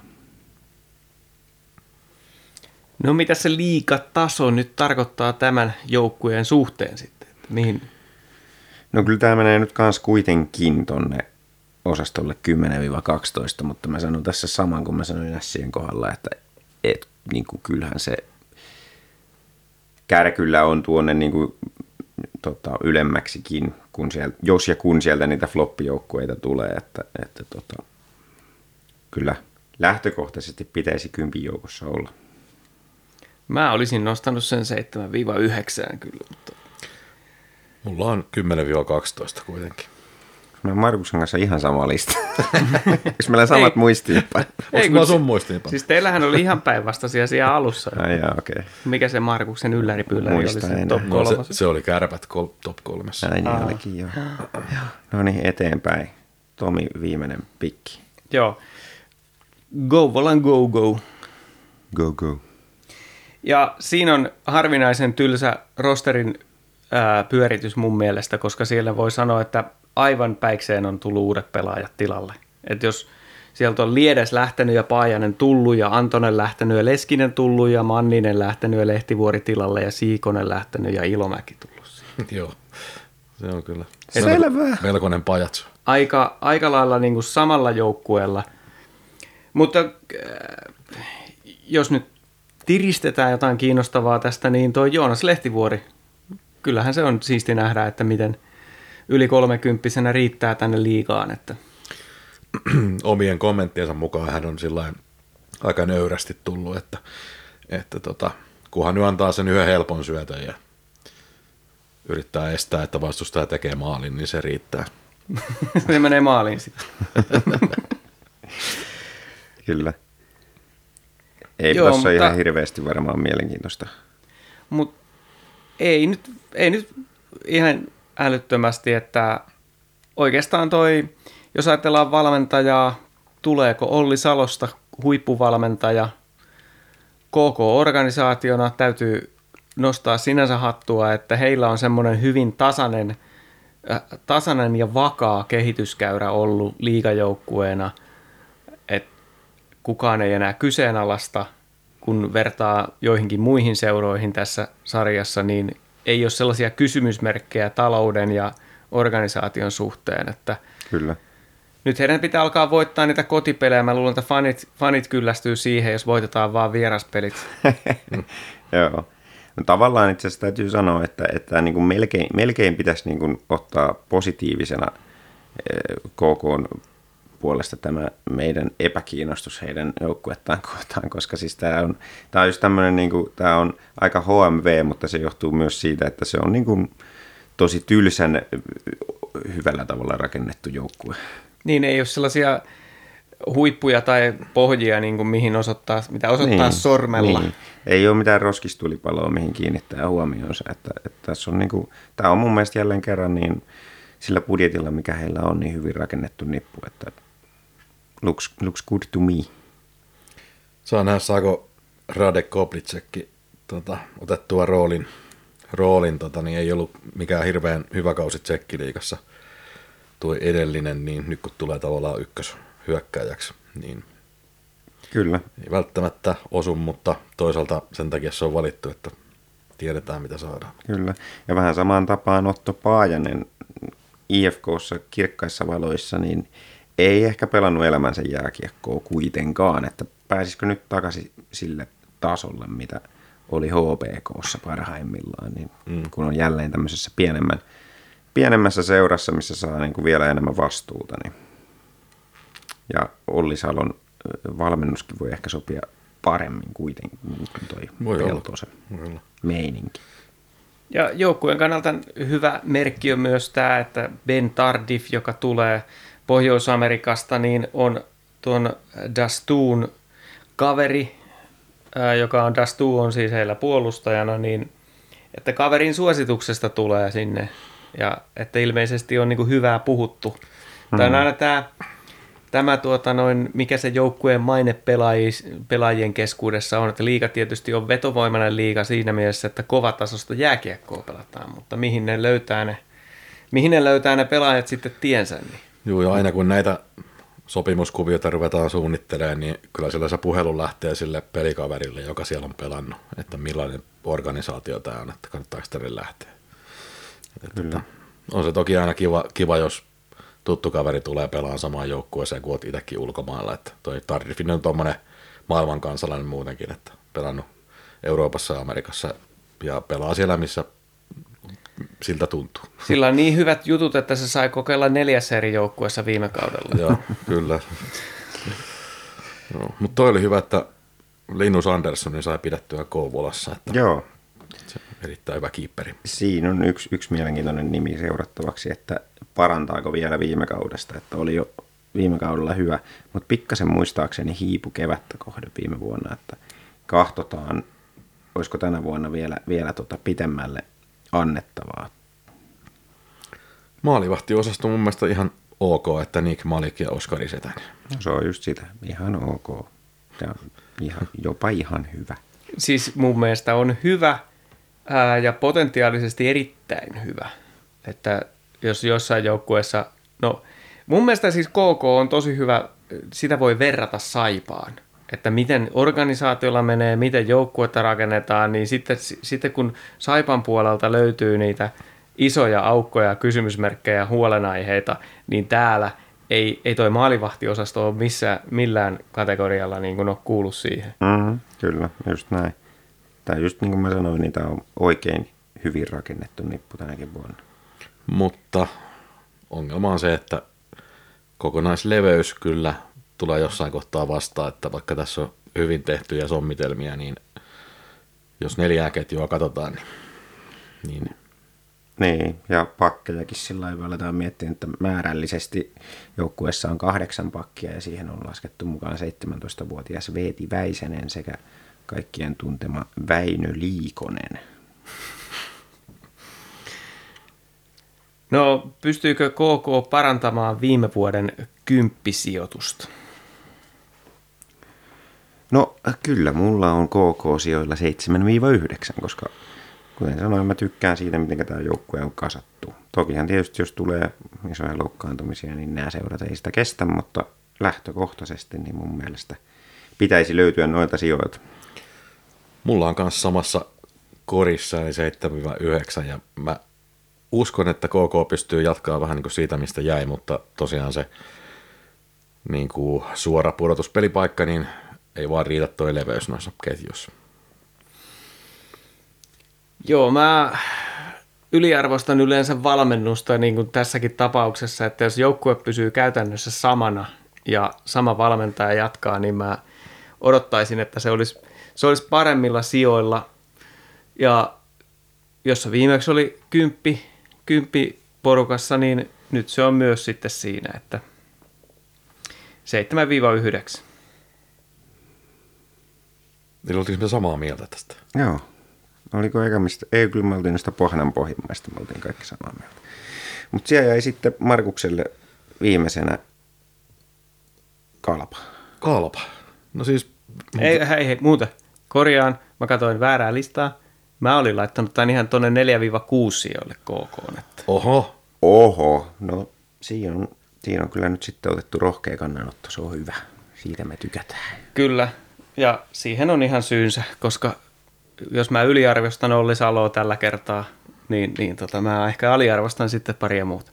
No mitä se liigataso nyt tarkoittaa tämän joukkueen suhteen sitten? Mihin? No kyllä tämä menee nyt kans kuitenkin tonne osastolle 10-12, mutta mä sanon tässä saman kuin mä sanoin Ässien kohdalla, että niin kuin kyllähän se kärkyllä on tuonne niin kuin, ylemmäksikin, kun sieltä, jos ja kun sieltä niitä floppijoukkueita tulee, että kyllä lähtökohtaisesti pitäisi 10 joukossa olla. Mä olisin nostanut sen 7-9 kyllä, mutta mulla on 10-12 kuitenkin. Mä oon Markuksen kanssa ihan sama lista. Eikö meillä samat muistiinpanot? Onko mulla sun muistiinpanot? Siis teillähän oli ihan päinvastaisia siellä alussa. Ai jaa, okei. Mikä se Markuksen ylläripylläri oli se top 3? No, se oli Kärpät top 3. Ai niin olikin jo. No niin, eteenpäin. Tomi, viimeinen pikki. Joo. Go, Volan go, go. Go, go. Ja siinä on harvinaisen tylsä rosterin pyöritys mun mielestä, koska siellä voi sanoa, että aivan päikseen on tullut uudet pelaajat tilalle. Että jos sieltä on Liedes lähtenyt ja Paajanen tullut ja Antonen lähtenyt ja Leskinen tullut ja Manninen lähtenyt ja Lehtivuori tilalle ja Siikonen lähtenyt ja Ilomäki tullut. Joo, se on kyllä selvä. Melkoinen pajatso. Aika lailla niin kuin samalla joukkueella. Mutta jos nyt tiristetään jotain kiinnostavaa tästä, niin tuo Joonas Lehtivuori, kyllähän se on siisti nähdä, että miten yli 30-vuotiaana riittää tänne liigaan. Että. Omien kommenttiensa mukaan hän on sillain aika nöyrästi tullut, että kunhan nyt antaa sen yhden helpon syötön ja yrittää estää, että vastustaja tekee maalin, niin se riittää. Se menee maaliin sitten. Kyllä. Ei tuossa ihan hirveästi varmaan mielenkiintoista. Mutta ei nyt ihan älyttömästi, että oikeastaan jos ajatellaan valmentajaa, tuleeko Olli Salosta huippuvalmentaja KK-organisaationa, täytyy nostaa sinänsä hattua, että heillä on semmoinen hyvin tasainen ja vakaa kehityskäyrä ollut liigajoukkueena, että kukaan ei enää kyseenalaista, kun vertaa joihinkin muihin seuroihin tässä sarjassa, niin ei ole sellaisia kysymysmerkkejä talouden ja organisaation suhteen, että Kyllä. nyt heidän pitää alkaa voittaa niitä kotipelejä. Mä luulen, että fanit kyllästyy siihen, jos voitetaan vaan vieraspelit. Joo. No, tavallaan itse asiassa täytyy sanoa, että niin kuin melkein pitäisi niin kuin ottaa positiivisena KK:n puolesta tämä meidän epäkiinnostus heidän joukkuettaan kohtaan, koska siis tämä on just tämmöinen, niin kuin, tämä on aika HMV, mutta se johtuu myös siitä, että se on niin kuin tosi tylsän hyvällä tavalla rakennettu joukkue. Niin, ei ole sellaisia huippuja tai pohjia, niin kuin mitä osoittaa sormella. Niin. Ei ole mitään roskistulipaloa, mihin kiinnittää huomionsa. Että tässä on niin kuin, tämä on mun mielestä jälleen kerran niin sillä budjetilla, mikä heillä on, niin hyvin rakennettu nippu, että looks good to me. Saa nähdä, saako Radek Koplicekki otettua roolin niin ei ollut mikään hirveän hyvä kausi Tsekkiliigassa tuo edellinen, niin nyt kun tulee tavallaan ykköshyökkääjäksi, niin Kyllä. ei välttämättä osu, mutta toisaalta sen takia se on valittu, että tiedetään mitä saadaan. Kyllä, ja vähän samaan tapaan Otto Paajanen IFK:ssa kirkkaissa valoissa, niin ei ehkä pelannut elämänsä jääkiekkoa kuitenkaan, että pääsisikö nyt takaisin sille tasolle, mitä oli HPK:ssa parhaimmillaan, niin kun on jälleen tämmöisessä pienemmässä seurassa, missä saa niin kuin vielä enemmän vastuuta. Niin. Ja Olli Salon valmennuskin voi ehkä sopia paremmin kuitenkin kuin toi Peltosen meininki. Ja joukkueen kannalta hyvä merkki on myös tämä, että Ben Tardif, joka tulee Pohjois-Amerikasta, niin on tuon Dastuun kaveri, joka on Dastu on siis heillä puolustajana, niin että kaverin suosituksesta tulee sinne ja että ilmeisesti on niin kuin hyvää puhuttu. Tämä on aina tämä mikä se joukkueen maine pelaajien keskuudessa on, että liiga tietysti on vetovoimainen liiga siinä mielessä, että kovatasosta jääkiekkoa pelataan, mutta mihin ne löytää ne pelaajat sitten tiensä? Niin. Joo, ja aina kun näitä sopimuskuvioita ruvetaan suunnittelemaan, niin kyllä sillä se puhelu lähtee sille pelikaverille, joka siellä on pelannut, että millainen organisaatio tämä on, että kannattaako tänne lähteä. Että on se toki aina kiva, jos tuttu kaveri tulee pelaamaan samaan joukkueeseen, kun olet itsekin ulkomailla. Että toi Tardifin on tuommoinen maailman kansalainen muutenkin, että pelannut Euroopassa ja Amerikassa ja pelaa siellä, missä siltä tuntuu. Sillä on niin hyvät jutut, että se sai kokeilla 4 eri joukkueessa viime kaudella. Joo, kyllä. No, mutta toi oli hyvä, että Linus Anderssonin sai pidettyä Kouvolassa. Että Joo. Se on erittäin hyvä kiipperi. Siinä on yksi mielenkiintoinen nimi seurattavaksi, että parantaako vielä viime kaudesta, että oli jo viime kaudella hyvä, mutta pikkasen muistaakseni hiipu kevättä kohden viime vuonna, että kahtotaan, olisiko tänä vuonna vielä pitemmälle annettavaa. Maalivahtiosasto mun mielestä ihan ok, että Nick Malik ja Oskari Setänen. No, se on just sitä, ihan ok ja jopa ihan hyvä. Siis mun mielestä on hyvä ja potentiaalisesti erittäin hyvä, että jos jossain joukkueessa, no mun mielestä siis KK on tosi hyvä, sitä voi verrata Saipaan, että miten organisaatiolla menee, miten joukkuetta rakennetaan, niin sitten kun Saipan puolelta löytyy niitä isoja aukkoja, kysymysmerkkejä, huolenaiheita, niin täällä ei toi maalivahtiosasto ole millään kategorialla niin kuin ole kuullut siihen. Kyllä, just näin. Tämä just niin kuin mä sanoin, niin tämä on oikein hyvin rakennettu nippu tänäkin vuonna. Mutta ongelma on se, että kokonaisleveys kyllä tulee jossain kohtaa vastaan, että vaikka tässä on hyvin tehtyjä sommitelmia, niin jos 4 ketjua katsotaan, niin Niin, ja pakkejakin sillä lailla aletaan miettiä, että määrällisesti joukkueessa on 8 pakkia ja siihen on laskettu mukaan 17-vuotias Veeti Väisänen sekä kaikkien tuntema Väinö Liikonen. No, pystyykö KK parantamaan viime vuoden 10-sijoitusta? No kyllä, mulla on KK-sijoilla 7-9, koska kuten sanoin, mä tykkään siitä, miten tämä joukkue on kasattu. Tokihan tietysti, jos tulee isoja loukkaantumisia, niin nämä seurat ei sitä kestä, mutta lähtökohtaisesti niin mun mielestä pitäisi löytyä noilta sijoilta. Mulla on kanssa samassa korissa, eli 7-9, ja mä uskon, että KK pystyy jatkaa vähän niin kuin siitä, mistä jäi, mutta tosiaan se niin kuin suora pudotuspelipaikka, niin ei vaan riitä toi leveys noissa ketjuissa. Joo, mä yliarvostan yleensä valmennusta niin kuin tässäkin tapauksessa, että jos joukkue pysyy käytännössä samana ja sama valmentaja jatkaa, niin mä odottaisin, että se olisi paremmilla sijoilla. Ja jos se viimeksi oli 10 porukassa, niin nyt se on myös sitten siinä, että 7-9. Eli oltiinko me samaa mieltä tästä? Joo. Oliko eka mistä? Ei, kyllä me oltiin noista Pohjan pohjimmaista, me oltiin kaikki samaa mieltä. Mutta siellä jäi sitten Markukselle viimeisenä Kalpa. Kalpa. No siis... Hei, muuten. Korjaan, mä katsoin väärää listaa. Mä olin laittanut tämän ihan tuonne 4-6 sijoille KK. Oho, no siinä on kyllä nyt sitten otettu rohkea kannanotto, se on hyvä. Siitä me tykätään. Kyllä, ja siihen on ihan syynsä, koska jos mä yliarvostan Olli Saloa tällä kertaa, niin mä ehkä aliarvostan sitten paria muuta.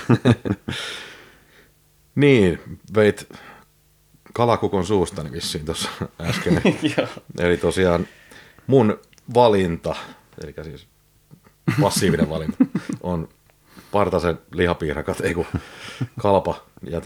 Niin, veit kalakukon suustani vissiin tuossa äsken. Eli tosiaan mun valinta, eli siis passiivinen valinta, on Partasen lihapiirakat, ei kun Kalpa. Ja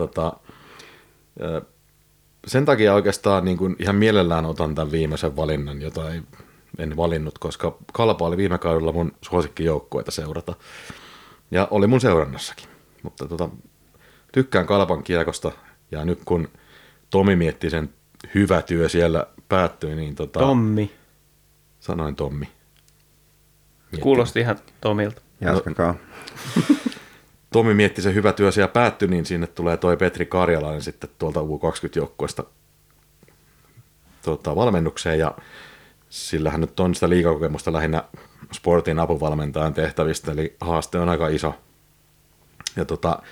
sen takia oikeastaan niin kuin ihan mielellään otan tämän viimeisen valinnan, jota en valinnut, koska Kalpa oli viime kaudella mun suosikkijoukkueita seurata. Ja oli mun seurannassakin. Mutta tykkään Kalpan kiekosta, ja nyt kun Tomi mietti sen hyvä työ siellä päättyi, niin Tommi. Sanoin Tommi. Kuulosti ihan Tomilta. Jatkakaa. Tomi mietti sen hyvä työ siellä päättyi, niin sinne tulee toi Petri Karjalainen sitten tuolta U20-joukkueesta valmennukseen, ja sillähän nyt on sitä liigakokemusta lähinnä sportin apuvalmentajan tehtävistä, eli haaste on aika iso. Ja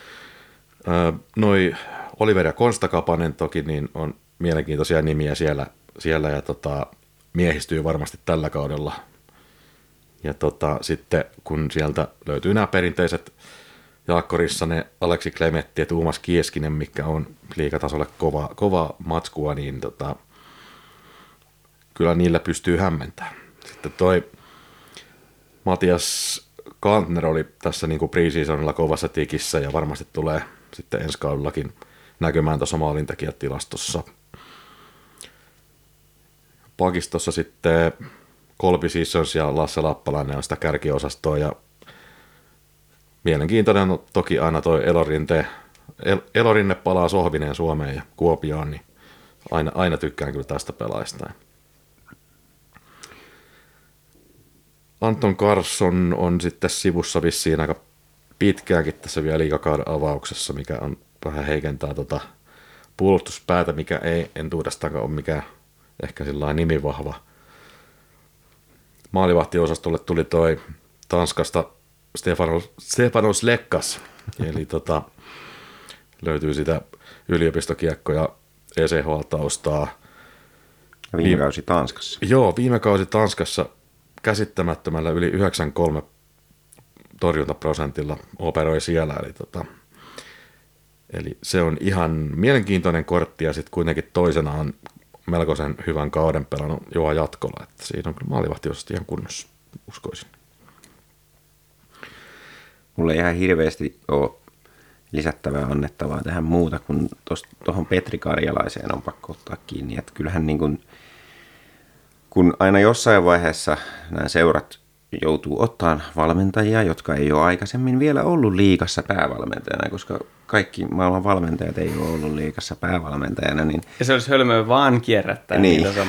noi Oliver ja Konsta Kapanen toki niin on mielenkiintoisia nimiä siellä ja miehistyy varmasti tällä kaudella. Ja sitten kun sieltä löytyy nämä perinteiset Jaakko Rissanen, Aleksi Klemetti ja Tuumas Kieskinen, mikä on liigatasolle kova matskua, niin kyllä niillä pystyy hämmentämään. Sitten toi Matias Kantner oli tässä niin kuin pre-seasonilla kovassa tikissä ja varmasti tulee sitten ensi kaudellakin näkymään tuossa maalintekijätilastossa. Pakistossa sitten Colby Sissons ja Lasse Lappalainen on sitä kärkiosastoa, ja mielenkiintoinen on toki aina toi Elorinne palaa Sohvineen Suomeen ja Kuopioon, niin aina tykkään kyllä tästä pelaajasta. Anton Carson on sitten sivussa vissiin aika pitkäänkin tässä vielä liigakauden avauksessa, mikä on vähän heikentää puolustuspäätä, mikä ei entuudestaankaan ole mikään ehkä sillä nimivahva. Maalivahtiosastolle tuli toi Tanskasta Stefanos Lekkas, eli löytyy sitä yliopistokiekko- ja ECHL-taustaa. Viime kausi Tanskassa. Joo, viime kausi Tanskassa käsittämättömällä yli 93 torjuntaprosentilla operoi siellä, eli se on ihan mielenkiintoinen kortti, ja sitten kuitenkin toisena on melkoisen hyvän kauden pelannut Joa Jatkola, että siinä on kyllä maalivahtiosasta ihan kunnossa, uskoisin. Mulla ei ihan hirveästi ole lisättävää annettavaa tähän muuta, kun tuohon Petri Karjalaiseen on pakko ottaa kiinni, että kyllähän niin kun aina jossain vaiheessa nämä seurat joutuu ottamaan valmentajia, jotka ei ole aikaisemmin vielä ollut liigassa päävalmentajana, koska kaikki maailman valmentajat ei ole ollut liigassa päävalmentajana. Niin, ja se olisi hölmöä vaan kierrättää.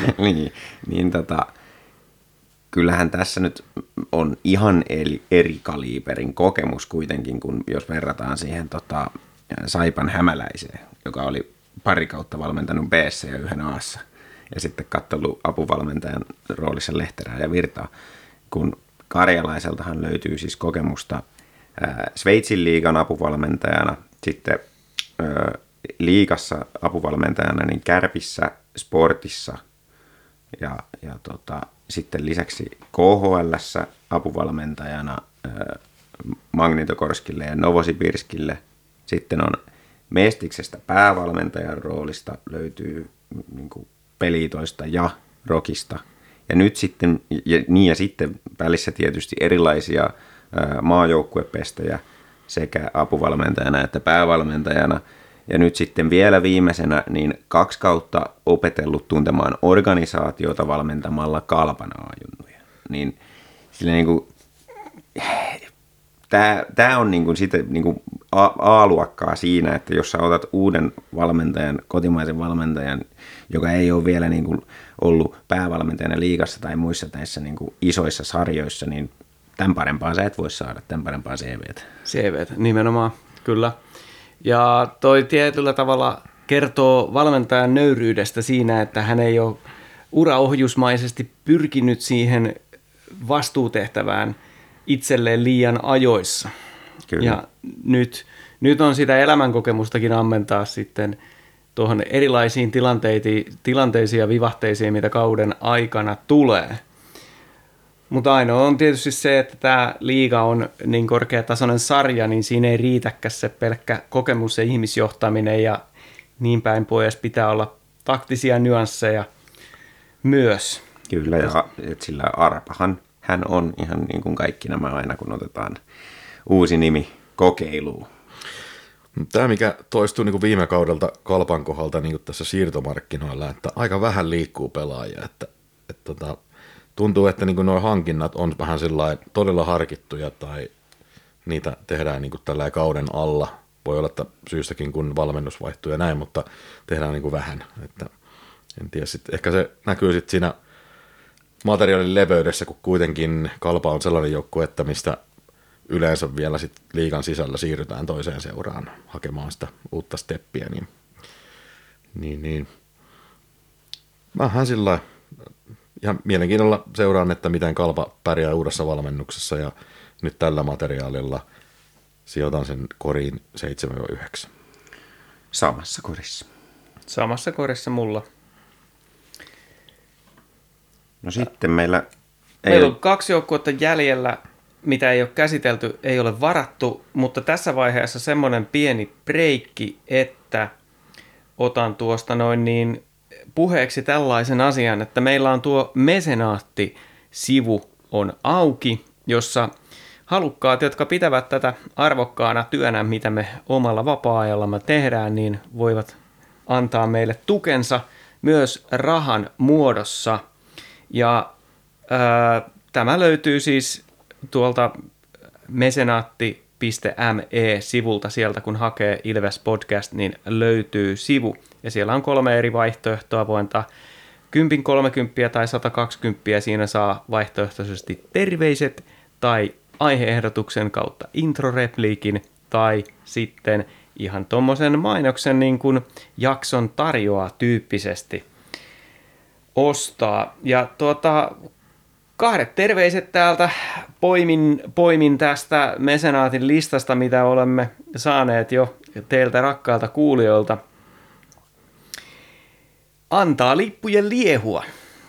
Kyllähän tässä nyt on ihan eri kaliiperin kokemus kuitenkin, kun jos verrataan siihen Saipan Hämäläiseen, joka oli pari kautta valmentanut B:ssä ja yhden A:ssa, ja sitten katsellut apuvalmentajan roolissa Lehterää ja Virtaa, kun Karjalaiseltahan löytyy siis kokemusta Sveitsin liigan apuvalmentajana, sitten liigassa apuvalmentajana niin Kärpissä, Sportissa ja sitten lisäksi KHL:ssä apuvalmentajana Magnitokorskille ja Novosibirskille. Sitten on Mestiksestä päävalmentajan roolista löytyy niin kuin Pelitoista ja Rokista. Ja nyt sitten, ja sitten välissä tietysti erilaisia maajoukkuepestejä sekä apuvalmentajana että päävalmentajana. Ja nyt sitten vielä viimeisenä niin 2 kautta opetellut tuntemaan organisaatiota valmentamalla Kalpan A-junnuja. Niin sillä niin kuin, tämä on niin kuin sitä niin kuin A-luokkaa siinä, että jos sä otat uuden valmentajan, kotimaisen valmentajan, joka ei ole vielä niin kuin ollut päävalmentajana liigassa tai muissa näissä niin kuin isoissa sarjoissa, niin tämän parempaa sä et voi saada, tämän parempaa CVtä. CVtä, nimenomaan, kyllä. Ja toi tietyllä tavalla kertoo valmentajan nöyryydestä siinä, että hän ei ole uraohjusmaisesti pyrkinyt siihen vastuutehtävään itselleen liian ajoissa. Kyllä. Ja nyt on sitä elämänkokemustakin ammentaa sitten tuohon erilaisiin tilanteisiin ja vivahteisiin, mitä kauden aikana tulee. Mutta ainoa on tietysti se, että tämä liiga on niin korkeatasoinen sarja, niin siinä ei riitäkään se pelkkä kokemus ja ihmisjohtaminen ja niin päin pois. Pitää olla taktisia nyansseja myös. Kyllä, ja sillä Arpahan hän on ihan niin kuin kaikki nämä aina, kun otetaan uusi nimi kokeiluun. Tämä, mikä toistuu niin kuin viime kaudelta Kalpan kohdalta niin kuin tässä siirtomarkkinoilla, että aika vähän liikkuu pelaajia, että tuntuu, että niin nuo hankinnat on vähän todella harkittuja tai niitä tehdään niin tällä kauden alla. Voi olla, että syystäkin kun valmennus vaihtuu ja näin, mutta tehdään niin vähän. Että en tiedä, ehkä se näkyy sitten siinä materiaalin leveydessä, kun kuitenkin Kalpa on sellainen joukkue, että mistä yleensä vielä sit liigan sisällä siirrytään toiseen seuraan hakemaan sitä uutta steppiä. Niin. Vähän sillä ihan mielenkiinnolla seuraan, että miten Kalpa pärjää uudessa valmennuksessa ja nyt tällä materiaalilla sijoitan sen koriin 7-9. Samassa korissa. Samassa korissa mulla. No sitten meillä on 2 joukkuetta jäljellä, mitä ei ole käsitelty, ei ole varattu, mutta tässä vaiheessa semmoinen pieni breikki, että otan tuosta puheeksi tällaisen asian, että meillä on tuo mesenaatti-sivu on auki, jossa halukkaat, jotka pitävät tätä arvokkaana työnä, mitä me omalla vapaa-ajallamme tehdään, niin voivat antaa meille tukensa myös rahan muodossa. Ja tämä löytyy siis tuolta mesenaatti.me-sivulta, sieltä kun hakee Ilves Podcast, niin löytyy sivu. Ja siellä on 3 eri vaihtoehtoa, voi antaa 10, 30 tai 120, siinä saa vaihtoehtoisesti terveiset tai aiheehdotuksen kautta introrepliikin tai sitten ihan tommosen mainoksen niin kuin jakson tarjoaa tyyppisesti ostaa. Ja 2 terveiset täältä poimin tästä mesenaatin listasta, mitä olemme saaneet jo teiltä rakkailta kuulijoilta. Antaa lippujen liehua.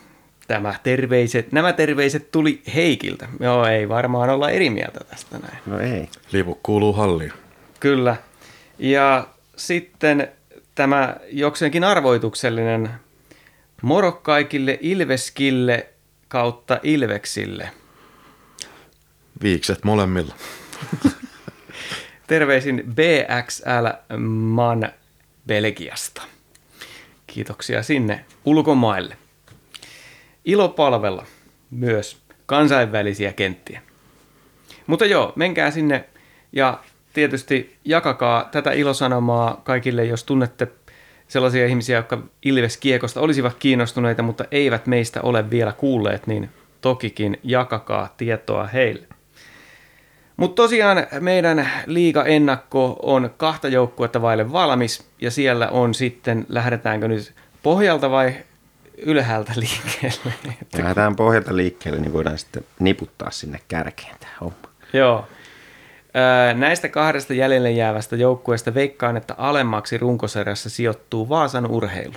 Nämä terveiset tuli Heikiltä. Joo, ei varmaan olla eri mieltä tästä näin. No ei. Liput kuuluu halliin. Kyllä. Ja sitten tämä jokseenkin arvoituksellinen moro kaikille Ilveskille kautta Ilveksille. Viikset molemmilla. Terveisin BXL Man Belgiasta. Kiitoksia sinne ulkomaille. Ilo palvella myös kansainvälisiä kenttiä. Mutta joo, menkää sinne ja tietysti jakakaa tätä ilosanomaa kaikille, jos tunnette sellaisia ihmisiä, jotka Ilves-kiekosta olisivat kiinnostuneita, mutta eivät meistä ole vielä kuulleet, niin tokikin jakakaa tietoa heille. Mutta tosiaan meidän liiga-ennakko on 2 joukkuetta vaille valmis, ja siellä on sitten, lähdetäänkö nyt pohjalta vai ylhäältä liikkeelle. Lähdetään pohjalta liikkeelle, niin voidaan sitten niputtaa sinne kärkeen tämä homma. Joo. Näistä kahdesta jäljelle jäävästä joukkueesta veikkaan, että alemmaksi runkosarjassa sijoittuu Vaasan Urheilu.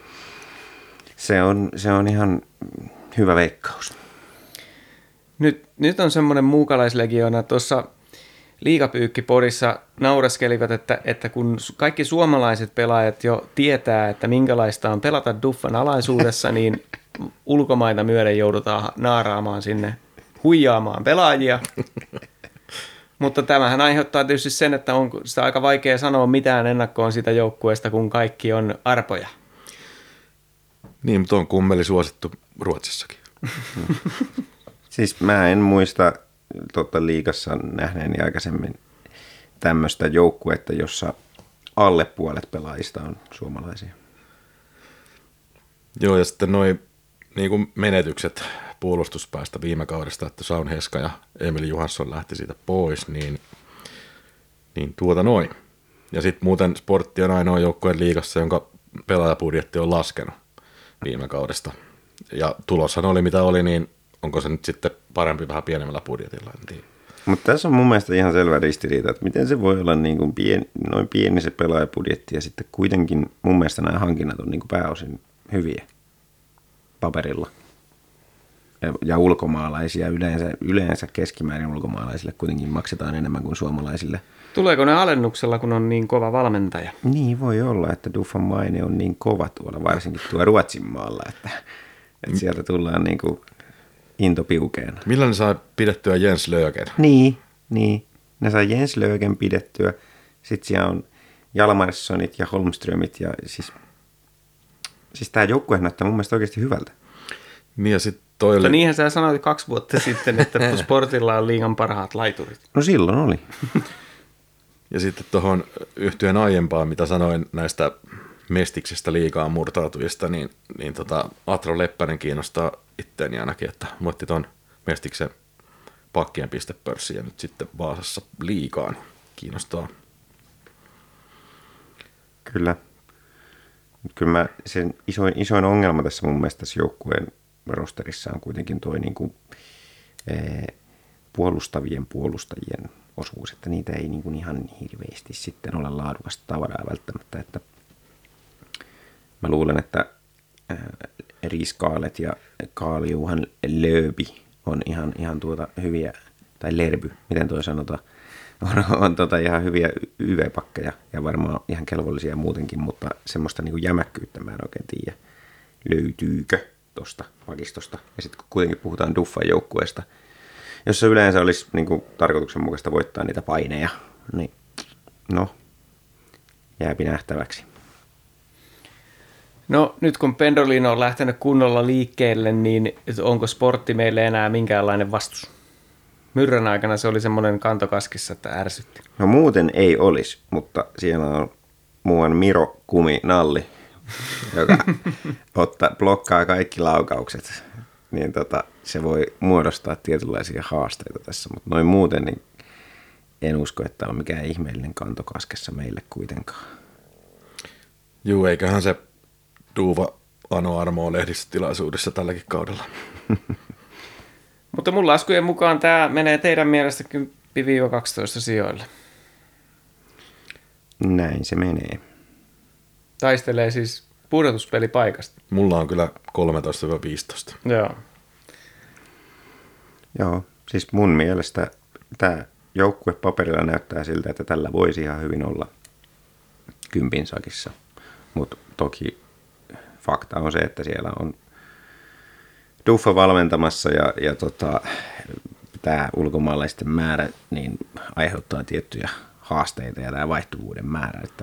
Se on ihan hyvä veikkaus. Nyt on semmoinen muukalaislegioona tuossa Liigapyykki-podissa naureskelivat, että kun kaikki suomalaiset pelaajat jo tietää, että minkälaista on pelata Duffan alaisuudessa, niin ulkomaita myöden joudutaan naaraamaan sinne huijaamaan pelaajia. Mutta tämähän aiheuttaa tietysti sen, että on sitä aika vaikea sanoa mitään ennakkoon sitä joukkueesta, kun kaikki on arpoja. Niin, mutta on kummeli suosittu Ruotsissakin. Siis mä en muista liigassa nähneeni aikaisemmin tämmöistä joukkuetta, jossa alle puolet pelaajista on suomalaisia. Joo, ja sitten noi niin kuin menetykset puolustuspäästä viime kaudesta, että Saun Heska ja Emil Johansson lähti siitä pois, niin noin. Ja sitten muuten Sportti on ainoa joukkueen liigassa, jonka pelaajapudjetti on laskenut viime kaudesta. Ja tuloshan oli mitä oli, niin onko se nyt sitten parempi vähän pienemmällä budjetilla, en tiedä. Mutta tässä on mun mielestä ihan selvä ristiriita, että miten se voi olla niin kuin noin pieni se pelaajapudjetti ja sitten kuitenkin mun mielestä nämä hankinnat on niin kuin pääosin hyviä paperilla. Ja ulkomaalaisia yleensä keskimäärin ulkomaalaisille kuitenkin maksetaan enemmän kuin suomalaisille. Tuleeko ne alennuksella, kun on niin kova valmentaja? Niin voi olla, että Duffan maine on niin kova tuolla, varsinkin tuo Ruotsin maalla, että sieltä tullaan niin kuin into piukeena. Millä ne sai pidettyä Jens Lööken? Niin. Ne sai Jens Lööken pidettyä. Sitten siellä on Jalmarssonit ja Holmströmit. Ja siis tämä joukkue näyttää mun mielestä oikeasti hyvältä. Niin ja sitten toi Mutta niinhän sä sanoit 2 vuotta sitten, että Sportilla on liigan parhaat laiturit. No silloin oli. Ja sitten tuohon yhtyen aiempaan, mitä sanoin näistä Mestiksestä liigaan murtautujista, niin Atro Leppänen kiinnostaa itteeni ainakin, että voitti ton Mestiksen pakkien pistepörssin ja nyt sitten Vaasassa liigaan kiinnostaa. Kyllä. Kyllä sen isoin ongelma tässä mun mielestä tässä joukkueen rosterissa on kuitenkin tuo niin kuin, puolustavien puolustajien osuus, että niitä ei niin kuin ihan hirveästi sitten ole laadukasta tavaraa välttämättä, että mä luulen, että Riskaalet ja Karl-Johan Lööbi on ihan hyviä, tai Lerby, miten toi sanotaan, on ihan hyviä YV-pakkeja ja varmaan ihan kelvollisia muutenkin, mutta semmoista niin kuin jämäkkyyttä mä en oikein tiedä, löytyykö tuosta pakistosta. Ja sitten kun kuitenkin puhutaan Duffan joukkueesta, jossa yleensä olisi niin kuin tarkoituksenmukaista voittaa niitä paineja, niin no, jääpi nähtäväksi. No nyt kun Pendolino on lähtenyt kunnolla liikkeelle, niin onko Sportti meille enää minkäänlainen vastus? Myrrän aikana se oli semmoinen kantokaskissa, että ärsytti. No muuten ei olisi, mutta siellä on muuan Miro Kumi Nalli, joka blokkaa kaikki laukaukset. Niin se voi muodostaa tietynlaisia haasteita tässä, mutta noin muuten niin en usko, että on mikään ihmeellinen kantokaskessa meille kuitenkaan. Juu, eiköhän se Duva Ano Armo lehdistötilaisuudessa tälläkin kaudella. Mutta mun laskujen mukaan tämä menee teidän mielestä 10-12 sijoille. Näin se menee. Taistelee siis pudotuspelipaikasta. Mulla on kyllä 13-15. Joo. Joo, siis mun mielestä tämä joukkue paperilla näyttää siltä, että tällä voisi ihan hyvin olla 10 sakissa. Mutta toki fakta on se, että siellä on Duffa valmentamassa ja tämä ulkomaalaisten määrä niin aiheuttaa tiettyjä haasteita ja tämä vaihtuvuuden määrä, että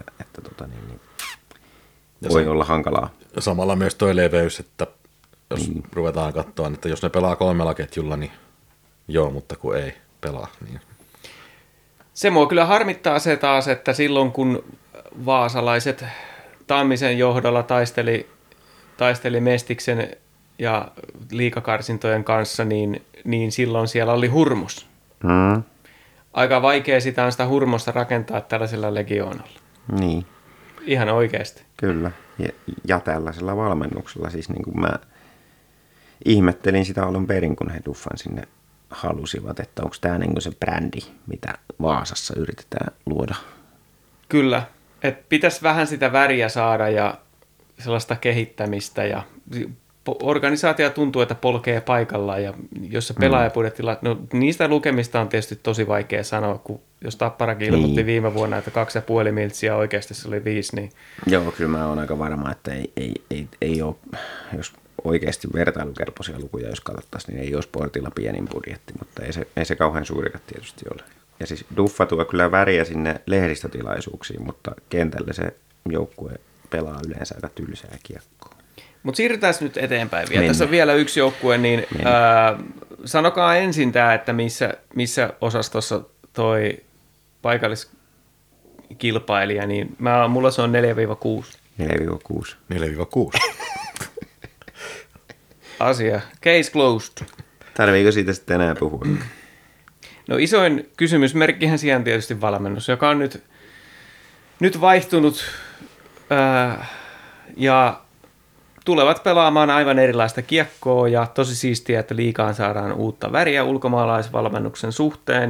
voi olla hankalaa. Ja samalla myös toi leveys, että jos ruvetaan katsoa, että jos ne pelaa 3 ketjulla, niin joo, mutta kun ei pelaa. Niin. Se mua kyllä harmittaa se taas, että silloin kun vaasalaiset Tammisen johdolla taisteli Mestiksen ja liigakarsintojen kanssa, niin silloin siellä oli hurmus. Aika vaikea sitä hurmosta rakentaa tällaisella legioonalla. Niin. Ihan oikeasti. Kyllä. Ja tällaisella valmennuksella siis niin kuin mä ihmettelin sitä alun perin, kun he Duffan sinne halusivat, että onko tämä niin kuin se brändi, mitä Vaasassa yritetään luoda. Kyllä, että pitäisi vähän sitä väriä saada ja sellaista kehittämistä ja organisaatio tuntuu, että polkee paikallaan ja jos se pelaajapudjettila, no niistä lukemista on tietysti tosi vaikea sanoa, kun jos Tapparakin ilmoitti viime vuonna, että 2,5 miltsiä oikeasti se oli 5, niin... Joo, kyllä mä oon aika varma, että ei ole, jos oikeasti vertailukelpoisia lukuja, jos katsottaisiin, niin ei ole Sportilla pienin budjetti, mutta ei se kauhean suurikaan tietysti ole. Ja siis Duffa tuo kyllä väriä sinne lehdistötilaisuuksiin, mutta kentällä se joukkue pelaa yleensä aika tylsää kiekkoa. Mutta siirrytään nyt eteenpäin vielä. Tässä on vielä yksi joukkue, niin sanokaa ensin tämä, että missä osastossa toi paikalliskilpailija, niin mulla se on 4-6. 4-6. Asia. Case closed. Tarviiko siitä sitten enää puhua? No isoin kysymysmerkkihän siellä on tietysti valmennus, joka on nyt vaihtunut ja tulevat pelaamaan aivan erilaista kiekkoa ja tosi siistiä, että liigaan saadaan uutta väriä ulkomaalaisvalmennuksen suhteen,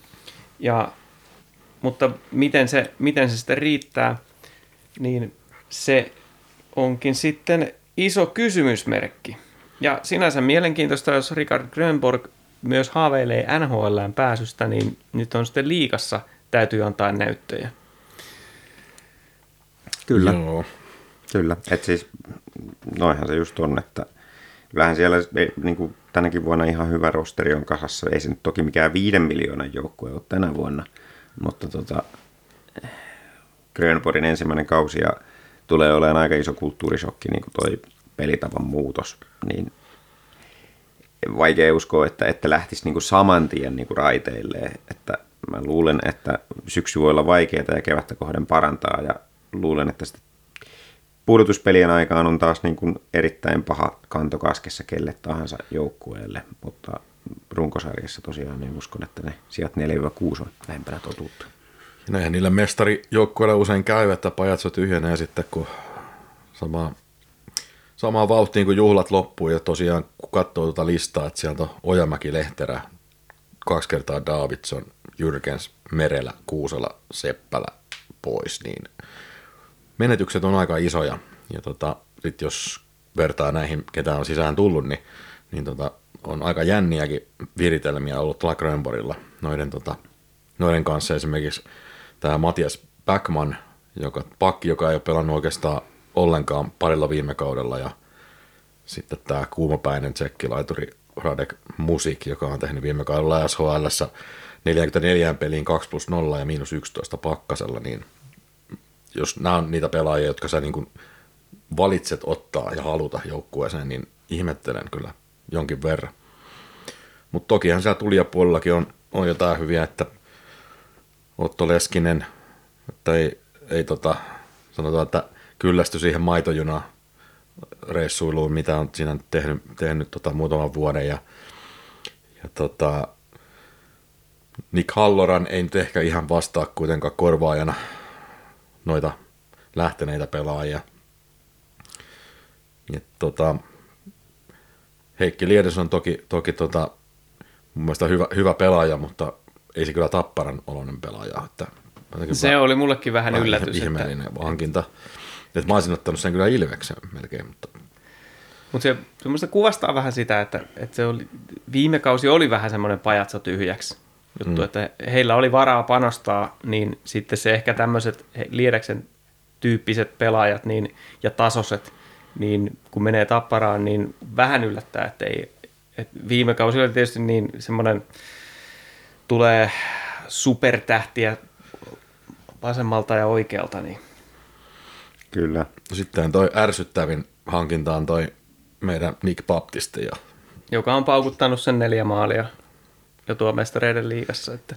mutta miten se sitten riittää, niin se onkin sitten iso kysymysmerkki. Ja sinänsä mielenkiintoista, jos Richard Grönborg myös haaveilee NHL:ään pääsystä, niin nyt on sitten liigassa täytyy antaa näyttöjä. Kyllä. Joo. Kyllä, että siis noihan se just on, että kyllähän siellä niin kuin tänäkin vuonna ihan hyvä rosteri on kasassa. Ei se nyt toki mikään 5 miljoonan joukkue ole tänä vuonna, mutta Grönborgin ensimmäinen kausi ja tulee olemaan aika iso kulttuurishokki, niin kuin toi pelitavan muutos, niin vaikea uskoa, että lähtisi niin kuin saman tien niin kuin raiteilleen. Että mä luulen, että syksy voi olla vaikeaa ja kevättä kohden parantaa ja luulen, että sitten pudotuspelien aikaan on taas niin kuin erittäin paha kanto kaskessa kelle tahansa joukkueelle, mutta runkosarjassa tosiaan niin uskon, että ne sijat 4-6 on lähempänä totuutta. Näinhän niillä mestarijoukkueilla usein käy, että pajatso tyhjenee sitten, kun samaan vauhtiin kun juhlat loppuu ja tosiaan kun katsoo tuota listaa, että sieltä on Ojamäki, Lehterä, 2 kertaa Davidson, Jürgens, Merelä, Kuusela, Seppälä pois, niin menetykset on aika isoja. Ja sit jos vertaa näihin, ketä on sisään tullut, niin on aika jänniäkin viritelmiä ollut tuolla Grönborgilla. Noiden kanssa esimerkiksi tämä Matias Backman, pakki, joka ei ole pelannut oikeastaan ollenkaan parilla viime kaudella, ja sitten tämä kuumapäinen tsekkilaituri Radek Musik, joka on tehnyt viime kaudella SHL:ssä 44 peliin 2+0 ja -11 pakkasella, niin jos nämä on niitä pelaajia, jotka sä niin kuin valitset ottaa ja haluta joukkueeseen, niin ihmettelen kyllä jonkin verran. Mutta tokihan siellä tulijapuolellakin on jotain hyviä, että Otto Leskinen, että ei sanotaan, että kyllästy siihen maitojuna reissuiluun, mitä on siinä tehnyt muutaman vuoden. Ja Nick Halloran ei nyt ehkä ihan vastaa kuitenkaan korvaajana noita lähteneitä pelaajia. Ja Heikki Liedes on toki mun mielestä hyvä pelaaja, mutta ei se kyllä Tapparan oloinen pelaaja. Että se oli mullekin vähän yllätys. Ihmeellinen hankinta. Että mä olisin ottanut sen kyllä Ilveksen melkein. Mutta se minusta kuvastaa vähän sitä, että se oli, viime kausi oli vähän semmoinen pajatso tyhjäksi juttu, että heillä oli varaa panostaa, niin sitten se ehkä tämmöiset Liedeksen tyyppiset pelaajat niin, ja tasoiset, niin kun menee Tapparaan, niin vähän yllättää, että viime kausi oli tietysti niin semmoinen, tulee supertähtiä vasemmalta ja oikealta. Niin. Kyllä. Sitten toi ärsyttävin hankinta on toi meidän Nick Baptiste. Joka on paukuttanut sen 4 maalia jo tuo mestareiden liigassa. Että.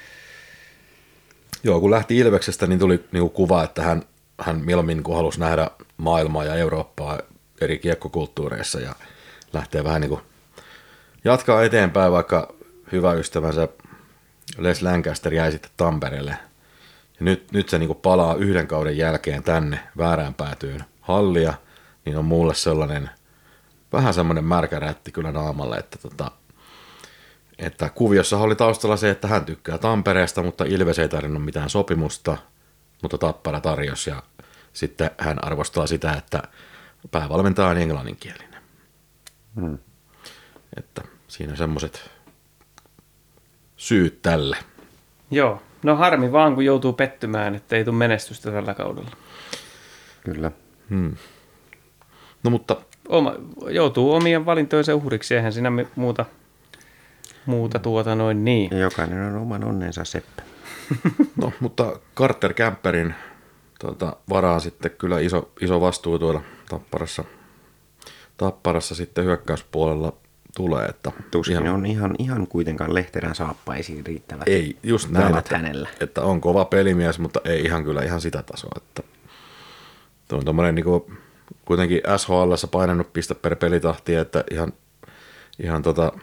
Joo, kun lähti Ilveksestä, niin tuli niinku kuva, että hän mieluummin kun halusi nähdä maailmaa ja Eurooppaa eri kiekkokulttuureissa ja lähtee vähän niin kuin jatkaa eteenpäin, vaikka hyvä ystävänsä Les Lancaster jäi sitten Tampereelle Ja nyt se niin kuin palaa yhden kauden jälkeen tänne väärään päätyyn hallia, niin on mulle sellainen vähän semmoinen märkä rätti kyllä naamalle, että kuviossa oli taustalla se, että hän tykkää Tampereesta, mutta Ilves ei tarvinnut mitään sopimusta, mutta Tappara tarjosi ja sitten hän arvostaa sitä, että päävalmentaja on englanninkielinen. Että siinä semmoiset syyt tälle. Joo, no harmi vaan, kun joutuu pettymään, että ei tule menestystä tällä kaudella. Kyllä. No mutta Joutuu omien valintojensa uhriksi, eihän siinä muuta niin. Ja jokainen on oman onnensa seppä. No, mutta Carter Camperin varaan sitten kyllä iso vastuu tuolla Tapparassa sitten hyökkäyspuolella tulee. Että tuskin on ihan kuitenkaan Lehterän saappaisiin riittävät. Ei, just näin, että on kova pelimies, mutta ei ihan sitä tasoa. Että on tommoinen niinku, kuitenkin SHL:ssä painanut piste per pelitahti, että ihan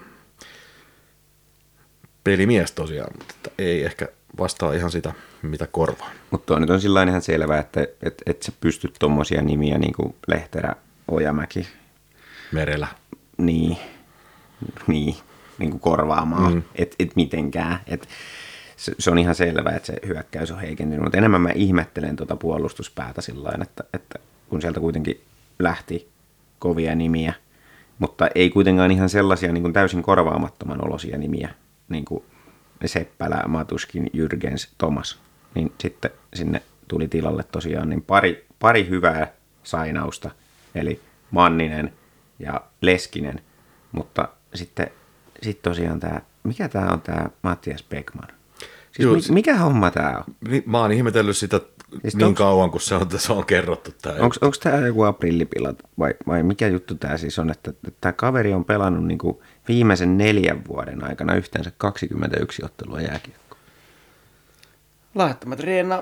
pelimies tosiaan, mutta ei ehkä vastaa ihan sitä, mitä korvaa. Mutta nyt on sillain ihan selvää, että et sä pystyt tommosia nimiä niin kuin Lehterä, Ojamäki. Merellä. Niin kuin korvaamaan, et mitenkään. Se on ihan selvää, että se hyökkäys on heikentynyt, mutta enemmän mä ihmettelen tuota puolustuspäätä sillain, että kun sieltä kuitenkin lähti kovia nimiä, mutta ei kuitenkaan ihan sellaisia niin kuin täysin korvaamattoman olosia nimiä, niin kuin Seppälä, Matuskin, Jürgens, Thomas, niin sitten sinne tuli tilalle tosiaan niin pari hyvää sainausta, eli Manninen ja Leskinen, mutta sitten tosiaan mikä tämä on tämä Mattias Beckman? Siis mikä homma tämä on? Mä oon ihmetellyt sitä siis niin kauan, kun se on kerrottu. Onko tämä joku aprillipila vai mikä juttu tämä siis on, että tämä kaveri on pelannut niin kuin viimeisen 4 vuoden aikana yhteensä 21 ottelua jääkiekkoa? Laittamat Reena.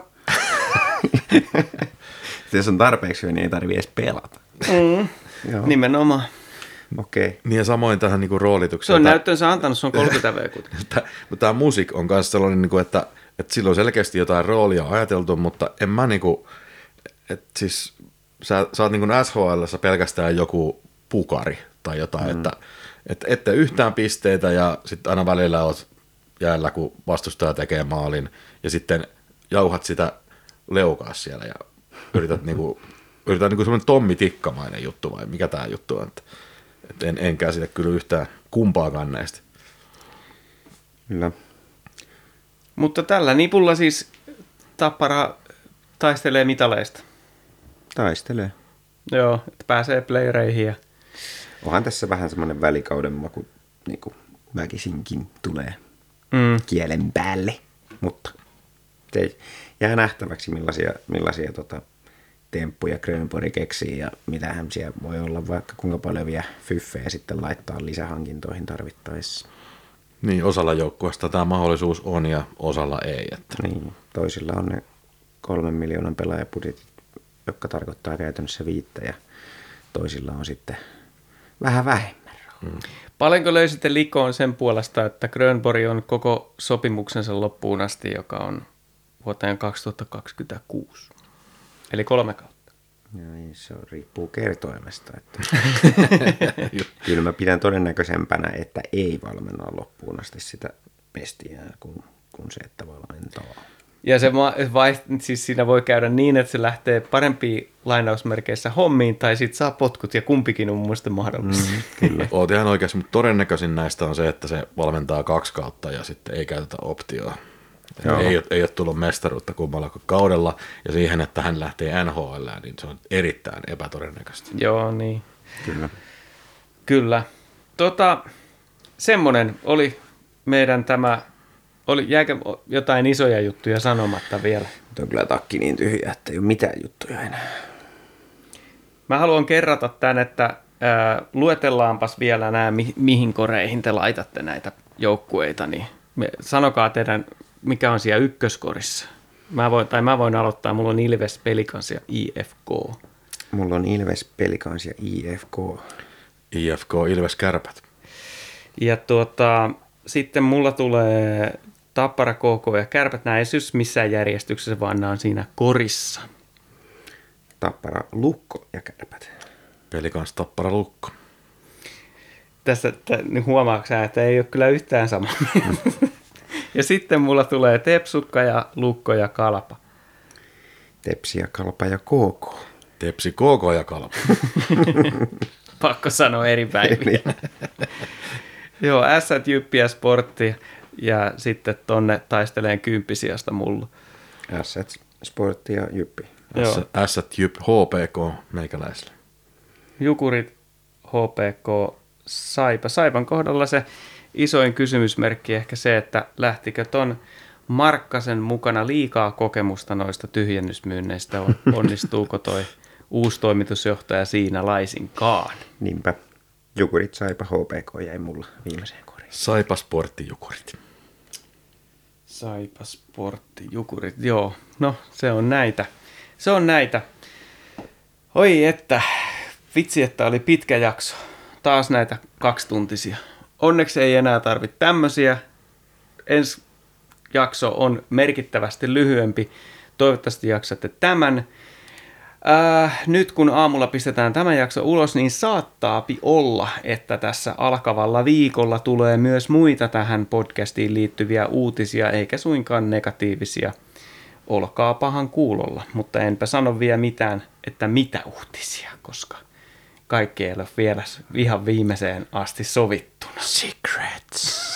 Jos on tarpeeksi hyvä, niin ei tarvitse edes pelata. Nimenomaan. Okei. Niin ja samoin tähän niinku roolitukseen. Se on näyttönsä antanut, se on 30 V. Mutta tämä musiik on myös sellainen, niinku, että sillä on selkeästi jotain roolia ajateltu, mutta en mä niinku, että siis sä oot niinku SHL:ssä pelkästään joku pukari tai jotain, että ette yhtään pisteitä ja sitten aina välillä oot jäällä, kun vastustaja tekee maalin ja sitten jauhat sitä leukaa siellä ja yrität niinku semmoinen Tommi Tikkamainen juttu vai mikä tämä juttu on, että en käsitä kyllä yhtään kumpaakaan näistä. Kyllä. Mutta tällä nipulla siis Tappara taistelee mitaleista. Taistelee. Joo, että pääsee playereihin. Ja onhan tässä vähän semmoinen välikauden maku, niin kuin väkisinkin tulee kielen päälle, mutta jää nähtäväksi millaisia temppuja Grönborg keksii ja mitähän siellä voi olla vaikka kuinka paljon vielä fyffejä sitten laittaa lisähankintoihin tarvittaessa. Niin, osalla joukkueesta tämä mahdollisuus on ja osalla ei. Että. Niin, toisilla on ne 3 miljoonan pelaajabudjetit, jotka tarkoittaa käytännössä 5 ja toisilla on sitten vähän vähemmän. Paljonko löysitte likoon sen puolesta, että Grönborg on koko sopimuksensa loppuun asti, joka on vuoteen 2026? Eli 3 kautta. Ja niin, se riippuu kertoimesta. Että kyllä mä pidän todennäköisempänä, että ei valmenna loppuun asti sitä pestiä kuin se, että valmentaa. Ja siis siinä voi käydä niin, että se lähtee parempiin lainausmerkeissä hommiin, tai sitten saa potkut, ja kumpikin on mun mielestä mahdollista. Kyllä. Oot ihan oikeassa, mutta todennäköisin näistä on se, että se valmentaa 2 kautta ja sitten ei käytetä optioa. Ei ole tullut mestaruutta kummalla kaudella, ja siihen, että hän lähtee NHL, niin se on erittäin epätodennäköistä. Joo, niin. Kyllä. Semmoinen oli meidän tämä. Jääkö jotain isoja juttuja sanomatta vielä? Nyt on kyllä takki niin tyhjä, että ei ole mitään juttuja enää. Mä haluan kerrata tämän, että luetellaanpas vielä nämä, mihin koreihin te laitatte näitä joukkueita. Niin sanokaa teidän, mikä on siellä ykköskorissa. Mä voin aloittaa. Mulla on Ilves, Pelicans ja IFK. Mulla on Ilves, Pelicans ja IFK. IFK, Ilves, Kärpät. Ja sitten mulla tulee Tappara, KK ja Kärpät, nämä ei siis missään järjestyksessä, vaan nämä on siinä korissa. Tappara, Lukko ja Kärpät. Pelikans Tappara Lukko. Tässä huomaatko sä, että ei ole kyllä yhtään sama. Ja sitten mulla tulee Tepsukka ja Lukko ja Kalpa. Tepsi ja Kalpa ja KK. Tepsi, KK ja Kalpa. Pakko sanoa eri päiviä. Joo, Ässät, Jyppi ja Sportti ja sitten tonne taisteleen 10 sijasta mulla. Ässät, Sportti ja Jyppi. Joo. Ässät, Jyp, HPK meikäläisille. Jukurit, HPK, Saipa. Saipan kohdalla se isoin kysymysmerkki ehkä se, että lähtikö ton Markkasen mukana liikaa kokemusta noista tyhjennysmyynneistä. Onnistuuko toi uusi toimitusjohtaja siinä laisinkaan? Niinpä. Jukurit, Saipa, HPK jäi mulla viimeiseen koriin. Saipa, Sportti, Jukurit. Saipa, Sportti, Jukurit. Joo, no se on näitä. Se on näitä. Oi että, vitsi että oli pitkä jakso. Taas näitä 2-tuntisia. Onneksi ei enää tarvitse tämmöisiä. Ensi jakso on merkittävästi lyhyempi. Toivottavasti jaksatte tämän. Nyt kun aamulla pistetään tämä jakso ulos, niin saattaapi olla, että tässä alkavalla viikolla tulee myös muita tähän podcastiin liittyviä uutisia, eikä suinkaan negatiivisia. Olkaapahan kuulolla, mutta enpä sano vielä mitään, että mitä uutisia, koska kaikki ei ole vielä ihan viimeiseen asti sovittuna. Secrets.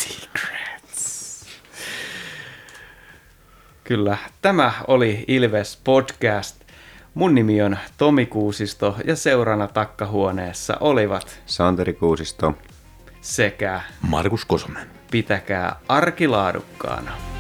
Kyllä, tämä oli Ilves Podcast. Mun nimi on Tomi Kuusisto ja seurana takkahuoneessa olivat Santeri Kuusisto sekä Markus Kosonen. pitäkää arki laadukkaana.